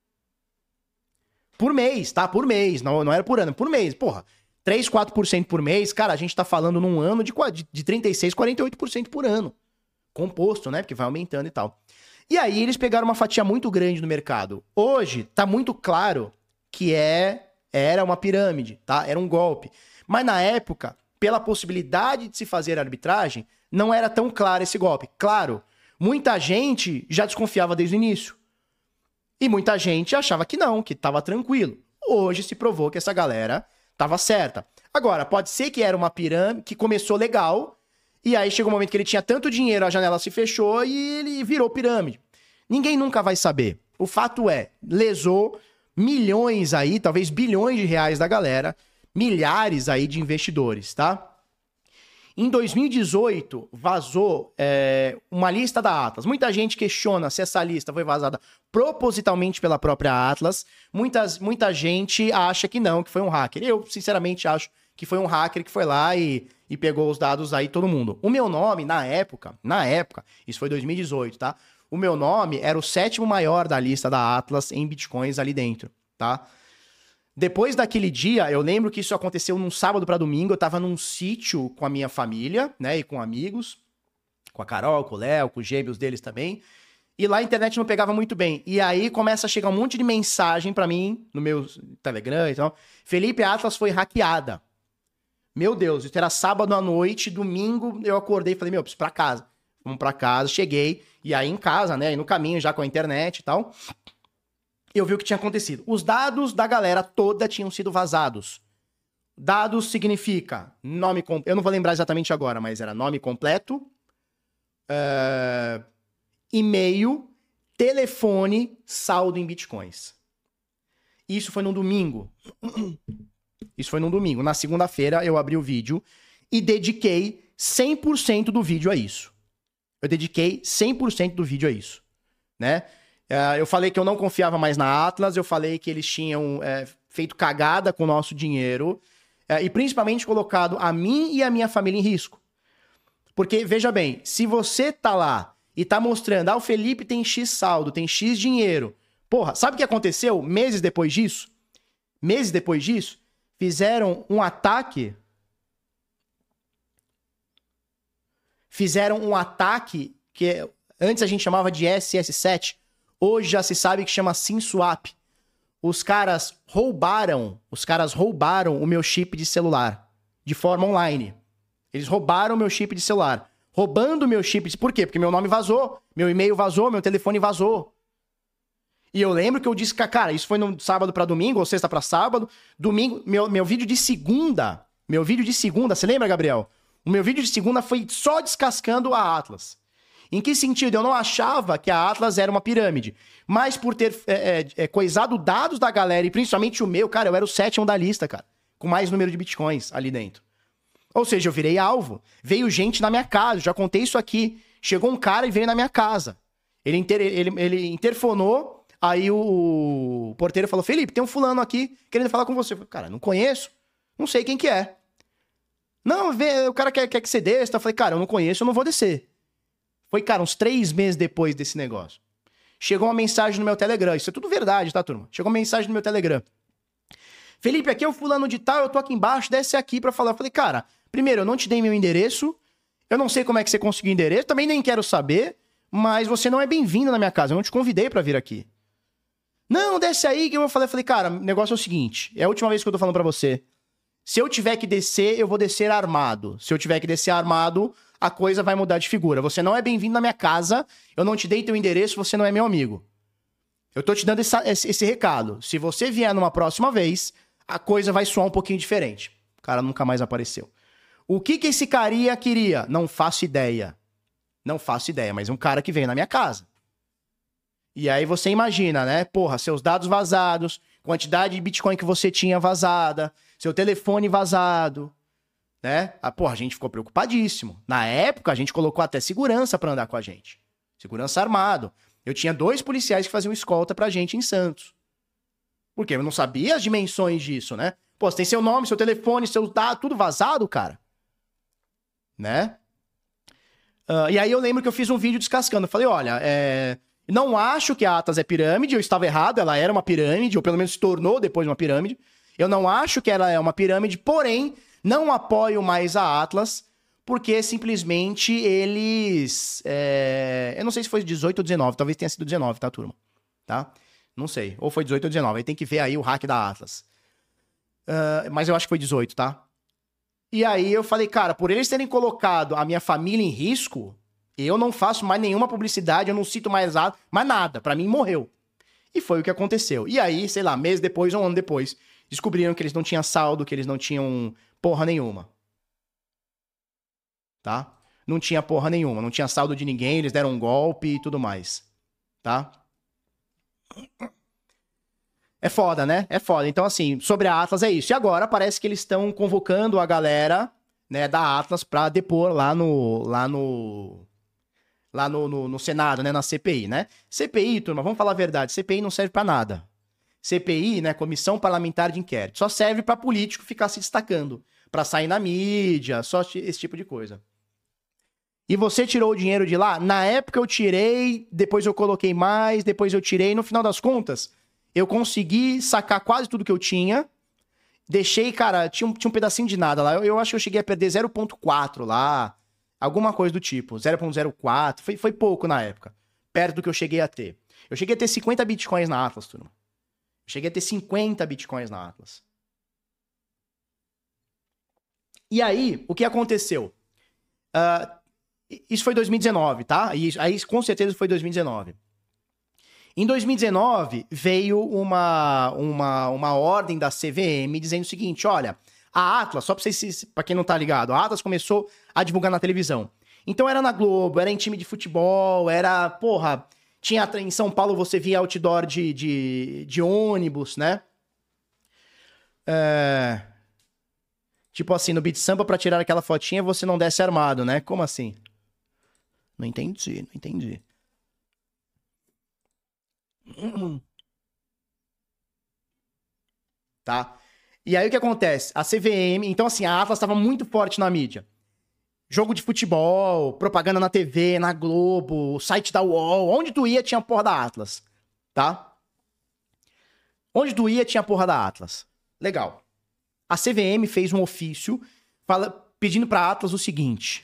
Por mês, tá? Por mês, não era por ano, por mês, 3, 4% por mês, cara, a gente tá falando num ano de 36, 48% por ano. Composto, né? Porque vai aumentando e tal. E aí eles pegaram uma fatia muito grande no mercado. Hoje, tá muito claro que era uma pirâmide, tá? Era um golpe. Mas na época, pela possibilidade de se fazer arbitragem, não era tão claro esse golpe. Claro, muita gente já desconfiava desde o início. E muita gente achava que não, que tava tranquilo. Hoje se provou que essa galera... tava certa. Agora, pode ser que era uma pirâmide que começou legal, e aí chegou um momento que ele tinha tanto dinheiro, a janela se fechou e ele virou pirâmide. Ninguém nunca vai saber. O fato lesou milhões aí, talvez bilhões de reais da galera, milhares aí de investidores, tá? Em 2018, vazou uma lista da Atlas. Muita gente questiona se essa lista foi vazada propositalmente pela própria Atlas. Muita gente acha que não, que foi um hacker. Eu, sinceramente, acho que foi um hacker que foi lá e pegou os dados aí, todo mundo. O meu nome, na época, isso foi 2018, tá? O meu nome era o 7º maior da lista da Atlas em bitcoins ali dentro, tá? Depois daquele dia, eu lembro que isso aconteceu num sábado pra domingo, eu tava num sítio com a minha família, né, e com amigos, com a Carol, com o Léo, com os gêmeos deles também, e lá a internet não pegava muito bem. E aí começa a chegar um monte de mensagem pra mim, no meu Telegram e tal, Felipe, a Atlas foi hackeada. Meu Deus, isso era sábado à noite, domingo eu acordei e falei, meu, preciso ir pra casa. Vamos pra casa, cheguei, e aí em casa, né, e no caminho já com a internet e tal, eu vi o que tinha acontecido. Os dados da galera toda tinham sido vazados. Dados significa nome completo, eu não vou lembrar exatamente agora, mas era nome completo, e-mail, telefone, saldo em bitcoins. Isso foi num domingo. Isso foi num domingo. Na segunda-feira eu abri o vídeo e dediquei 100% do vídeo a isso. Eu dediquei 100% do vídeo a isso, né? Eu falei que eu não confiava mais na Atlas, eu falei que eles tinham feito cagada com o nosso dinheiro e principalmente colocado a mim e a minha família em risco. Porque, veja bem, se você tá lá e tá mostrando, o Felipe tem X saldo, tem X dinheiro. Porra, sabe o que aconteceu meses depois disso? Meses depois disso, fizeram um ataque. Fizeram um ataque que antes a gente chamava de SS7. Hoje já se sabe que chama SimSwap. Os caras roubaram o meu chip de celular de forma online. Eles roubaram o meu chip de celular. Roubando o meu chip. Por quê? Porque meu nome vazou, meu e-mail vazou, meu telefone vazou. E eu lembro que eu disse, cara, isso foi no sábado pra domingo, ou sexta pra sábado. Domingo, meu vídeo de segunda. Você lembra, Gabriel? O meu vídeo de segunda foi só descascando a Atlas. Em que sentido? Eu não achava que a Atlas era uma pirâmide. Mas por ter coisado dados da galera, e principalmente o meu, cara, eu era o 7º da lista, cara. Com mais número de bitcoins ali dentro. Ou seja, eu virei alvo. Veio gente na minha casa, eu já contei isso aqui. Chegou um cara e veio na minha casa. Ele interfonou, aí o porteiro falou, Felipe, tem um fulano aqui querendo falar com você. Eu falei, cara, não conheço, não sei quem que é. Não, o cara quer que você desça. Eu falei, cara, eu não conheço, eu não vou descer. Foi, cara, uns 3 meses depois desse negócio. Chegou uma mensagem no meu Telegram. Isso é tudo verdade, tá, turma? Chegou uma mensagem no meu Telegram. Felipe, aqui é o fulano de tal, eu tô aqui embaixo, desce aqui pra falar. Eu falei, cara, primeiro, eu não te dei meu endereço. Eu não sei como é que você conseguiu o endereço. Também nem quero saber. Mas você não é bem-vindo na minha casa. Eu não te convidei pra vir aqui. Não, desce aí que eu falei. Cara, o negócio é o seguinte. É a última vez que eu tô falando pra você. Se eu tiver que descer, eu vou descer armado. Se eu tiver que descer armado, a coisa vai mudar de figura. Você não é bem-vindo na minha casa, eu não te dei teu endereço, você não é meu amigo. Eu tô te dando esse recado. Se você vier numa próxima vez, a coisa vai soar um pouquinho diferente. O cara nunca mais apareceu. O que esse carinha queria? Não faço ideia. Não faço ideia, mas um cara que veio na minha casa. E aí você imagina, né? Porra, seus dados vazados, quantidade de Bitcoin que você tinha vazada, seu telefone vazado, né? Porra, a gente ficou preocupadíssimo. Na época, a gente colocou até segurança pra andar com a gente. Segurança armado. Eu tinha 2 policiais que faziam escolta pra gente em Santos. Porque eu não sabia as dimensões disso, né? Pô, você tem seu nome, seu telefone, seus dados, tudo vazado, cara. Né? E aí eu lembro que eu fiz um vídeo descascando. Eu falei, olha, não acho que a Atlas é pirâmide, eu estava errado, ela era uma pirâmide, ou pelo menos se tornou depois uma pirâmide. Eu não acho que ela é uma pirâmide, porém, não apoio mais a Atlas, porque simplesmente eles... eu não sei se foi 18 ou 19, talvez tenha sido 19, tá, turma? Tá? Não sei, ou foi 18 ou 19, aí tem que ver aí o hack da Atlas. Mas eu acho que foi 18, tá? E aí eu falei, cara, por eles terem colocado a minha família em risco, eu não faço mais nenhuma publicidade, eu não cito mais nada, pra mim morreu. E foi o que aconteceu. E aí, sei lá, mês depois ou um ano depois, descobriram que eles não tinham saldo, que eles não tinham porra nenhuma. Tá? Não tinha porra nenhuma, não tinha saldo de ninguém, eles deram um golpe e tudo mais. Tá? É foda, né? É foda. Então, assim, sobre a Atlas é isso. E agora parece que eles estão convocando a galera, né, da Atlas pra depor lá no Senado, né, na CPI, né? CPI, turma, vamos falar a verdade, CPI não serve pra nada. CPI, né, Comissão Parlamentar de Inquérito, só serve pra político ficar se destacando, pra sair na mídia, só esse tipo de coisa. E você tirou o dinheiro de lá? Na época eu tirei, depois eu coloquei mais, depois eu tirei, no final das contas, eu consegui sacar quase tudo que eu tinha, deixei, cara, tinha um pedacinho de nada lá, eu acho que eu cheguei a perder 0,4 lá, alguma coisa do tipo, 0,04, foi pouco na época, perto do que eu cheguei a ter. Eu cheguei a ter 50 bitcoins na Atlas, turma. Eu cheguei a ter 50 bitcoins na Atlas. E aí, o que aconteceu? Isso foi 2019, tá? E aí, com certeza, foi 2019. Em 2019, veio uma ordem da CVM dizendo o seguinte, olha, a Atlas, só pra quem não tá ligado, a Atlas começou a divulgar na televisão. Então era na Globo, era em time de futebol, era, porra, tinha em São Paulo você via outdoor de ônibus, né? Tipo assim, no Beat Samba, pra tirar aquela fotinha, você não desce armado, né? Como assim? Não entendi. Tá? E aí o que acontece? A CVM, então assim, a Atlas estava muito forte na mídia. Jogo de futebol, propaganda na TV, na Globo, site da UOL, onde tu ia tinha a porra da Atlas, tá? Onde tu ia tinha a porra da Atlas. Legal. A CVM fez um ofício pedindo pra Atlas o seguinte,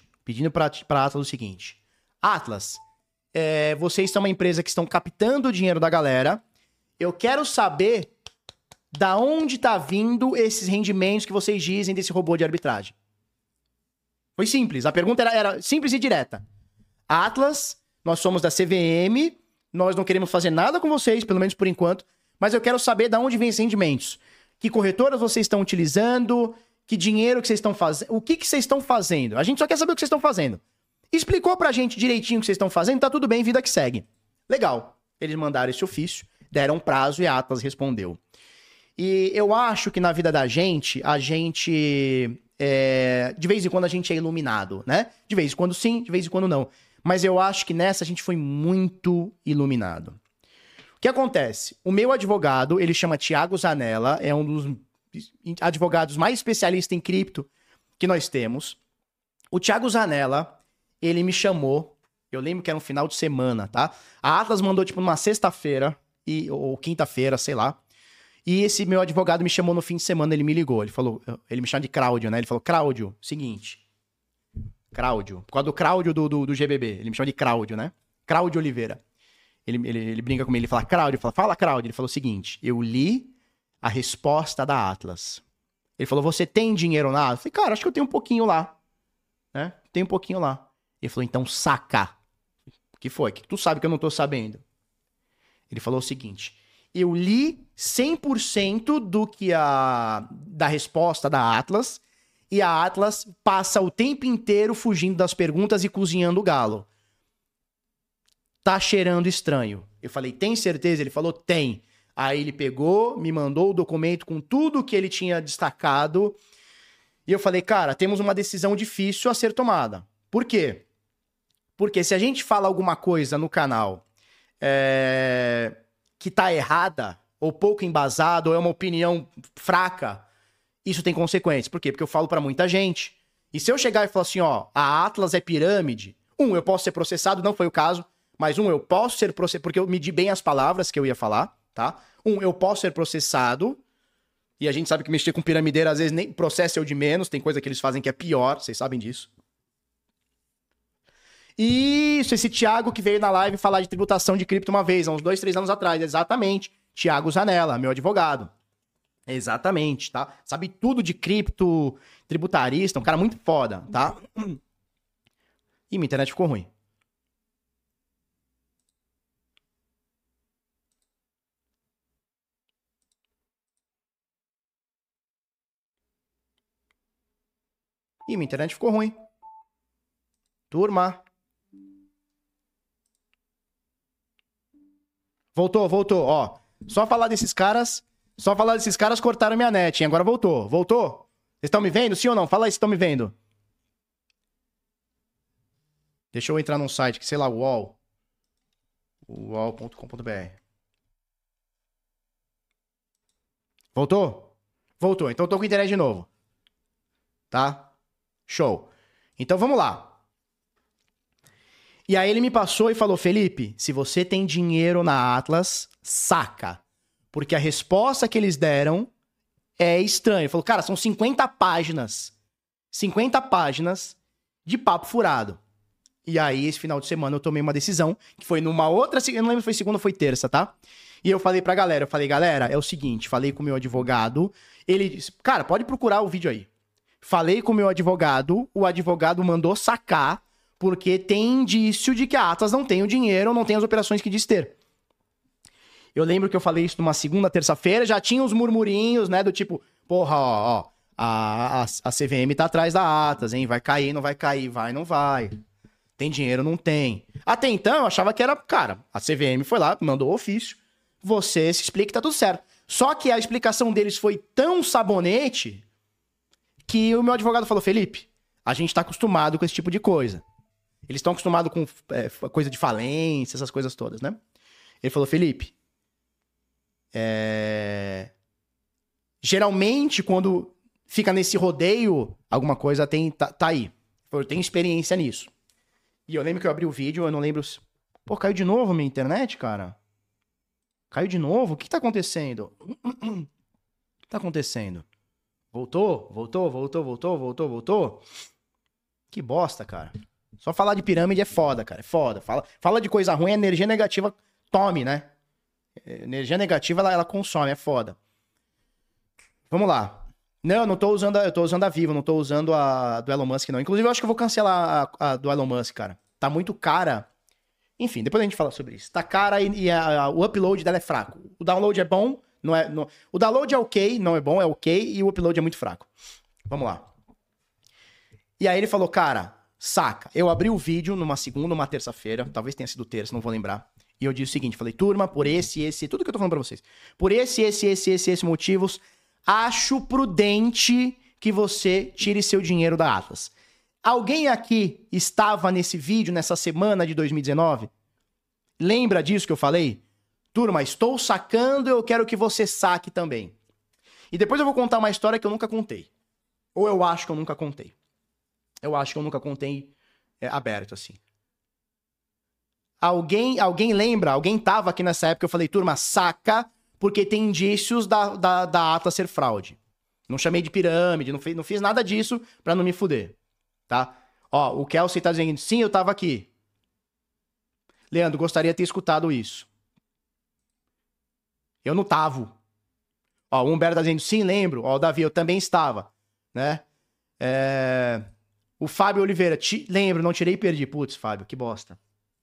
Atlas, vocês são uma empresa que estão captando o dinheiro da galera, eu quero saber da onde tá vindo esses rendimentos que vocês dizem desse robô de arbitragem. Foi simples, a pergunta era simples e direta. Atlas, nós somos da CVM, nós não queremos fazer nada com vocês, pelo menos por enquanto, mas eu quero saber da onde vêm esses rendimentos. Que corretoras vocês estão utilizando, que dinheiro que vocês estão fazendo, o que vocês estão fazendo. A gente só quer saber o que vocês estão fazendo. Explicou pra gente direitinho o que vocês estão fazendo, tá tudo bem, vida que segue. Legal. Eles mandaram esse ofício, deram um prazo e a Atlas respondeu. E eu acho que na vida da gente, de vez em quando a gente é iluminado, né? De vez em quando sim, de vez em quando não. Mas eu acho que nessa a gente foi muito iluminado. O que acontece? O meu advogado, ele chama Thiago Zanella, é um dos advogados mais especialistas em cripto que nós temos. O Thiago Zanella, ele me chamou, eu lembro que era um final de semana, tá? A Atlas mandou, tipo, numa sexta-feira, ou quinta-feira, sei lá. E esse meu advogado me chamou no fim de semana, ele me ligou, ele me chama de Cláudio, né? Ele falou, Cláudio, seguinte. Cláudio, por causa do Cláudio do GBB, ele me chama de Cláudio, né? Cláudio Oliveira. Ele brinca comigo, ele fala, Cláudio, fala Cláudio. Ele falou o seguinte, eu li a resposta da Atlas. Ele falou, você tem dinheiro na Atlas? Eu falei, cara, acho que eu tenho um pouquinho lá. Né? Tem um pouquinho lá. Ele falou, então saca. O que foi? O que tu sabe que eu não tô sabendo? Ele falou o seguinte, eu li 100% da resposta da Atlas e a Atlas passa o tempo inteiro fugindo das perguntas e cozinhando o galo. Tá cheirando estranho. Eu falei, tem certeza? Ele falou, tem. Aí ele pegou, me mandou o documento com tudo que ele tinha destacado. E eu falei, cara, temos uma decisão difícil a ser tomada. Por quê? Porque se a gente fala alguma coisa no canal que tá errada, ou pouco embasada, ou é uma opinião fraca, isso tem consequências. Por quê? Porque eu falo pra muita gente. E se eu chegar e falar assim, ó, a Atlas é pirâmide, eu posso ser processado, não foi o caso. Mas eu posso ser processado, porque eu medi bem as palavras que eu ia falar, tá? Eu posso ser processado, e a gente sabe que mexer com piramideira, às vezes, nem processo é o de menos, tem coisa que eles fazem que é pior, vocês sabem disso. Isso, esse Thiago que veio na live falar de tributação de cripto uma vez, há uns 2, 3 anos atrás, exatamente. Thiago Zanella, meu advogado. Exatamente, tá? Sabe tudo de cripto, tributarista, um cara muito foda, tá? Ih, minha internet ficou ruim. Ih, minha internet ficou ruim. Turma. Voltou, ó. Só falar desses caras cortaram minha net, hein? Agora voltou. Voltou? Vocês estão me vendo? Sim ou não? Fala aí se estão me vendo. Deixa eu entrar num site que, sei lá, UOL. uol.com.br. Voltou? Voltou. Então eu tô com internet de novo. Tá? Show. Então vamos lá. E aí ele me passou e falou, Felipe, se você tem dinheiro na Atlas, saca. Porque a resposta que eles deram é estranha. Ele falou, cara, são 50 páginas. 50 páginas de papo furado. E aí, esse final de semana, eu tomei uma decisão, que foi numa outra... Eu não lembro se foi segunda ou foi terça, tá? E eu falei pra galera, galera, é o seguinte, falei com o meu advogado, ele disse, cara, pode procurar o vídeo aí. Falei com o meu advogado, o advogado mandou sacar, porque tem indício de que a Atlas não tem o dinheiro, não tem as operações que diz ter. Eu lembro que eu falei isso numa segunda, terça-feira, já tinha uns murmurinhos, né, do tipo, porra, ó, a CVM tá atrás da Atlas, hein, vai cair, não vai cair, vai, não vai. Tem dinheiro, não tem. Até então, eu achava que era, cara, a CVM foi lá, mandou o ofício, você se explica que tá tudo certo. Só que a explicação deles foi tão sabonete que o meu advogado falou, Felipe, a gente tá acostumado com esse tipo de coisa. Eles estão acostumados com coisa de falência, essas coisas todas, né? Ele falou, Felipe, geralmente, quando fica nesse rodeio, alguma coisa tá aí. Eu tenho experiência nisso. E eu lembro que eu abri o vídeo, eu não lembro... Pô, caiu de novo a minha internet, cara? Caiu de novo? O que tá acontecendo? O que tá acontecendo? Voltou? Que bosta, cara. Só falar de pirâmide é foda, cara. É foda. Fala de coisa ruim, energia negativa tome, né? Energia negativa, ela consome, é foda. Vamos lá. Não, eu tô usando a Vivo, não tô usando a do Elon Musk, não. Inclusive, eu acho que eu vou cancelar a do Elon Musk, cara. Tá muito cara. Enfim, depois a gente fala sobre isso. Tá cara e o upload dela é fraco. O download é bom, o download é ok, não é bom, é ok, e o upload é muito fraco. Vamos lá. E aí ele falou, cara, saca, eu abri o vídeo numa segunda, uma terça-feira, talvez tenha sido terça, não vou lembrar. E eu disse o seguinte, falei, turma, por esse, tudo que eu tô falando pra vocês. Por esse motivos, acho prudente que você tire seu dinheiro da Atlas. Alguém aqui estava nesse vídeo, nessa semana de 2019? Lembra disso que eu falei? Turma, estou sacando, eu quero que você saque também. E depois eu vou contar uma história que eu nunca contei. Ou eu acho que eu nunca contei. Eu acho que eu nunca contei aberto, assim. Alguém lembra? Alguém tava aqui nessa época, eu falei, turma, saca, porque tem indícios da Atlas ser fraude. Não chamei de pirâmide, não fiz nada disso pra não me fuder, tá? Ó, o Kelsey tá dizendo, sim, eu tava aqui. Leandro, gostaria de ter escutado isso. Eu não tava. Ó, o Humberto tá dizendo, sim, lembro. Ó, o Davi, eu também estava, né? O Fábio Oliveira, lembro, não tirei e perdi. Putz, Fábio, que bosta.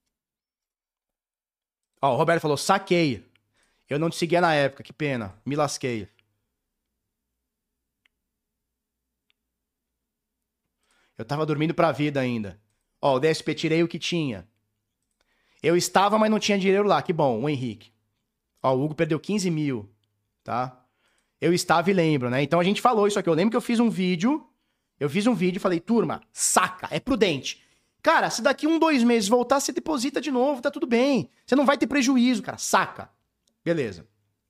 Ó, o Roberto falou, saquei. Eu não te seguia na época, que pena. Me lasquei. Eu tava dormindo pra vida ainda. Ó, o DSP, tirei o que tinha. Eu estava, mas não tinha dinheiro lá. Que bom, o Henrique. Ó, o Hugo perdeu 15 mil, tá? Eu estava e lembro, né? Então a gente falou isso aqui. Eu lembro que eu fiz um vídeo e falei, turma, saca, é prudente. Cara, se daqui 2 meses voltar, você deposita de novo, tá tudo bem. Você não vai ter prejuízo, cara, saca. Beleza.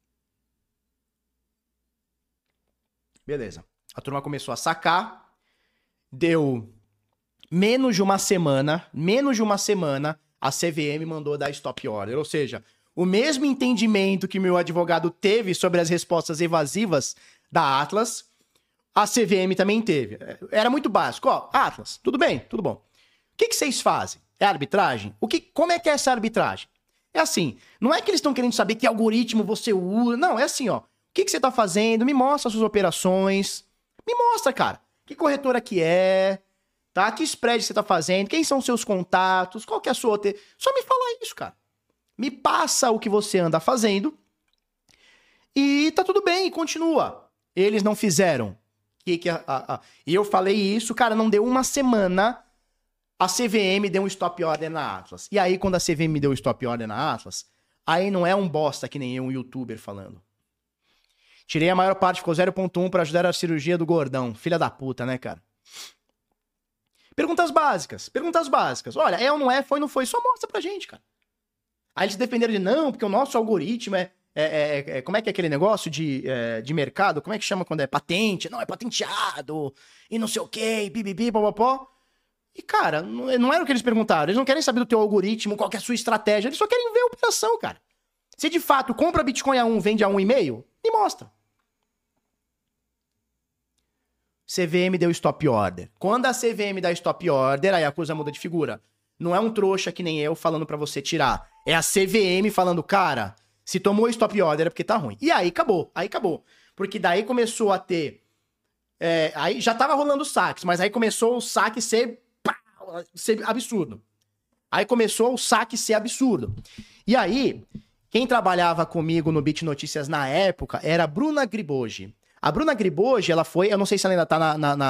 A turma começou a sacar. Deu menos de uma semana, a CVM mandou dar stop order. Ou seja, o mesmo entendimento que meu advogado teve sobre as respostas evasivas da Atlas, a CVM também teve. Era muito básico. Ó, Atlas, tudo bem, tudo bom. O que vocês fazem? É arbitragem? Como é que é essa arbitragem? É assim, não é que eles estão querendo saber que algoritmo você usa. Não, é assim, ó. O que você tá fazendo? Me mostra as suas operações. Me mostra, cara. Que corretora que é, tá? Que spread você tá fazendo? Quem são seus contatos? Qual que é a sua... Só me fala isso, cara. Me passa o que você anda fazendo e tá tudo bem, continua. Eles não fizeram. E eu falei isso, cara, não deu uma semana, a CVM deu um stop order na Atlas. E aí, quando a CVM me deu um stop order na Atlas, aí não é um bosta que nem eu, um youtuber falando. Tirei a maior parte, ficou 0.1 pra ajudar a cirurgia do gordão. Filha da puta, né, cara? Perguntas básicas. Olha, é ou não é, foi ou não foi, só mostra pra gente, cara. Aí eles defenderam de não, porque o nosso algoritmo como é que é aquele negócio de mercado? Como é que chama quando é patente? Não, é patenteado, e não sei o quê, bibibi, popopó. E, cara, não era o que eles perguntaram. Eles não querem saber do teu algoritmo, qual que é a sua estratégia. Eles só querem ver a operação, cara. Se de fato compra Bitcoin a 1, vende a 1,5, me mostra. CVM deu stop order. Quando a CVM dá stop order, aí a coisa muda de figura. Não é um trouxa que nem eu falando pra você tirar. É a CVM falando, cara, se tomou stop order é porque tá ruim. E aí acabou. Porque daí começou a ter Aí já tava rolando os saques, mas aí começou o saque ser absurdo. Aí começou o saque ser absurdo. E aí, quem trabalhava comigo no Bit Notícias na época era a Bruna Gribogi. A Bruna Gribogi, ela foi... Eu não sei se ela ainda tá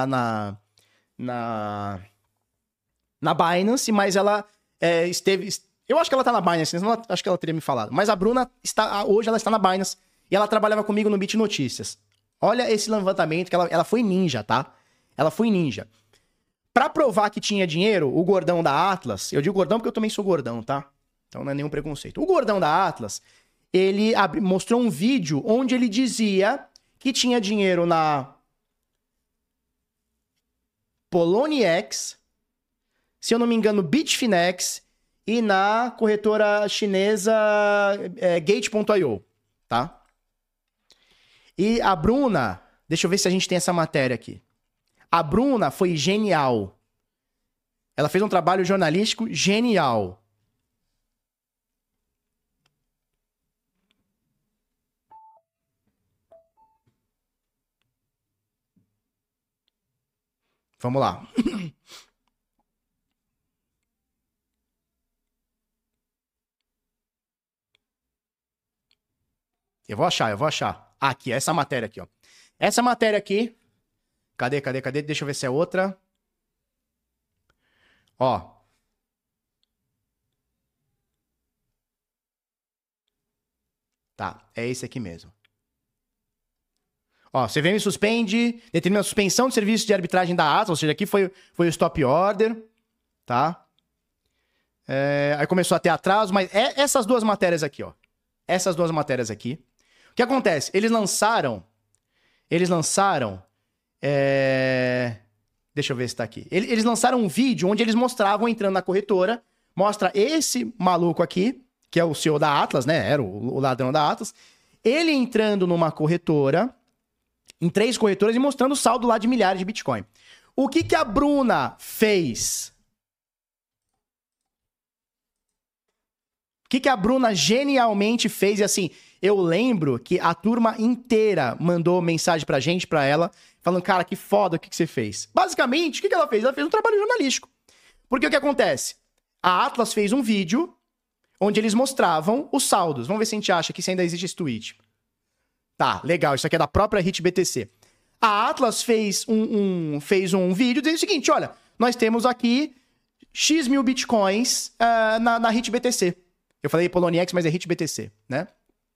na Binance, mas ela esteve... Eu acho que ela tá na Binance, acho que ela teria me falado. Mas a Bruna, hoje ela está na Binance e ela trabalhava comigo no Bit Notícias. Olha esse levantamento, que ela foi ninja, tá? Ela foi ninja. Pra provar que tinha dinheiro, o gordão da Atlas... Eu digo gordão porque eu também sou gordão, tá? Então não é nenhum preconceito. O gordão da Atlas, ele mostrou um vídeo onde ele dizia que tinha dinheiro na Poloniex, se eu não me engano, Bitfinex e na corretora chinesa Gate.io, tá? E a Bruna, deixa eu ver se a gente tem essa matéria aqui. A Bruna foi genial. Ela fez um trabalho jornalístico genial. Vamos lá. Eu vou achar. Aqui, essa matéria aqui, ó. Essa matéria aqui. Cadê? Deixa eu ver se é outra. Ó. Tá, é esse aqui mesmo. Ó, CVM suspende, determina a suspensão de serviço de arbitragem da Atlas, ou seja, aqui foi o stop order, tá? Aí começou a ter atraso, mas essas duas matérias aqui, ó. Essas duas matérias aqui. O que acontece? Eles lançaram... Deixa eu ver se tá aqui. Eles lançaram um vídeo onde eles mostravam entrando na corretora, mostra esse maluco aqui, que é o CEO da Atlas, né? Era o ladrão da Atlas. Ele entrando numa corretora, em 3 corretoras, e mostrando o saldo lá de milhares de Bitcoin. O que a Bruna fez? O que a Bruna genialmente fez? E assim, eu lembro que a turma inteira mandou mensagem pra gente, pra ela, falando, cara, que foda o que você fez. Basicamente, o que ela fez? Ela fez um trabalho jornalístico. Porque o que acontece? A Atlas fez um vídeo onde eles mostravam os saldos. Vamos ver se a gente acha que ainda existe esse tweet. Tá, legal. Isso aqui é da própria HitBTC. A Atlas fez um vídeo dizendo o seguinte, olha, nós temos aqui X mil Bitcoins na HitBTC. Eu falei Poloniex, mas é HitBTC, né?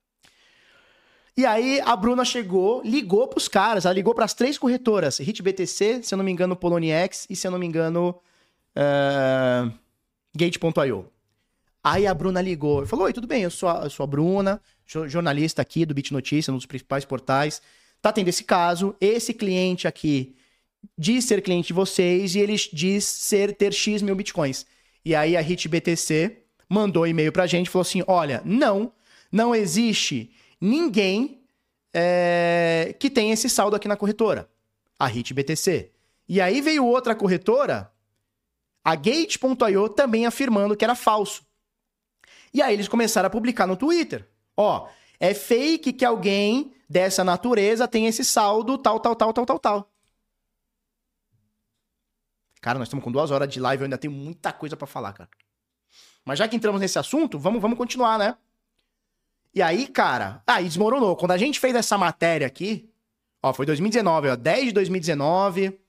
E aí a Bruna ligou pros caras, ela ligou pras 3 corretoras, HitBTC, se eu não me engano, Poloniex e, se eu não me engano, Gate.io. Aí a Bruna ligou e falou, oi, tudo bem, eu sou a Bruna, sou jornalista aqui do Bit Notícias, um dos principais portais. Tá tendo esse caso, esse cliente aqui diz ser cliente de vocês e ele diz ter X mil Bitcoins. E aí a HitBTC mandou e-mail pra gente e falou assim, olha, não existe ninguém que tem esse saldo aqui na corretora, a HitBTC. E aí veio outra corretora, a Gate.io, também afirmando que era falso. E aí eles começaram a publicar no Twitter. Ó, é fake que alguém dessa natureza tem esse saldo tal. Cara, nós estamos com 2 horas de live, eu ainda tenho muita coisa pra falar, cara. Mas já que entramos nesse assunto, vamos continuar, né? E aí, cara, aí desmoronou. Quando a gente fez essa matéria aqui, ó, foi 2019, ó, 10 de 2019,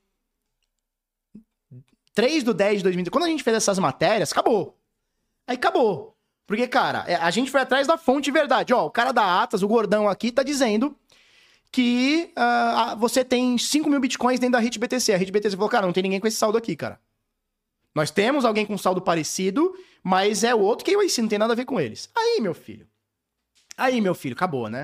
3 de 10 de 2019. Quando a gente fez essas matérias, acabou. Aí acabou. Porque, cara, a gente foi atrás da fonte de verdade. Ó, o cara da Atlas, o gordão aqui, tá dizendo que você tem 5 mil Bitcoins dentro da HitBTC. A HitBTC falou, cara, não tem ninguém com esse saldo aqui, cara. Nós temos alguém com saldo parecido, mas é o outro KYC, não tem nada a ver com eles. Aí, meu filho, acabou, né?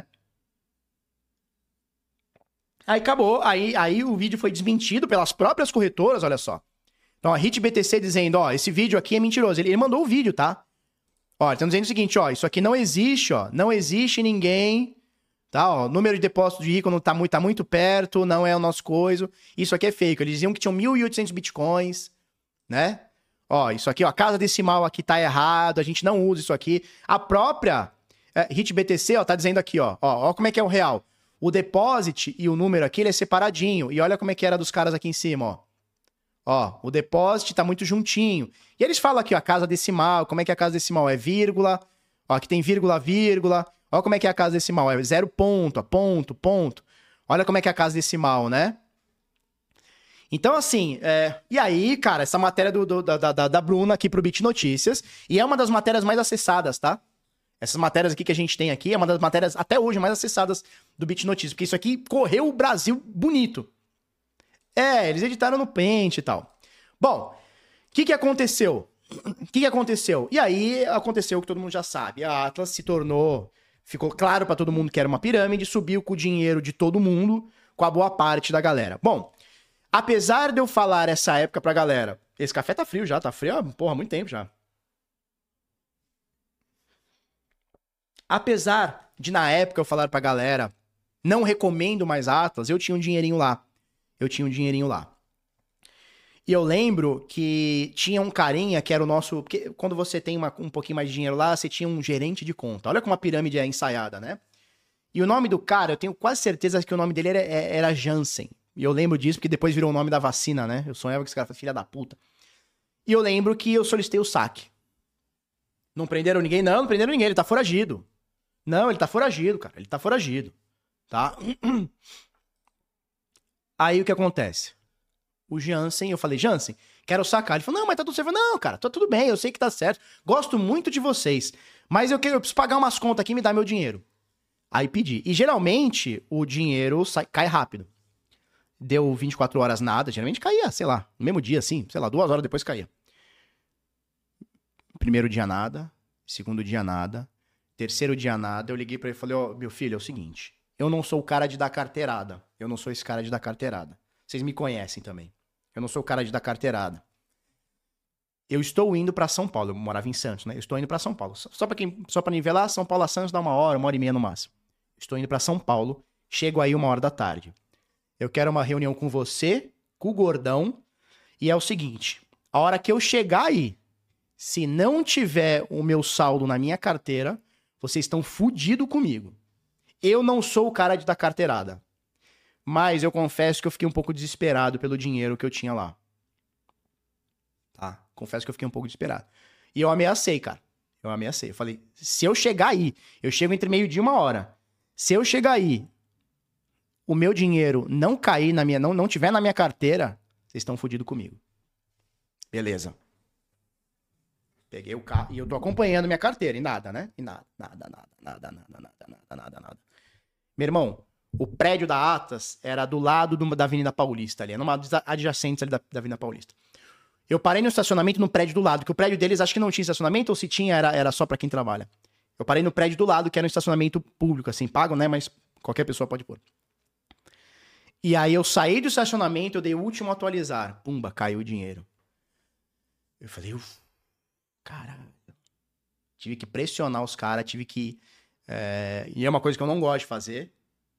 Aí acabou, aí o vídeo foi desmentido pelas próprias corretoras, olha só. Então a HitBTC dizendo, ó, esse vídeo aqui é mentiroso. Ele mandou o vídeo, tá? Ó, estão dizendo o seguinte, ó, isso aqui não existe, ó, não existe ninguém, tá? Ó, número de depósito de rico não tá muito perto, não é o nosso coisa. Isso aqui é fake. Eles diziam que tinham 1.800 Bitcoins, né? Ó, isso aqui, ó, a casa decimal aqui tá errado, a gente não usa isso aqui. A própria HitBTC, ó, tá dizendo aqui, ó como é que é o real. O deposit e o número aqui, ele é separadinho. E olha como é que era dos caras aqui em cima, ó. Ó, o deposit tá muito juntinho. E eles falam aqui, ó, a casa decimal. Como é que é a casa decimal? É vírgula. Ó, aqui tem vírgula, vírgula. Ó como é que é a casa decimal. É 0 ponto, ponto, ponto. Olha como é que é a casa decimal, né? Então, assim, e aí, cara, essa matéria da Bruna aqui pro Bit Notícias, e é uma das matérias mais acessadas, tá? Essas matérias aqui que a gente tem aqui é uma das matérias, até hoje, mais acessadas do Bit Notícias, porque isso aqui correu o Brasil bonito. Eles editaram no Paint e tal. Bom, o que aconteceu? E aí, aconteceu o que todo mundo já sabe. A Atlas se tornou, ficou claro pra todo mundo que era uma pirâmide, subiu com o dinheiro de todo mundo, com a boa parte da galera. Bom, apesar de eu falar essa época pra galera, esse café tá frio já, tá frio há, porra, muito tempo já. Apesar de, na época, eu falar pra galera, não recomendo mais Atlas, eu tinha um dinheirinho lá. E eu lembro que tinha um carinha que era o nosso... Porque quando você tem um pouquinho mais de dinheiro lá, você tinha um gerente de conta. Olha como a pirâmide é ensaiada, né? E o nome do cara, eu tenho quase certeza que o nome dele era Jansen. E eu lembro disso porque depois virou o nome da vacina, né? Eu sonhava que esse cara foi filha da puta. E eu lembro que eu solicitei o saque. Não prenderam ninguém? Não prenderam ninguém, ele tá foragido. Não, ele tá foragido, cara. Ele tá foragido. Tá? Aí o que acontece? O Jansen, eu falei, Jansen, quero sacar. Ele falou, não, mas tá tudo certo. Eu falei, não, cara, tá tudo bem, eu sei que tá certo. Gosto muito de vocês. Mas eu preciso pagar umas contas aqui e me dar meu dinheiro. Aí pedi. E geralmente o dinheiro cai rápido. Deu 24 horas nada, geralmente caía, sei lá, no mesmo dia assim, sei lá, 2 horas depois caía. Primeiro dia nada, segundo dia nada, terceiro dia nada, eu liguei pra ele e falei, ó, meu filho, é o seguinte, eu não sou o cara de dar carteirada, eu não sou esse cara de dar carteirada. Vocês me conhecem também. Eu não sou o cara de dar carteirada. Eu estou indo pra São Paulo, eu morava em Santos, né? Eu estou indo pra São Paulo. Só pra nivelar, São Paulo a Santos dá 1 hora e meia no máximo. Estou indo pra São Paulo, chego aí 1 hora da tarde. Eu quero uma reunião com você, com o Gordão, e é o seguinte, a hora que eu chegar aí, se não tiver o meu saldo na minha carteira, vocês estão fudidos comigo. Eu não sou o cara de dar carteirada, mas eu confesso que eu fiquei um pouco desesperado pelo dinheiro que eu tinha lá. Tá? Confesso que eu fiquei um pouco desesperado. E eu ameacei, cara. Eu falei, se eu chegar aí, eu chego entre 12:00 e 1 hora. Se eu chegar aí, o meu dinheiro não cair na minha, não tiver na minha carteira, vocês estão fodidos comigo. Beleza. Peguei o carro e eu tô acompanhando minha carteira e nada, né? E nada. Meu irmão, o prédio da Atlas era do lado da Avenida Paulista ali, numa adjacente ali da Avenida Paulista. Eu parei no estacionamento no prédio do lado, que o prédio deles acho que não tinha estacionamento, ou se tinha era só pra quem trabalha. Eu parei no prédio do lado, que era um estacionamento público, assim, pago, né? Mas qualquer pessoa pode pôr. E aí eu saí do estacionamento, eu dei o último atualizar. Pumba, caiu o dinheiro. Eu falei, caralho. Tive que pressionar os caras, tive que... E é uma coisa que eu não gosto de fazer.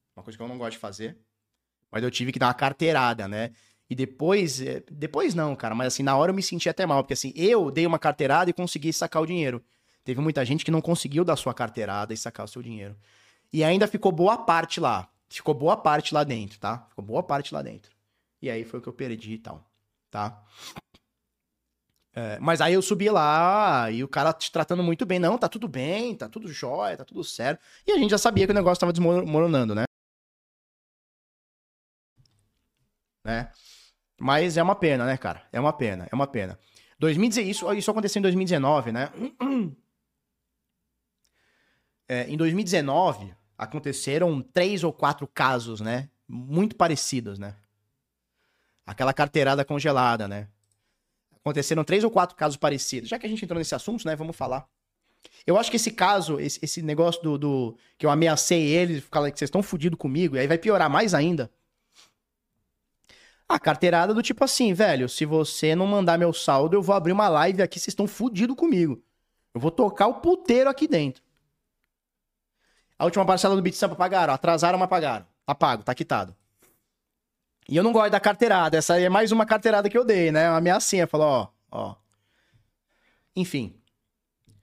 Mas eu tive que dar uma carteirada, né? E depois... Depois não, cara. Mas assim, na hora eu me senti até mal. Porque assim, eu dei uma carteirada e consegui sacar o dinheiro. Teve muita gente que não conseguiu dar sua carteirada e sacar o seu dinheiro. E ainda ficou boa parte lá. Ficou boa parte lá dentro, tá? E aí foi o que eu perdi e tal, tá? Mas aí eu subi lá e o cara te tratando muito bem. Não, tá tudo bem, tá tudo jóia, tá tudo certo. E a gente já sabia que o negócio tava desmoronando, né? Mas é uma pena, né, cara? É uma pena. 2016, isso aconteceu em 2019, né? Em 2019, aconteceram 3 ou 4 casos, né? Muito parecidos, né? Aquela carteirada congelada, né? Aconteceram 3 ou 4 casos parecidos. Já que a gente entrou nesse assunto, né? Vamos falar. Eu acho que esse caso, esse negócio que eu ameacei eles, falar que vocês estão fodidos comigo, e aí vai piorar mais ainda. A carteirada do tipo assim, velho, se você não mandar meu saldo, eu vou abrir uma live aqui, vocês estão fodidos comigo. Eu vou tocar o puteiro aqui dentro. A última parcela do Bit Sampa pagaram, atrasaram, mas pagaram. Tá pago, tá quitado. E eu não gosto da carteirada, essa aí é mais uma carteirada que eu dei, né? Uma ameaçinha, falou, ó. Enfim.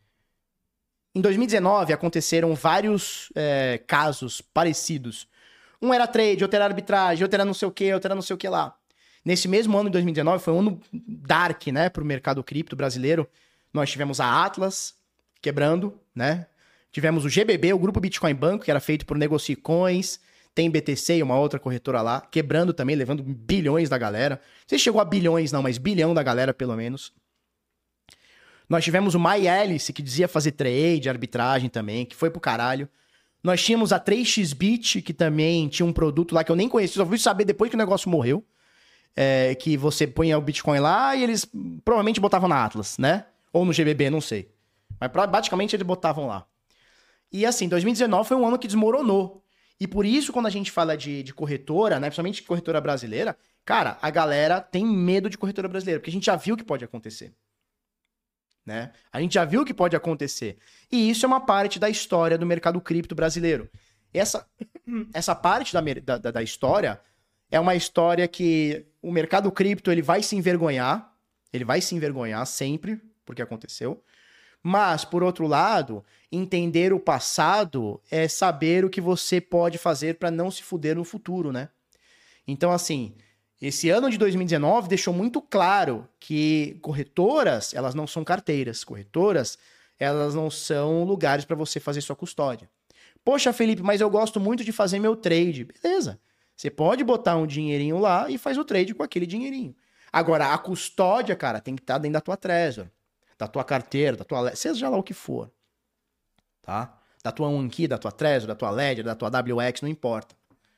Em 2019 aconteceram vários casos parecidos. Um era trade, outro era arbitragem, outro era não sei o que, outro era não sei o que lá. Nesse mesmo ano de 2019, foi um ano dark, né, pro mercado cripto brasileiro. Nós tivemos a Atlas quebrando, né? Tivemos o GBB, o Grupo Bitcoin Banco, que era feito por Negocicoins. Tem BTC e uma outra corretora lá, quebrando também, levando bilhões da galera. Não sei se chegou a bilhões não, mas bilhão da galera pelo menos. Nós tivemos o MyAlice, que dizia fazer trade, arbitragem também, que foi pro caralho. Nós tínhamos a 3xBit, que também tinha um produto lá que eu nem conhecia, só fui saber depois que o negócio morreu. Que você punha o Bitcoin lá e eles provavelmente botavam na Atlas, né? Ou no GBB, não sei. Mas praticamente eles botavam lá. E assim, 2019 foi um ano que desmoronou. E por isso, quando a gente fala de corretora, né? Principalmente corretora brasileira, cara, a galera tem medo de corretora brasileira, porque a gente já viu o que pode acontecer. Né? A gente já viu o que pode acontecer. E isso é uma parte da história do mercado cripto brasileiro. Essa parte da história é uma história que o mercado cripto ele vai se envergonhar sempre, porque aconteceu. Mas, por outro lado, entender o passado é saber o que você pode fazer para não se fuder no futuro, né? Então, assim, esse ano de 2019 deixou muito claro que corretoras, elas não são carteiras. Corretoras, elas não são lugares para você fazer sua custódia. Poxa, Felipe, mas eu gosto muito de fazer meu trade. Beleza. Você pode botar um dinheirinho lá e faz o trade com aquele dinheirinho. Agora, a custódia, cara, tem que estar dentro da tua Trezor, da tua carteira, da tua... seja lá o que for. Tá? Da tua OneKey, da tua Trezor, da tua Ledger, da tua WX, não importa.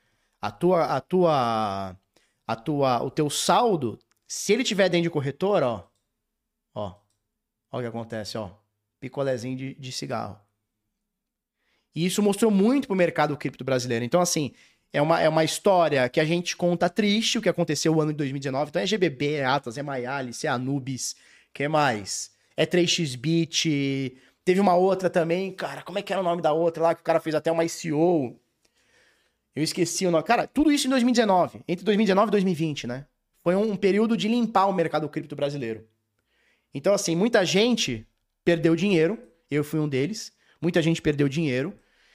O teu saldo, se ele tiver dentro de corretora, ó o que acontece, ó. Picolézinho de cigarro. E isso mostrou muito pro mercado cripto brasileiro. Então, assim, é uma história que a gente conta triste, o que aconteceu no ano de 2019. Então é GBB, é Atlas, é MyAlice, é Anubis, que mais? É 3xBit, teve uma outra também, cara, como é que era o nome da outra lá, que o cara fez até uma ICO. Eu esqueci o nome. Cara, tudo isso em 2019, entre 2019 e 2020, né? Foi um período de limpar o mercado cripto brasileiro. Então, assim, muita gente perdeu dinheiro, eu fui um deles, muita gente perdeu dinheiro,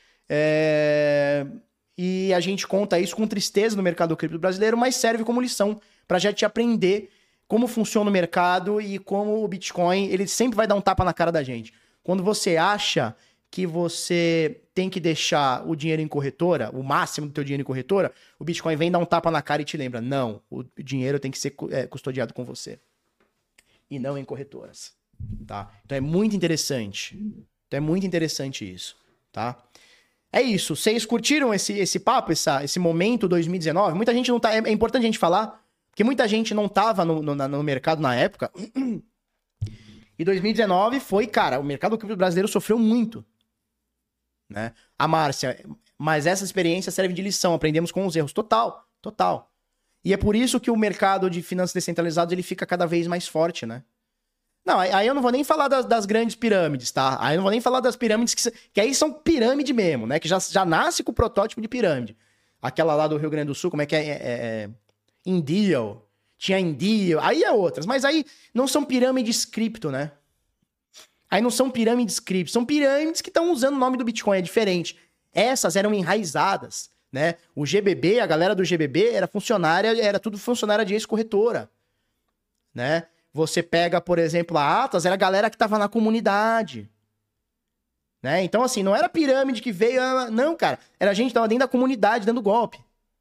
e a gente conta isso com tristeza no mercado cripto brasileiro, mas serve como lição pra gente aprender como funciona o mercado e como o Bitcoin, ele sempre vai dar um tapa na cara da gente. Quando você acha que você tem que deixar o dinheiro em corretora, o máximo do teu dinheiro em corretora, o Bitcoin vem dar um tapa na cara e te lembra, não, o dinheiro tem que ser custodiado com você. E não em corretoras, tá? Então é muito interessante. Então é muito interessante isso, tá? É isso. Vocês curtiram esse papo, esse momento 2019? Muita gente não tá... É importante a gente falar, porque muita gente não tava no mercado na época. E 2019 foi, cara, o mercado cripto brasileiro sofreu muito, né? A Márcia, mas essa experiência serve de lição, aprendemos com os erros. Total. E é por isso que o mercado de finanças descentralizadas ele fica cada vez mais forte, né? Não, aí eu não vou nem falar das grandes pirâmides, tá? Aí eu não vou nem falar das pirâmides que aí são pirâmide mesmo, né? Que já nasce com o protótipo de pirâmide. Aquela lá do Rio Grande do Sul, como é que é? Indeal. Tinha Indeal. Aí é outras. Mas aí não são pirâmides cripto, né? Aí não são pirâmides cripto. São pirâmides que estão usando o nome do Bitcoin. É diferente. Essas eram enraizadas, né? O GBB, a galera do GBB era tudo funcionária de ex-corretora, né? Você pega, por exemplo, a Atlas, era a galera que tava na comunidade, né? Então, assim, não era pirâmide que veio... Não, cara. Era a gente que tava dentro da comunidade, dando golpe.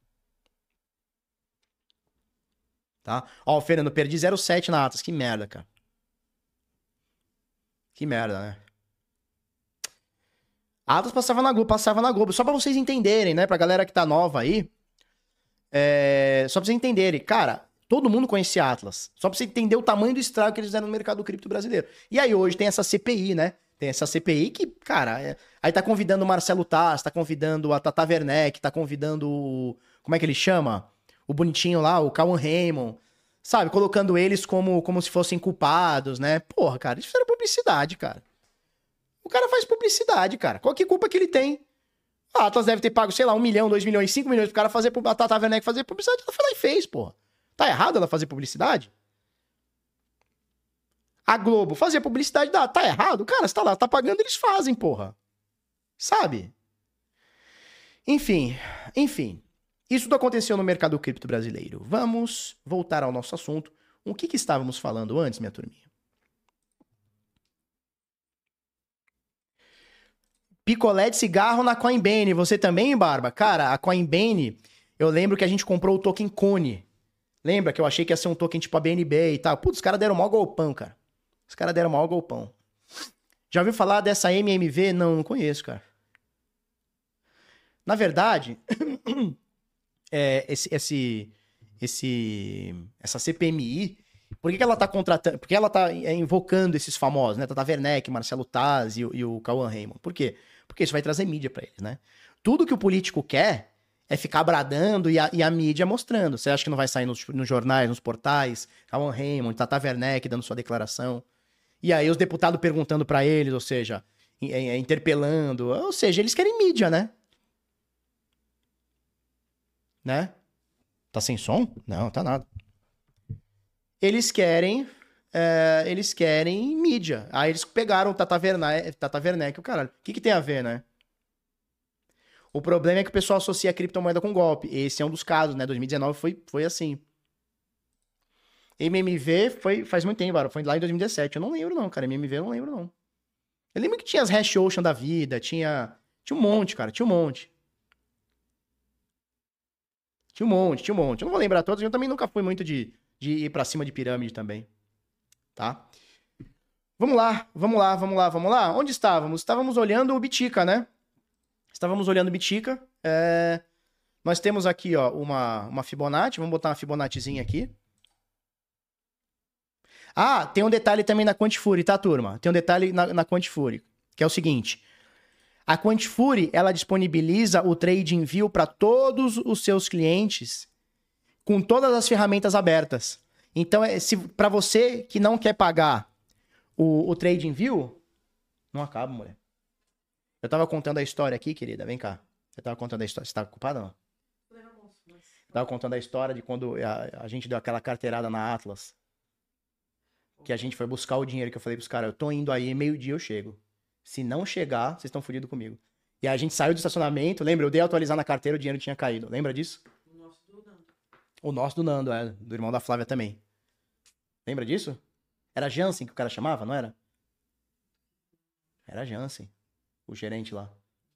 Tá? Ó, Fernando, perdi 0,7 na Atlas. Que merda, cara. Que merda, né? A Atlas passava na Globo. Só pra vocês entenderem, né? Pra galera que tá nova aí. Só pra vocês entenderem. Cara, todo mundo conhecia a Atlas. Só pra você entender o tamanho do estrago que eles fizeram no mercado cripto brasileiro. E aí hoje tem essa CPI, né? Tem essa CPI que, cara... Aí tá convidando o Marcelo Taz, tá convidando a Tata Werneck, tá convidando o... Como é que ele chama? O bonitinho lá, o Cauan Raymond. Sabe? Colocando eles como se fossem culpados, né? Porra, cara, eles fizeram publicidade, cara. O cara faz publicidade, cara. Qual que culpa que ele tem? A Atlas deve ter pago, sei lá, 1 milhão, 2 milhões, 5 milhões pro cara fazer... A Tata Werneck fazer publicidade. Ela foi lá e fez, porra. Tá errado ela fazer publicidade? A Globo fazer publicidade tá errado? Cara, você tá lá, tá pagando, eles fazem, porra. Sabe? Enfim. Isso tudo aconteceu no mercado cripto brasileiro. Vamos voltar ao nosso assunto. O que estávamos falando antes, minha turminha? Picolé de cigarro na Coinbase. Você também, Barba? Cara, a Coinbase, eu lembro que a gente comprou o token Cone. Lembra que eu achei que ia ser um token tipo a BNB e tal? Putz, os caras deram maior golpão, cara. Os caras deram maior golpão. Já ouviu falar dessa MMV? Não, não conheço, cara. Na verdade, essa CPMI, por que ela tá contratando, por que ela tá invocando esses famosos, né? Tata Werneck, Marcelo Taz e o Cauã Raymond? Por quê? Porque isso vai trazer mídia pra eles, né? Tudo que o político quer é ficar bradando e a mídia mostrando. Você acha que não vai sair nos jornais, nos portais? Cauã Raymond, Tata Werneck dando sua declaração. E aí os deputados perguntando pra eles, ou seja, interpelando. Ou seja, eles querem mídia, né? Né? Tá sem som? Não, tá nada. Eles querem mídia. Aí eles pegaram o Tata Werneck, o caralho. O que tem a ver, né? O problema é que o pessoal associa a criptomoeda com golpe. Esse é um dos casos, né? 2019 foi assim. MMV faz muito tempo, foi lá em 2017. Eu não lembro não, cara. MMV eu não lembro não. Eu lembro que tinha as Hash Ocean da vida, tinha um monte, cara, tinha um monte. Tinha um monte. Eu não vou lembrar todos, eu também nunca fui muito de ir pra cima de pirâmide também, tá? Vamos lá. Onde estávamos? Estávamos olhando o Bitica, né? Estávamos olhando o Bitica. Nós temos aqui, ó, uma Fibonacci. Vamos botar uma Fibonaccizinha aqui. Ah, tem um detalhe também na Quantifuri, tá, turma? Tem um detalhe na Quantifuri, que é o seguinte. A Quantifuri, ela disponibiliza o TradingView para todos os seus clientes com todas as ferramentas abertas. Então, para você que não quer pagar o TradingView, não acaba, mulher. Eu tava contando a história aqui, querida, vem cá. Eu tava contando a história. Você tá ocupada, não? Eu tava contando a história de quando a gente deu aquela carteirada na Atlas. Que a gente foi buscar o dinheiro que eu falei pros caras, eu tô indo aí, meio-dia eu chego. Se não chegar, vocês estão fodidos comigo. E aí a gente saiu do estacionamento, lembra? Eu dei a atualizar na carteira, o dinheiro tinha caído. Lembra disso? O nosso do Nando. O nosso do Nando, do irmão da Flávia também. Lembra disso? Era Jansen que o cara chamava, não era? Era Jansen, o gerente lá.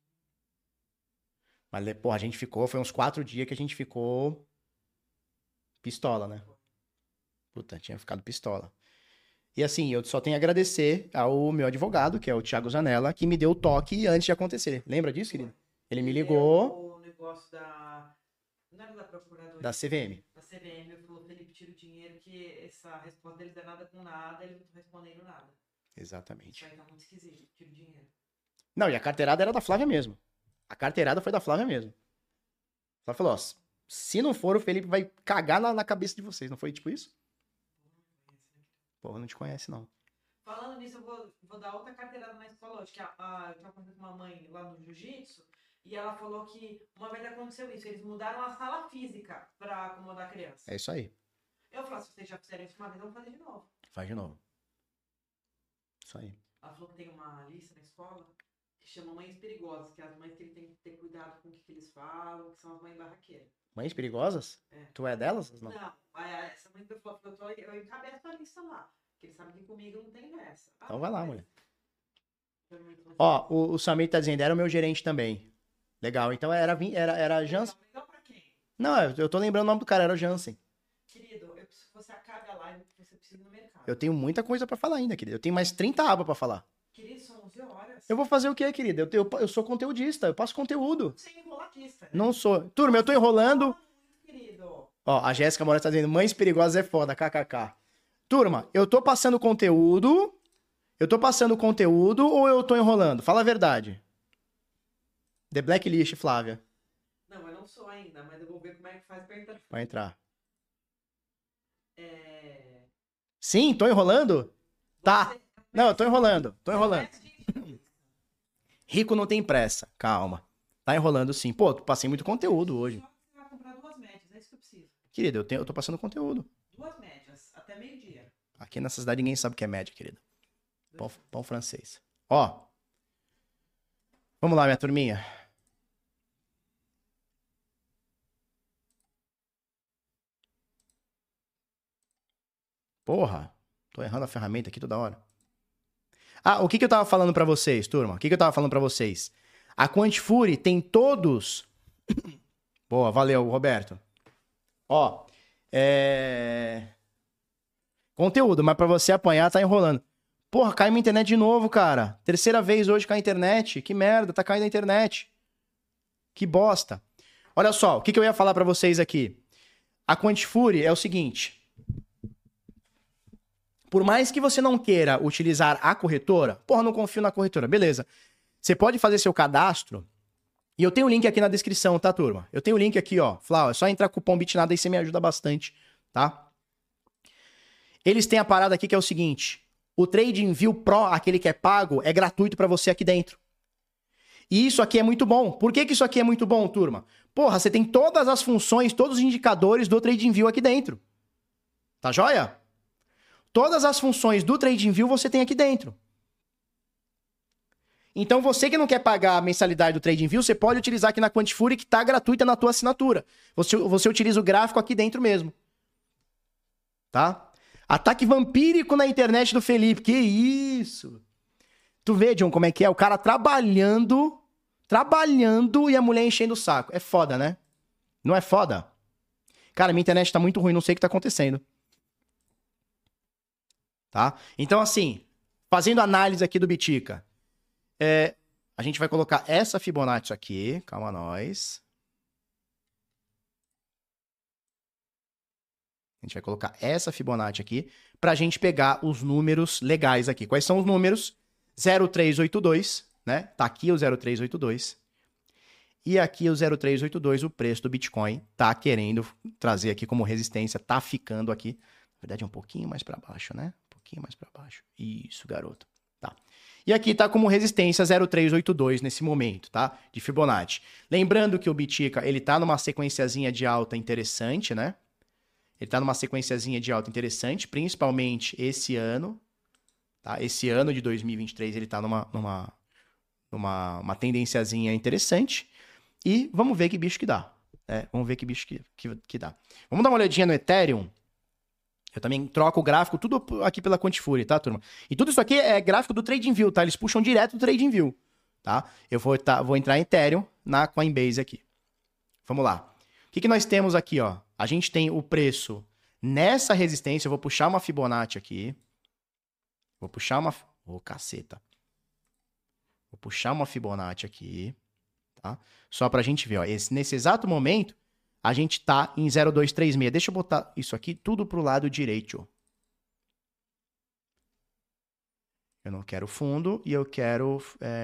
Mas, porra, a gente ficou, foi uns 4 dias que a gente ficou pistola, né? Puta, tinha ficado pistola. E assim, eu só tenho a agradecer ao meu advogado, que é o Thiago Zanella, que me deu o toque antes de acontecer. Lembra disso, querido? Ele me ligou. O negócio da... Não era da Procuradoria? Da CVM. Da CVM, eu falou, Felipe, tira o dinheiro, que essa resposta deles é nada com nada, eles não estão respondendo nada. Exatamente. Isso aí tá muito esquisito, tira o dinheiro. Não, e a carteirada era da Flávia mesmo. A carteirada foi da Flávia mesmo. Ela falou, ó, se não for, o Felipe vai cagar na cabeça de vocês. Não foi tipo isso? Pô, não te conhece, não. Falando nisso, eu vou dar outra carteirada na escola hoje, que eu tava conversando com uma mãe lá no jiu-jitsu, e ela falou que uma vez aconteceu isso, eles mudaram a sala física pra acomodar a criança. É isso aí. Eu falei, se vocês já fizeram isso uma vez, eu vou fazer de novo. Faz de novo. Isso aí. Ela falou que tem uma lista na escola que chama Mães Perigosas, que é as mães que ele tem que ter cuidado com o que eles falam, que são as mães barraqueiras. Mães perigosas? É. Tu é delas? Não. Não, essa mãe falou, eu encabeço a lista lá. Porque eles sabem que comigo não tem essa. Então vai lá, mulher. Ó, Ó, o Samir tá dizendo, era o meu gerente também. Legal, então era Jansen. legal pra quem? Não, eu tô lembrando o nome do cara, era o Jansen. Querido, eu preciso que você acabe a live, porque você precisa ir no mercado. Eu tenho muita coisa pra falar ainda, querido. Eu tenho mais 30 abas pra falar. Querido, são 11 horas. Eu vou fazer o quê, querido? Eu sou conteudista, eu passo conteúdo. Você é enroladista, né? Não sou. Turma, eu tô enrolando. Querido. Ó, a Jéssica Moraes tá dizendo, mães perigosas é foda, kkk. Turma, eu tô passando conteúdo. Eu tô passando conteúdo ou eu tô enrolando? Fala a verdade. The Blacklist, Flávia. Não, eu não sou ainda, mas eu vou ver como é que faz pra entrar. Vai entrar. É... Sim, tô enrolando? Tá. Não, eu tô enrolando. Tô enrolando. Rico não tem pressa. Calma. Tá enrolando sim. Pô, passei muito conteúdo hoje. Você vai comprar 2 médias, é isso que eu preciso. Querido, eu tô passando conteúdo. 2 médias, até meio-dia. Aqui nessa cidade ninguém sabe o que é média, querido. Pão francês. Ó. Vamos lá, minha turminha. Porra, tô errando a ferramenta aqui toda hora. Ah, o que eu tava falando pra vocês, turma? O que eu tava falando pra vocês? A Quantifuri tem todos... Boa, valeu, Roberto. Ó, conteúdo, mas pra você apanhar tá enrolando. Porra, caiu minha internet de novo, cara. Terceira vez hoje cai a internet. Que merda, tá caindo a internet. Que bosta. Olha só, o que eu ia falar pra vocês aqui? A Quantifuri é o seguinte. Por mais que você não queira utilizar a corretora, porra, não confio na corretora, beleza. Você pode fazer seu cadastro, e eu tenho o link aqui na descrição, tá, turma? Eu tenho o link aqui, ó, Flau, é só entrar com o cupom BITNADA e você me ajuda bastante, tá? Eles têm a parada aqui que é o seguinte, o TradingView Pro, aquele que é pago, é gratuito pra você aqui dentro. E isso aqui é muito bom. Por que isso aqui é muito bom, turma? Porra, você tem todas as funções, todos os indicadores do TradingView aqui dentro. Tá joia? Todas as funções do TradingView você tem aqui dentro. Então, você que não quer pagar a mensalidade do TradingView, você pode utilizar aqui na Quantifuri, que está gratuita na tua assinatura. Você utiliza o gráfico aqui dentro mesmo. Tá? Ataque vampírico na internet do Felipe. Que isso? Tu vê, John, como é que é? O cara trabalhando e a mulher enchendo o saco. É foda, né? Não é foda? Cara, minha internet tá muito ruim, não sei o que tá acontecendo. Tá? Então, assim, fazendo análise aqui do Bitica, a gente vai colocar essa Fibonacci aqui. Calma nós. A gente vai colocar essa Fibonacci aqui pra gente pegar os números legais aqui. Quais são os números? 0382, né? Tá aqui o 0382. E aqui o 0382, o preço do Bitcoin tá querendo trazer aqui como resistência, tá ficando aqui. Na verdade é um pouquinho mais pra baixo, né? Um pouquinho mais pra baixo. Isso, garoto. Tá. E aqui tá como resistência 0382 nesse momento, tá? De Fibonacci. Lembrando que o Bitica, ele tá numa sequenciazinha de alta interessante, né? Ele tá numa sequenciazinha de alta interessante, principalmente esse ano, tá? Esse ano de 2023 ele tá numa tendenciazinha interessante. E vamos ver que bicho que dá. Né? Vamos ver que bicho que dá. Vamos dar uma olhadinha no Ethereum. Eu também troco o gráfico, tudo aqui pela Quantifuri, tá, turma? E tudo isso aqui é gráfico do TradingView, tá? Eles puxam direto do TradingView, tá? Eu vou entrar em Ethereum na Coinbase aqui. Vamos lá. O que nós temos aqui, ó? A gente tem o preço nessa resistência. Eu vou puxar uma Fibonacci aqui. Vou puxar uma... Ô, caceta. Vou puxar uma Fibonacci aqui, tá? Só pra gente ver, ó. Nesse exato momento, a gente tá em 0236. Deixa eu botar isso aqui tudo pro lado direito. Eu não quero fundo e eu quero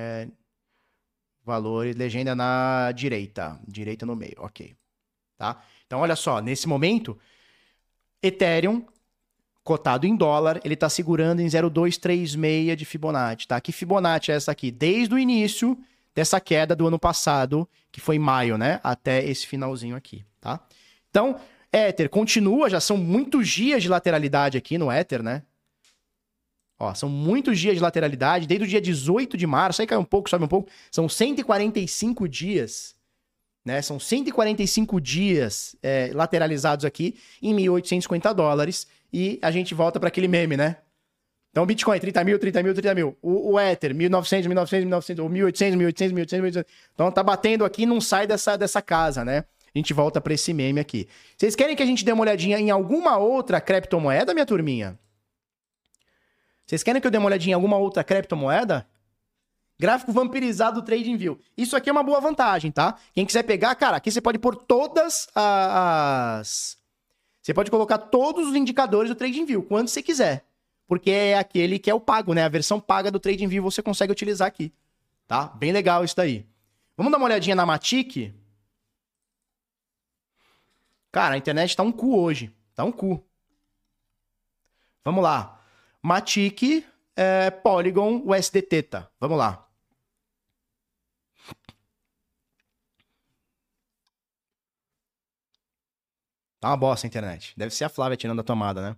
valor e legenda na direita. Direita no meio, ok. Tá? Então, olha só. Nesse momento, Ethereum, cotado em dólar, ele tá segurando em 0236 de Fibonacci, tá? Que Fibonacci é essa aqui? Desde o início dessa queda do ano passado, que foi em maio, né? Até esse finalzinho aqui, tá? Então, Ether continua, já são muitos dias de lateralidade aqui no Ether, né? Ó, são muitos dias de lateralidade, desde o dia 18 de março, aí cai um pouco, sobe um pouco, são 145 dias, né? São 145 dias lateralizados aqui em $1.850 e a gente volta para aquele meme, né? Então, Bitcoin, 30 mil, 30 mil, 30 mil. O Ether, 1.900, 1.900, 1.900, ou 1.800, 1.800, 1.800, 1.800. Então, tá batendo aqui e não sai dessa casa, né? A gente volta para esse meme aqui. Vocês querem que a gente dê uma olhadinha em alguma outra criptomoeda, minha turminha? Vocês querem que eu dê uma olhadinha em alguma outra criptomoeda? Gráfico vampirizado do TradingView. Isso aqui é uma boa vantagem, tá? Quem quiser pegar, cara, aqui você pode pôr todas as... Você pode colocar todos os indicadores do TradingView, quando você quiser. Porque é aquele que é o pago, né? A versão paga do TradingView você consegue utilizar aqui, tá? Bem legal isso daí. Vamos dar uma olhadinha na Matic? Cara, a internet tá um cu hoje. Tá um cu. Vamos lá. Matic, Polygon, USD Theta. Vamos lá. Tá uma bosta a internet. Deve ser a Flávia tirando a tomada, né?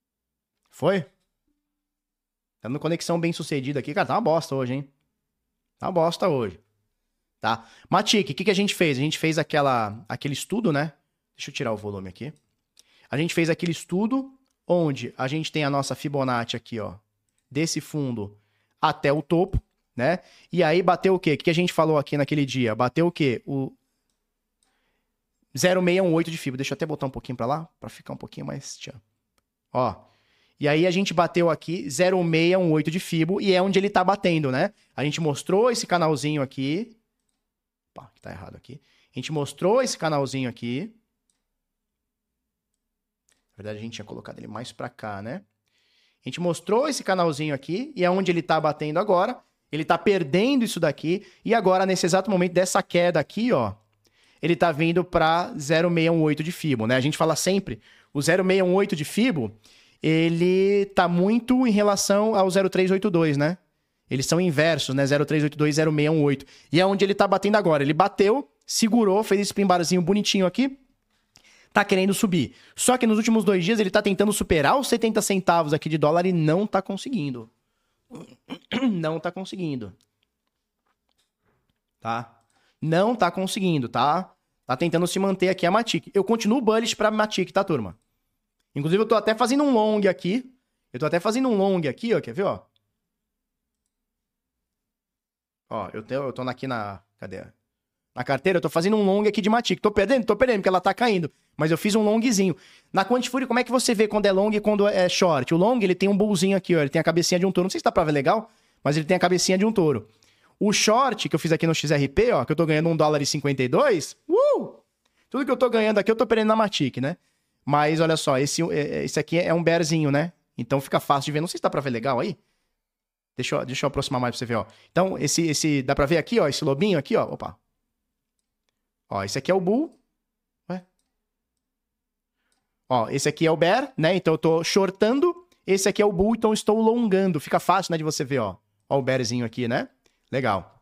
Foi? Tá dando conexão bem sucedida aqui. Cara, tá uma bosta hoje, hein? Tá uma bosta hoje. Tá? Matic, o que a gente fez? A gente fez aquele estudo, né? Deixa eu tirar o volume aqui. A gente fez aquele estudo onde a gente tem a nossa Fibonacci aqui, ó, desse fundo até o topo, né? E aí bateu o quê? O que a gente falou aqui naquele dia? Bateu o quê? O 0,618 de Fibo. Deixa eu até botar um pouquinho pra lá, pra ficar um pouquinho mais... Ó. E aí a gente bateu aqui 0,618 de Fibo e é onde ele tá batendo, né? A gente mostrou esse canalzinho aqui. Opa, tá errado aqui. A gente mostrou esse canalzinho aqui. Na verdade, a gente tinha colocado ele mais pra cá, né? A gente mostrou esse canalzinho aqui e é onde ele tá batendo agora. Ele tá perdendo isso daqui. E agora, nesse exato momento dessa queda aqui, ó, ele tá vindo pra 0,618 de Fibo, né? A gente fala sempre, o 0,618 de Fibo, ele tá muito em relação ao 0,382, né? Eles são inversos, né? 0,382 e 0,618. E é onde ele tá batendo agora. Ele bateu, segurou, fez esse pimbarzinho bonitinho aqui. Tá querendo subir. Só que nos últimos 2 dias ele tá tentando superar os 70 centavos aqui de dólar e não tá conseguindo. Não tá conseguindo. Tá? Não tá conseguindo, tá? Tá tentando se manter aqui a Matic. Eu continuo bullish pra Matic, tá, turma? Inclusive eu tô até fazendo um long aqui. Ó, quer ver, ó? Ó, eu tô aqui na... Cadê? Na carteira, eu tô fazendo um long aqui de Matic. Tô perdendo, porque ela tá caindo. Mas eu fiz um longzinho. Na Quantifúria, como é que você vê quando é long e quando é short? O long, ele tem um bullzinho aqui, ó. Ele tem a cabecinha de um touro. Não sei se dá pra ver legal, mas ele tem a cabecinha de um touro. O short, que eu fiz aqui no XRP, ó, que eu tô ganhando $1,52. Tudo que eu tô ganhando aqui, eu tô perdendo na Matic, né? Mas, olha só, esse aqui é um bearzinho, né? Então fica fácil de ver. Não sei se dá pra ver legal aí. Deixa eu aproximar mais pra você ver, ó. Então, dá pra ver aqui, ó, esse lobinho aqui, ó. Opa. Ó, esse aqui é o bull. Ué? Ó, esse aqui é o bear, né? Então eu tô shortando. Esse aqui é o bull, então eu estou longando. Fica fácil, né, de você ver, ó. Ó o bearzinho aqui, né? Legal.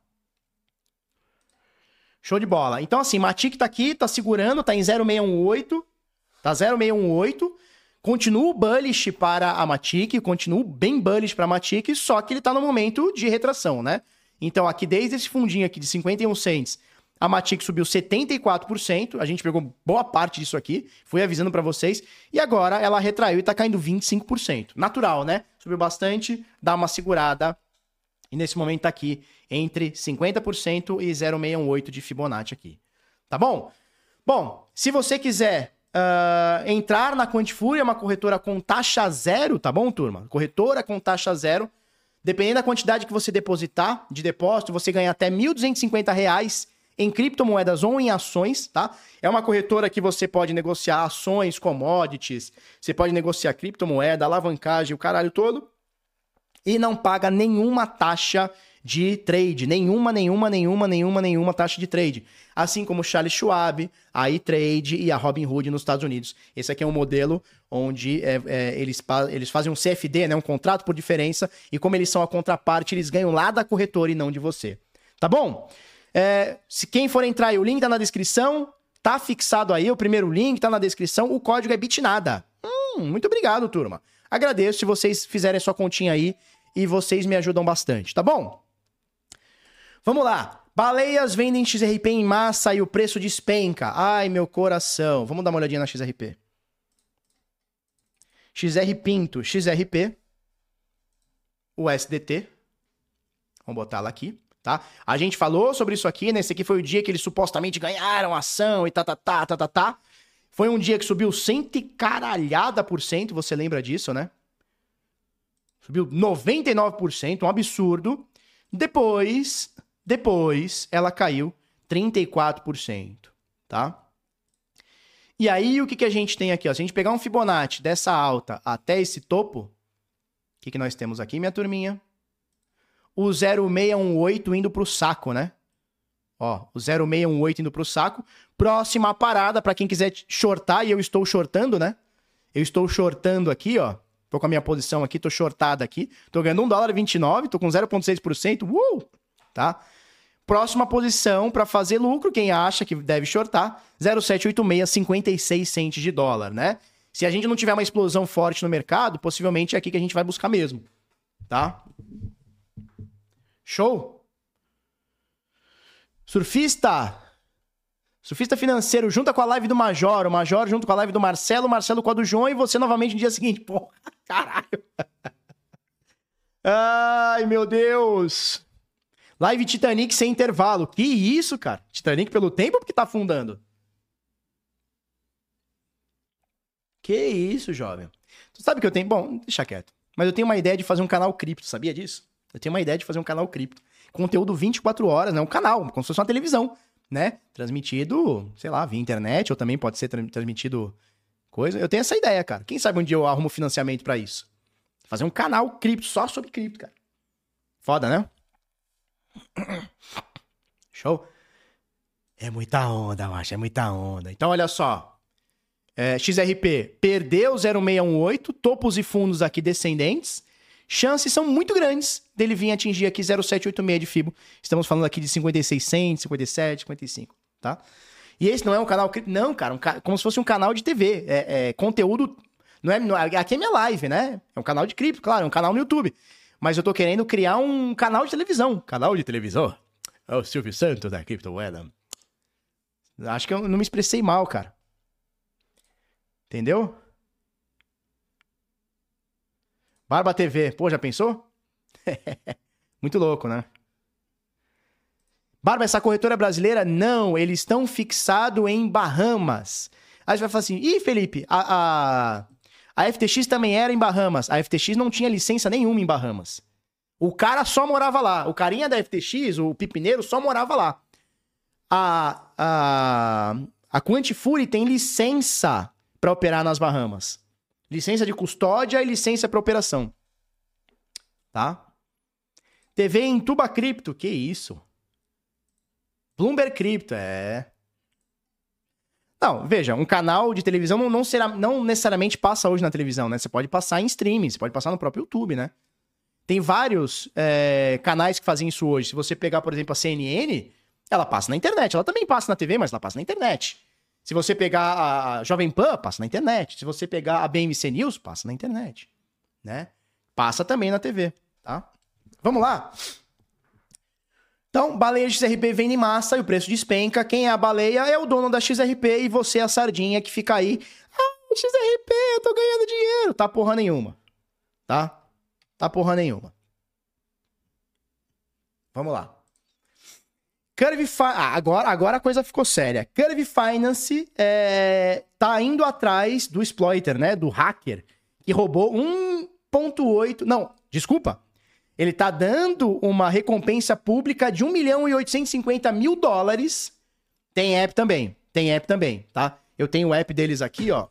Show de bola. Então, assim, Matic tá aqui, tá segurando, tá em 0,618. Tá 0,618. Continuo bullish para a Matic, continuo bem bullish para a Matic, só que ele tá no momento de retração, né? Então, aqui desde esse fundinho aqui de 51 cents, a Matic subiu 74%, a gente pegou boa parte disso aqui, fui avisando para vocês, e agora ela retraiu e tá caindo 25%. Natural, né? Subiu bastante, dá uma segurada, e nesse momento tá aqui entre 50% e 0,618 de Fibonacci aqui. Tá bom? Bom, se você quiser entrar na Quantifúria, é uma corretora com taxa zero, tá bom, turma? Corretora com taxa zero. Dependendo da quantidade que você depositar de depósito, você ganha até R$ 1.250 em criptomoedas ou em ações, tá? É uma corretora que você pode negociar ações, commodities, você pode negociar criptomoeda, alavancagem, o caralho todo, e não paga nenhuma taxa de trade, nenhuma taxa de trade. Assim como o Charles Schwab, a E-Trade e a Robinhood nos Estados Unidos. Esse aqui é um modelo onde eles fazem um CFD, né, um contrato por diferença, e como eles são a contraparte, eles ganham lá da corretora e não de você. Tá bom? Se quem for entrar, o link tá na descrição, tá fixado aí, o primeiro link tá na descrição, o código é BITNADA. Muito obrigado, turma. Agradeço se vocês fizerem a sua continha aí e vocês me ajudam bastante, tá bom? Vamos lá. Baleias vendem XRP em massa e o preço despenca. Ai, meu coração. Vamos dar uma olhadinha na XRP. XR Pinto, XRP. O SDT. Vamos botar lá aqui, tá? A gente falou sobre isso aqui, né? Esse aqui foi o dia que eles supostamente ganharam ação e tá. Foi um dia que subiu 100%, você lembra disso, né? Subiu 99%, um absurdo. Depois, ela caiu 34%, tá? E aí, o que a gente tem aqui, ó? Se a gente pegar um Fibonacci dessa alta até esse topo, o que nós temos aqui, minha turminha? O 0,618 indo pro saco, né? Ó, o 0,618 indo pro saco. Próxima parada, pra quem quiser shortar, e eu estou shortando, né? Eu estou shortando aqui, ó. Tô com a minha posição aqui, tô shortada aqui. Tô ganhando $1,29, tô com 0,6%. Tá? Próxima posição para fazer lucro, quem acha que deve shortar, 0,786, 56 centes de dólar, né? Se a gente não tiver uma explosão forte no mercado, possivelmente é aqui que a gente vai buscar mesmo, tá? Show? Surfista financeiro junta com a live do Major, o Major junto com a live do Marcelo, o Marcelo com a do João e você novamente no dia seguinte. Porra, caralho. Ai, meu Deus. Live Titanic sem intervalo. Que isso, cara? Titanic pelo tempo ou porque tá afundando? Que isso, jovem. Tu sabe que eu tenho... Bom, deixa quieto. Mas eu tenho uma ideia de fazer um canal cripto, sabia disso? Eu tenho uma ideia de fazer um canal cripto. Conteúdo 24 horas, né? Um canal, como se fosse uma televisão, né? Transmitido, sei lá, via internet, ou também pode ser transmitido coisa. Eu tenho essa ideia, cara. Quem sabe um dia eu arrumo financiamento pra isso? Fazer um canal cripto, só sobre cripto, cara. Foda, né? Show? É muita onda, eu acho, é muita onda. Então, olha só. XRP perdeu 0,618, topos e fundos aqui descendentes. Chances são muito grandes dele vir atingir aqui 0,786 de FIBO. Estamos falando aqui de 5600, 57, 55, tá? E esse não é um canal... Não, cara, como se fosse um canal de TV. Conteúdo... Aqui é minha live, né? É um canal de cripto, claro, é um canal no YouTube. Mas eu tô querendo criar um canal de televisão. Canal de televisão? É o Silvio Santos da criptomoeda. Acho que eu não me expressei mal, cara. Entendeu? Barba TV. Pô, já pensou? Muito louco, né? Barba, essa corretora brasileira? Não, eles estão fixados em Bahamas. Aí você vai falar assim, ih, Felipe, a FTX também era em Bahamas. A FTX não tinha licença nenhuma em Bahamas. O cara só morava lá. O carinha da FTX, o pipineiro, só morava lá. A Quantifuri tem licença para operar nas Bahamas. Licença de custódia e licença para operação. Tá? TV em Tuba Cripto. Que isso? Bloomberg Cripto, Não, veja, um canal de televisão não necessariamente passa hoje na televisão, né? Você pode passar em streaming, você pode passar no próprio YouTube, né? Tem vários canais que fazem isso hoje. Se você pegar, por exemplo, a CNN, ela passa na internet. Ela também passa na TV, mas ela passa na internet. Se você pegar a Jovem Pan, passa na internet. Se você pegar a BMC News, passa na internet, né? Passa também na TV, tá? Vamos lá. Então, baleia de XRP vem em massa e o preço despenca. Quem é a baleia é o dono da XRP e você é a sardinha que fica aí. Ah, XRP, eu tô ganhando dinheiro. Tá porra nenhuma, tá? Tá porra nenhuma. Vamos lá. Agora a coisa ficou séria. Curve Finance tá indo atrás do exploiter, né? Do hacker, que roubou 1,8... Não, desculpa. Ele tá dando uma recompensa pública de $1.850.000. Tem app também, tá? Eu tenho o app deles aqui, ó.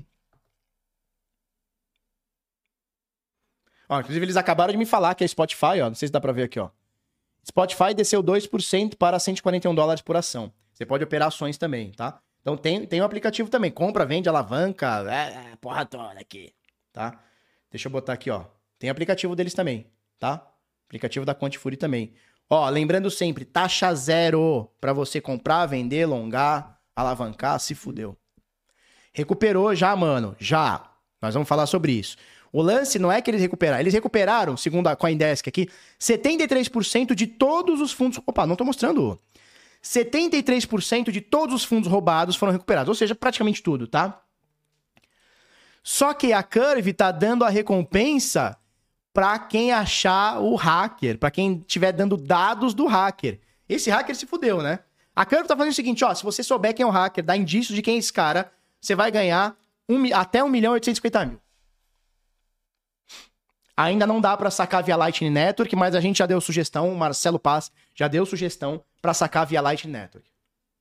Ó, inclusive eles acabaram de me falar que é Spotify, ó. Não sei se dá pra ver aqui, ó. Spotify desceu 2% para $141 por ação. Você pode operar ações também, tá? Então tem um aplicativo também. Compra, vende, alavanca, porra toda aqui, tá? Deixa eu botar aqui, ó. Tem aplicativo deles também, tá? Aplicativo da Quantifuri também. Ó, lembrando sempre, taxa zero para você comprar, vender, longar, alavancar, se fudeu. Recuperou já, mano, já. Nós vamos falar sobre isso. O lance não é que eles recuperaram. Eles recuperaram, segundo a CoinDesk aqui, 73% de todos os fundos... Opa, não tô mostrando. 73% de todos os fundos roubados foram recuperados. Ou seja, praticamente tudo, tá? Só que a Curve tá dando a recompensa pra quem achar o hacker, pra quem estiver dando dados do hacker. Esse hacker se fudeu, né? A Curve tá fazendo o seguinte, ó, se você souber quem é o hacker, dá indícios de quem é esse cara, você vai ganhar até $1.850.000. Ainda não dá pra sacar via Lightning Network, mas a gente já deu sugestão, o Marcelo Paz já deu sugestão pra sacar via Lightning Network.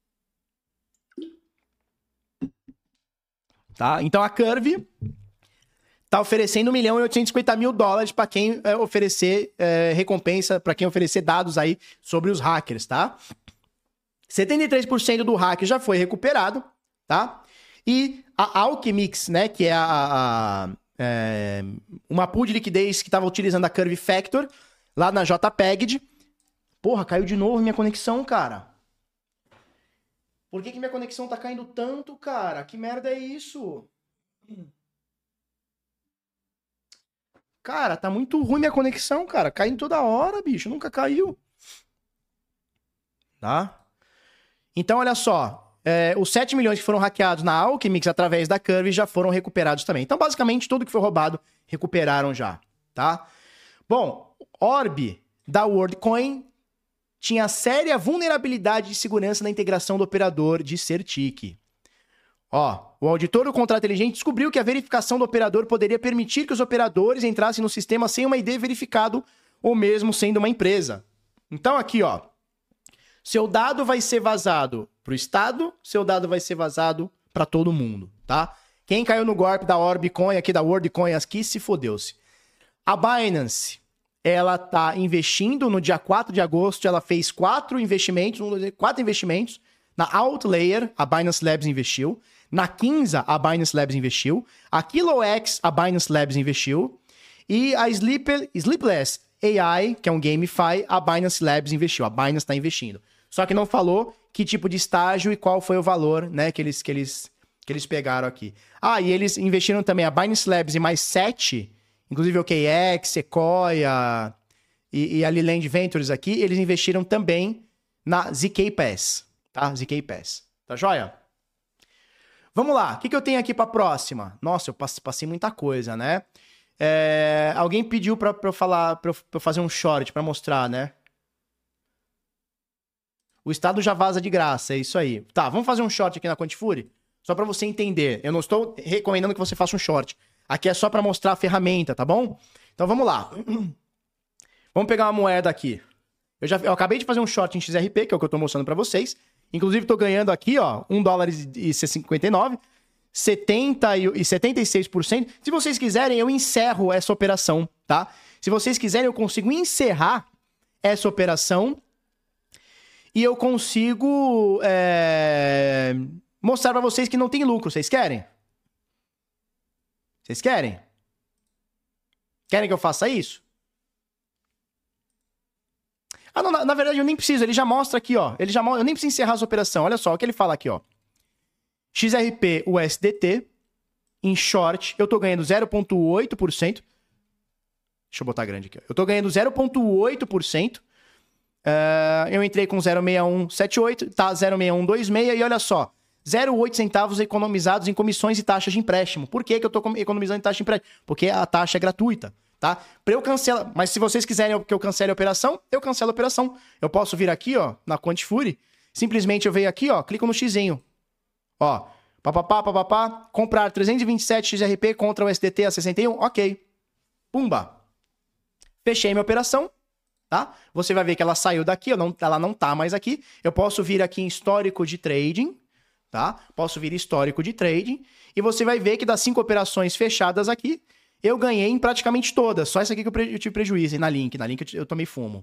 Tá? Então a Curve tá oferecendo $1.850.000 para quem oferecer recompensa, para quem oferecer dados aí sobre os hackers, tá? 73% do hacker já foi recuperado, tá? E a Alchemix, né, que é uma pool de liquidez que estava utilizando a Curve Factor lá na JPEG. Porra, caiu de novo minha conexão, cara. Por que minha conexão tá caindo tanto, cara? Que merda é isso? Cara, tá muito ruim minha conexão, cara. Caindo toda hora, bicho. Nunca caiu. Tá? Então, olha só, os 7 milhões que foram hackeados na Alchemix através da Curve já foram recuperados também. Então, basicamente, tudo que foi roubado, recuperaram já, tá? Bom, Orb da WorldCoin tinha séria vulnerabilidade de segurança na integração do operador de Certic. Ó, o auditor do contrato inteligente descobriu que a verificação do operador poderia permitir que os operadores entrassem no sistema sem uma ID verificado ou mesmo sendo uma empresa. Então aqui, ó, seu dado vai ser vazado pro Estado, seu dado vai ser vazado para todo mundo, tá? Quem caiu no golpe da Orbcoin aqui, da WorldCoin aqui, se fodeu-se. A Binance, ela tá investindo no dia 4 de agosto, ela fez 4 investimentos. Na Outlayer, a Binance Labs investiu. Na Kinza, a Binance Labs investiu. A KiloX, a Binance Labs investiu. E a Sleepless AI, que é um GameFi, a Binance Labs investiu. A Binance está investindo. Só que não falou que tipo de estágio e qual foi o valor, né, que eles pegaram aqui. Ah, e eles investiram também a Binance Labs e mais 7, inclusive o KX, Sequoia e a Leland Ventures aqui, eles investiram também na ZK Pass, tá? ZK Pass. Tá joia? Vamos lá, o que eu tenho aqui pra próxima? Nossa, eu passei muita coisa, né? Alguém pediu pra eu fazer um short pra mostrar, né? O Estado já vaza de graça, é isso aí. Tá, vamos fazer um short aqui na Quantifuri? Só pra você entender. Eu não estou recomendando que você faça um short. Aqui é só pra mostrar a ferramenta, tá bom? Então vamos lá. Vamos pegar uma moeda aqui. Eu acabei de fazer um short em XRP, que é o que eu tô mostrando pra vocês. Inclusive, tô ganhando aqui, ó, $1,59, 76%. Se vocês quiserem, eu encerro essa operação, tá? Se vocês quiserem, eu consigo encerrar essa operação e eu consigo mostrar pra vocês que não tem lucro. Vocês querem? Vocês querem? Querem que eu faça isso? Ah, não, na verdade eu nem preciso, ele já mostra aqui, ó. Eu nem preciso encerrar essa operação. Olha só o que ele fala aqui, ó. XRP USDT em short, eu tô ganhando 0,8%. Deixa eu botar grande aqui, ó. Eu tô ganhando 0,8%. Eu entrei com 0,6178, tá 0,6126 e olha só, 0,8 centavos economizados em comissões e taxas de empréstimo. Por que eu tô economizando em taxa de empréstimo? Porque a taxa é gratuita. Tá? Pra eu cancelar, mas se vocês quiserem que eu cancele a operação, eu cancelo a operação. Eu posso vir aqui, ó, na Quantifuri, simplesmente eu venho aqui, ó, clico no xizinho. Ó, comprar 327 XRP contra o SDT a 61, ok. Pumba. Fechei minha operação, tá? Você vai ver que ela saiu daqui, ela não tá mais aqui. Eu posso vir aqui em histórico de trading, tá? Posso vir histórico de trading e você vai ver que das 5 operações fechadas aqui, eu ganhei em praticamente todas. Só essa aqui que eu tive prejuízo. E na Link eu tomei fumo.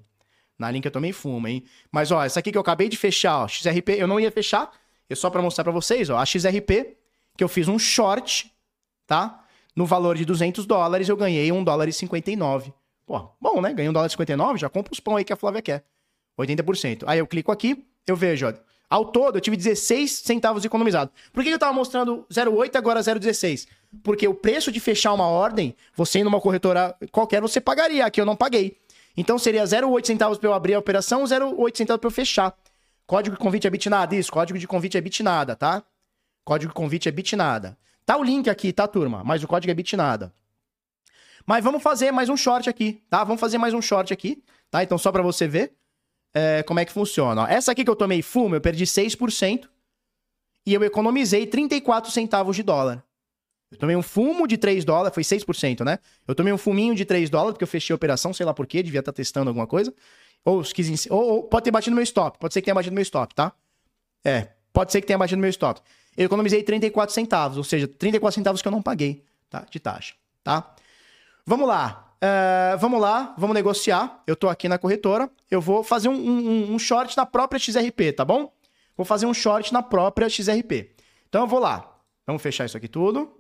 Hein? Mas, ó, essa aqui que eu acabei de fechar, ó, XRP, eu não ia fechar. Só pra mostrar pra vocês, ó, a XRP, que eu fiz um short, tá? No valor de $200, eu ganhei $1,59. Pô, bom, né? Ganhei $1,59, já compro os pão aí que a Flávia quer. 80%. Aí eu clico aqui, eu vejo, ó. Ao todo, eu tive 16 centavos economizados. Por que eu tava mostrando 0,8 e agora 0,16? Porque o preço de fechar uma ordem, você indo numa corretora qualquer, você pagaria. Aqui eu não paguei. Então seria 0,8 centavos para eu abrir a operação, 0,8 centavos para eu fechar. Código de convite é bitnada, isso. Código de convite é bitnada, tá? Código de convite é bitnada. Tá o link aqui, tá, turma? Mas o código é bitnada. Mas vamos fazer mais um short aqui, tá? Vamos fazer mais um short aqui, tá? Então só para você ver como é que funciona. Ó, essa aqui que eu tomei fumo, eu perdi 6% e eu economizei 34 centavos de dólar. Eu tomei um fumo de $3, foi 6%, né? Eu tomei um fuminho de $3 porque eu fechei a operação, sei lá por quê, devia estar testando alguma coisa. Ou pode ter batido no meu stop, pode ser que tenha batido no meu stop, tá? Pode ser que tenha batido no meu stop. Eu economizei 34 centavos, ou seja, 34 centavos que eu não paguei, tá? De taxa, tá? Vamos lá. Vamos negociar. Eu tô aqui na corretora. Eu vou fazer um short na própria XRP, tá bom? Vou fazer um short na própria XRP. Então eu vou lá. Vamos fechar isso aqui tudo.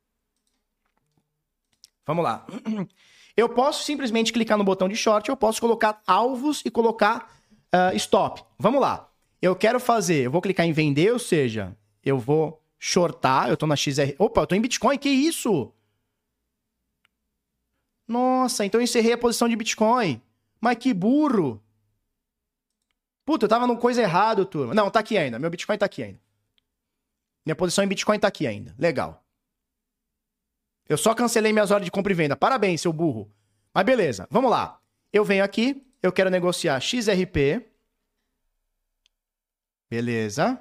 Vamos lá. Eu posso simplesmente clicar no botão de short, eu posso colocar alvos e colocar stop. Vamos lá. Eu vou clicar em vender, ou seja, eu vou shortar, eu tô na XR... Opa, eu tô em Bitcoin, que isso? Nossa, então eu encerrei a posição de Bitcoin. Mas que burro. Puta, eu tava numa coisa errada, turma. Não, tá aqui ainda. Meu Bitcoin tá aqui ainda. Minha posição em Bitcoin tá aqui ainda. Legal. Eu só cancelei minhas ordens de compra e venda. Parabéns, seu burro. Mas beleza, vamos lá. Eu venho aqui, eu quero negociar XRP. Beleza.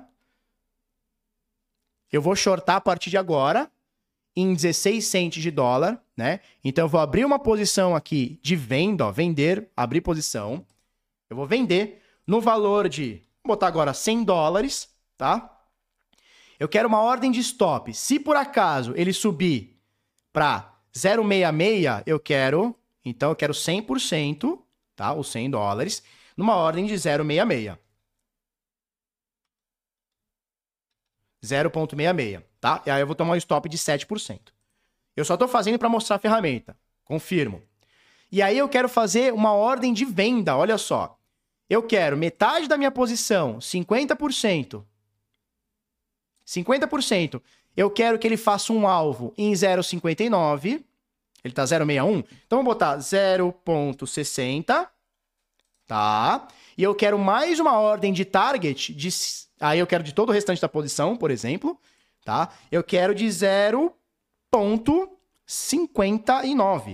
Eu vou shortar a partir de agora em 16 cents de dólar, né? Então eu vou abrir uma posição aqui de venda, ó, vender, abrir posição. Eu vou vender no valor de, vou botar agora 100 dólares, tá? Eu quero uma ordem de stop. Se por acaso ele subir para 0,66, eu quero 100%, tá? Os 100 dólares, numa ordem de 0,66. 0,66, tá? E aí eu vou tomar um stop de 7%. Eu só tô fazendo para mostrar a ferramenta. Confirmo. E aí eu quero fazer uma ordem de venda, olha só. Eu quero metade da minha posição, 50%. 50%. Eu quero que ele faça um alvo em 0,59. Ele tá 0,61. Então vamos botar 0,60. Tá? E eu quero mais uma ordem de target de... Aí eu quero de todo o restante da posição, por exemplo, tá? Eu quero de 0,59,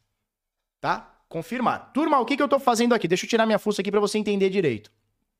tá? Confirmar. Turma, o que eu tô fazendo aqui? Deixa eu tirar minha fuça aqui para você entender direito.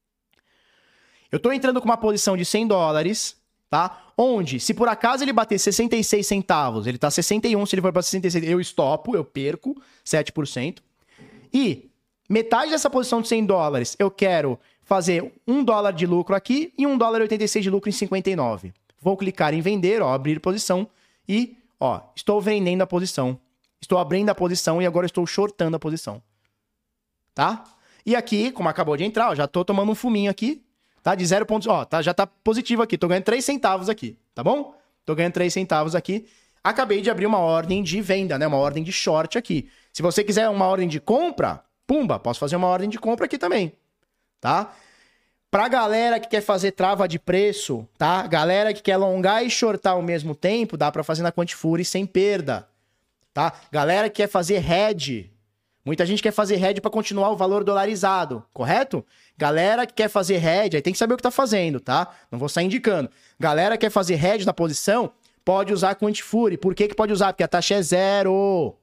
Eu tô entrando com uma posição de 100 dólares, tá? Onde, se por acaso ele bater 66 centavos, ele tá 61, se ele for para 66, eu estopo, eu perco 7%. E metade dessa posição de 100 dólares, eu quero fazer $1 de lucro aqui e $1,86 de lucro em 59. Vou clicar em vender, ó, abrir posição e, ó, estou vendendo a posição. Estou abrindo a posição e agora estou shortando a posição. Tá? E aqui, como acabou de entrar, ó, já tô tomando um fuminho aqui, tá? De 0 pontos, ó, tá, já tá positivo aqui, tô ganhando 3 centavos aqui, tá bom? Tô ganhando 3 centavos aqui. Acabei de abrir uma ordem de venda, né? Uma ordem de short aqui. Se você quiser uma ordem de compra, pumba, posso fazer uma ordem de compra aqui também. Tá? Pra galera que quer fazer trava de preço, tá? Galera que quer alongar e shortar ao mesmo tempo, dá pra fazer na Quantifury sem perda, tá? Galera que quer fazer hedge, muita gente quer fazer hedge pra continuar o valor dolarizado, correto? Galera que quer fazer hedge, aí tem que saber o que tá fazendo, tá? Não vou sair indicando. Galera que quer fazer hedge na posição, pode usar a Quantifury. Por que pode usar? Porque a taxa é zero.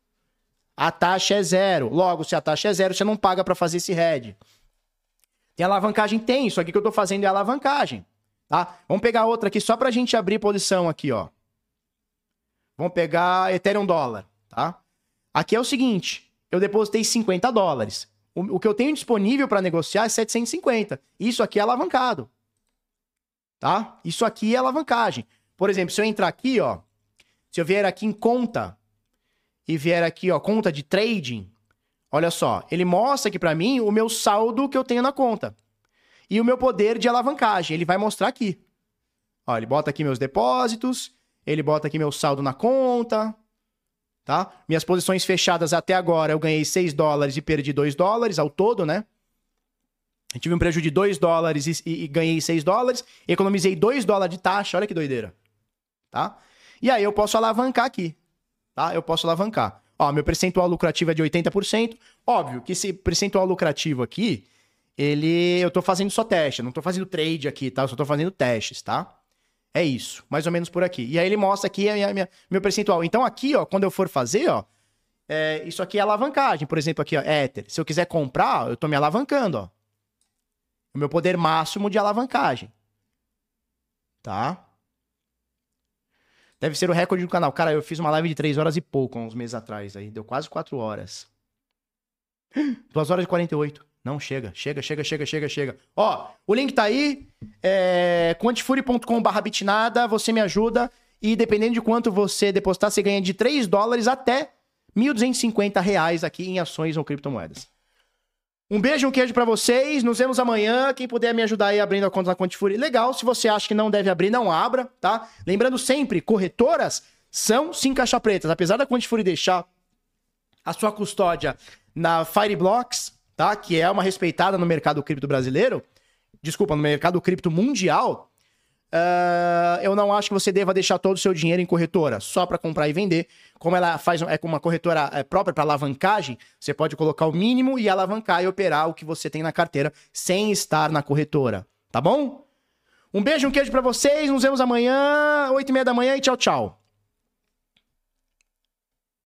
A taxa é zero. Logo, se a taxa é zero, você não paga pra fazer esse hedge. Tem alavancagem? Tem. Isso aqui que eu tô fazendo é alavancagem, tá? Vamos pegar outra aqui só pra gente abrir posição aqui, ó. Vamos pegar Ethereum dólar, tá? Aqui é o seguinte, eu depositei 50 dólares. O que eu tenho disponível para negociar é 750. Isso aqui é alavancado, tá? Isso aqui é alavancagem. Por exemplo, se eu entrar aqui, ó, se eu vier aqui em conta e vier aqui, ó, conta de trading, olha só, ele mostra aqui pra mim o meu saldo que eu tenho na conta. E o meu poder de alavancagem, ele vai mostrar aqui. Ó, ele bota aqui meus depósitos, ele bota aqui meu saldo na conta, tá? Minhas posições fechadas até agora, eu ganhei 6 dólares e perdi 2 dólares ao todo, né? Eu tive um prejuízo de 2 dólares e ganhei 6 dólares, economizei 2 dólares de taxa, olha que doideira, tá? E aí eu posso alavancar aqui, tá? Eu posso alavancar. Ó, meu percentual lucrativo é de 80%. Óbvio que esse percentual lucrativo aqui, eu tô fazendo só teste, eu não tô fazendo trade aqui, tá? Eu só tô fazendo testes, tá? É isso, mais ou menos por aqui. E aí ele mostra aqui meu percentual. Então aqui, ó, quando eu for fazer, ó, isso aqui é alavancagem. Por exemplo, aqui, ó, Ether. Se eu quiser comprar, eu tô me alavancando, ó. O meu poder máximo de alavancagem. Tá? Deve ser o recorde do canal. Cara, eu fiz uma live de 3 horas e pouco, há uns meses atrás. Aí deu quase 4 horas. 2 horas e 48. Não, chega. Ó, o link tá aí. Quantifury.com/bitnada. Você me ajuda. E dependendo de quanto você depositar, você ganha de 3 dólares até R$1.250 aqui em ações ou criptomoedas. Um beijo, um queijo pra vocês. Nos vemos amanhã. Quem puder me ajudar aí abrindo a conta na Quantifury, legal. Se você acha que não deve abrir, não abra, tá? Lembrando sempre, corretoras são sim caixa pretas. Apesar da Quantifury deixar a sua custódia na Fireblocks, tá? Que é uma respeitada no mercado cripto brasileiro. Desculpa, no mercado cripto mundial. eu não acho que você deva deixar todo o seu dinheiro em corretora só para comprar e vender. Como ela faz com uma corretora própria para alavancagem, você pode colocar o mínimo e alavancar e operar o que você tem na carteira sem estar na corretora, tá bom? Um beijo, um queijo para vocês, nos vemos amanhã, 8h30 da manhã e tchau, tchau.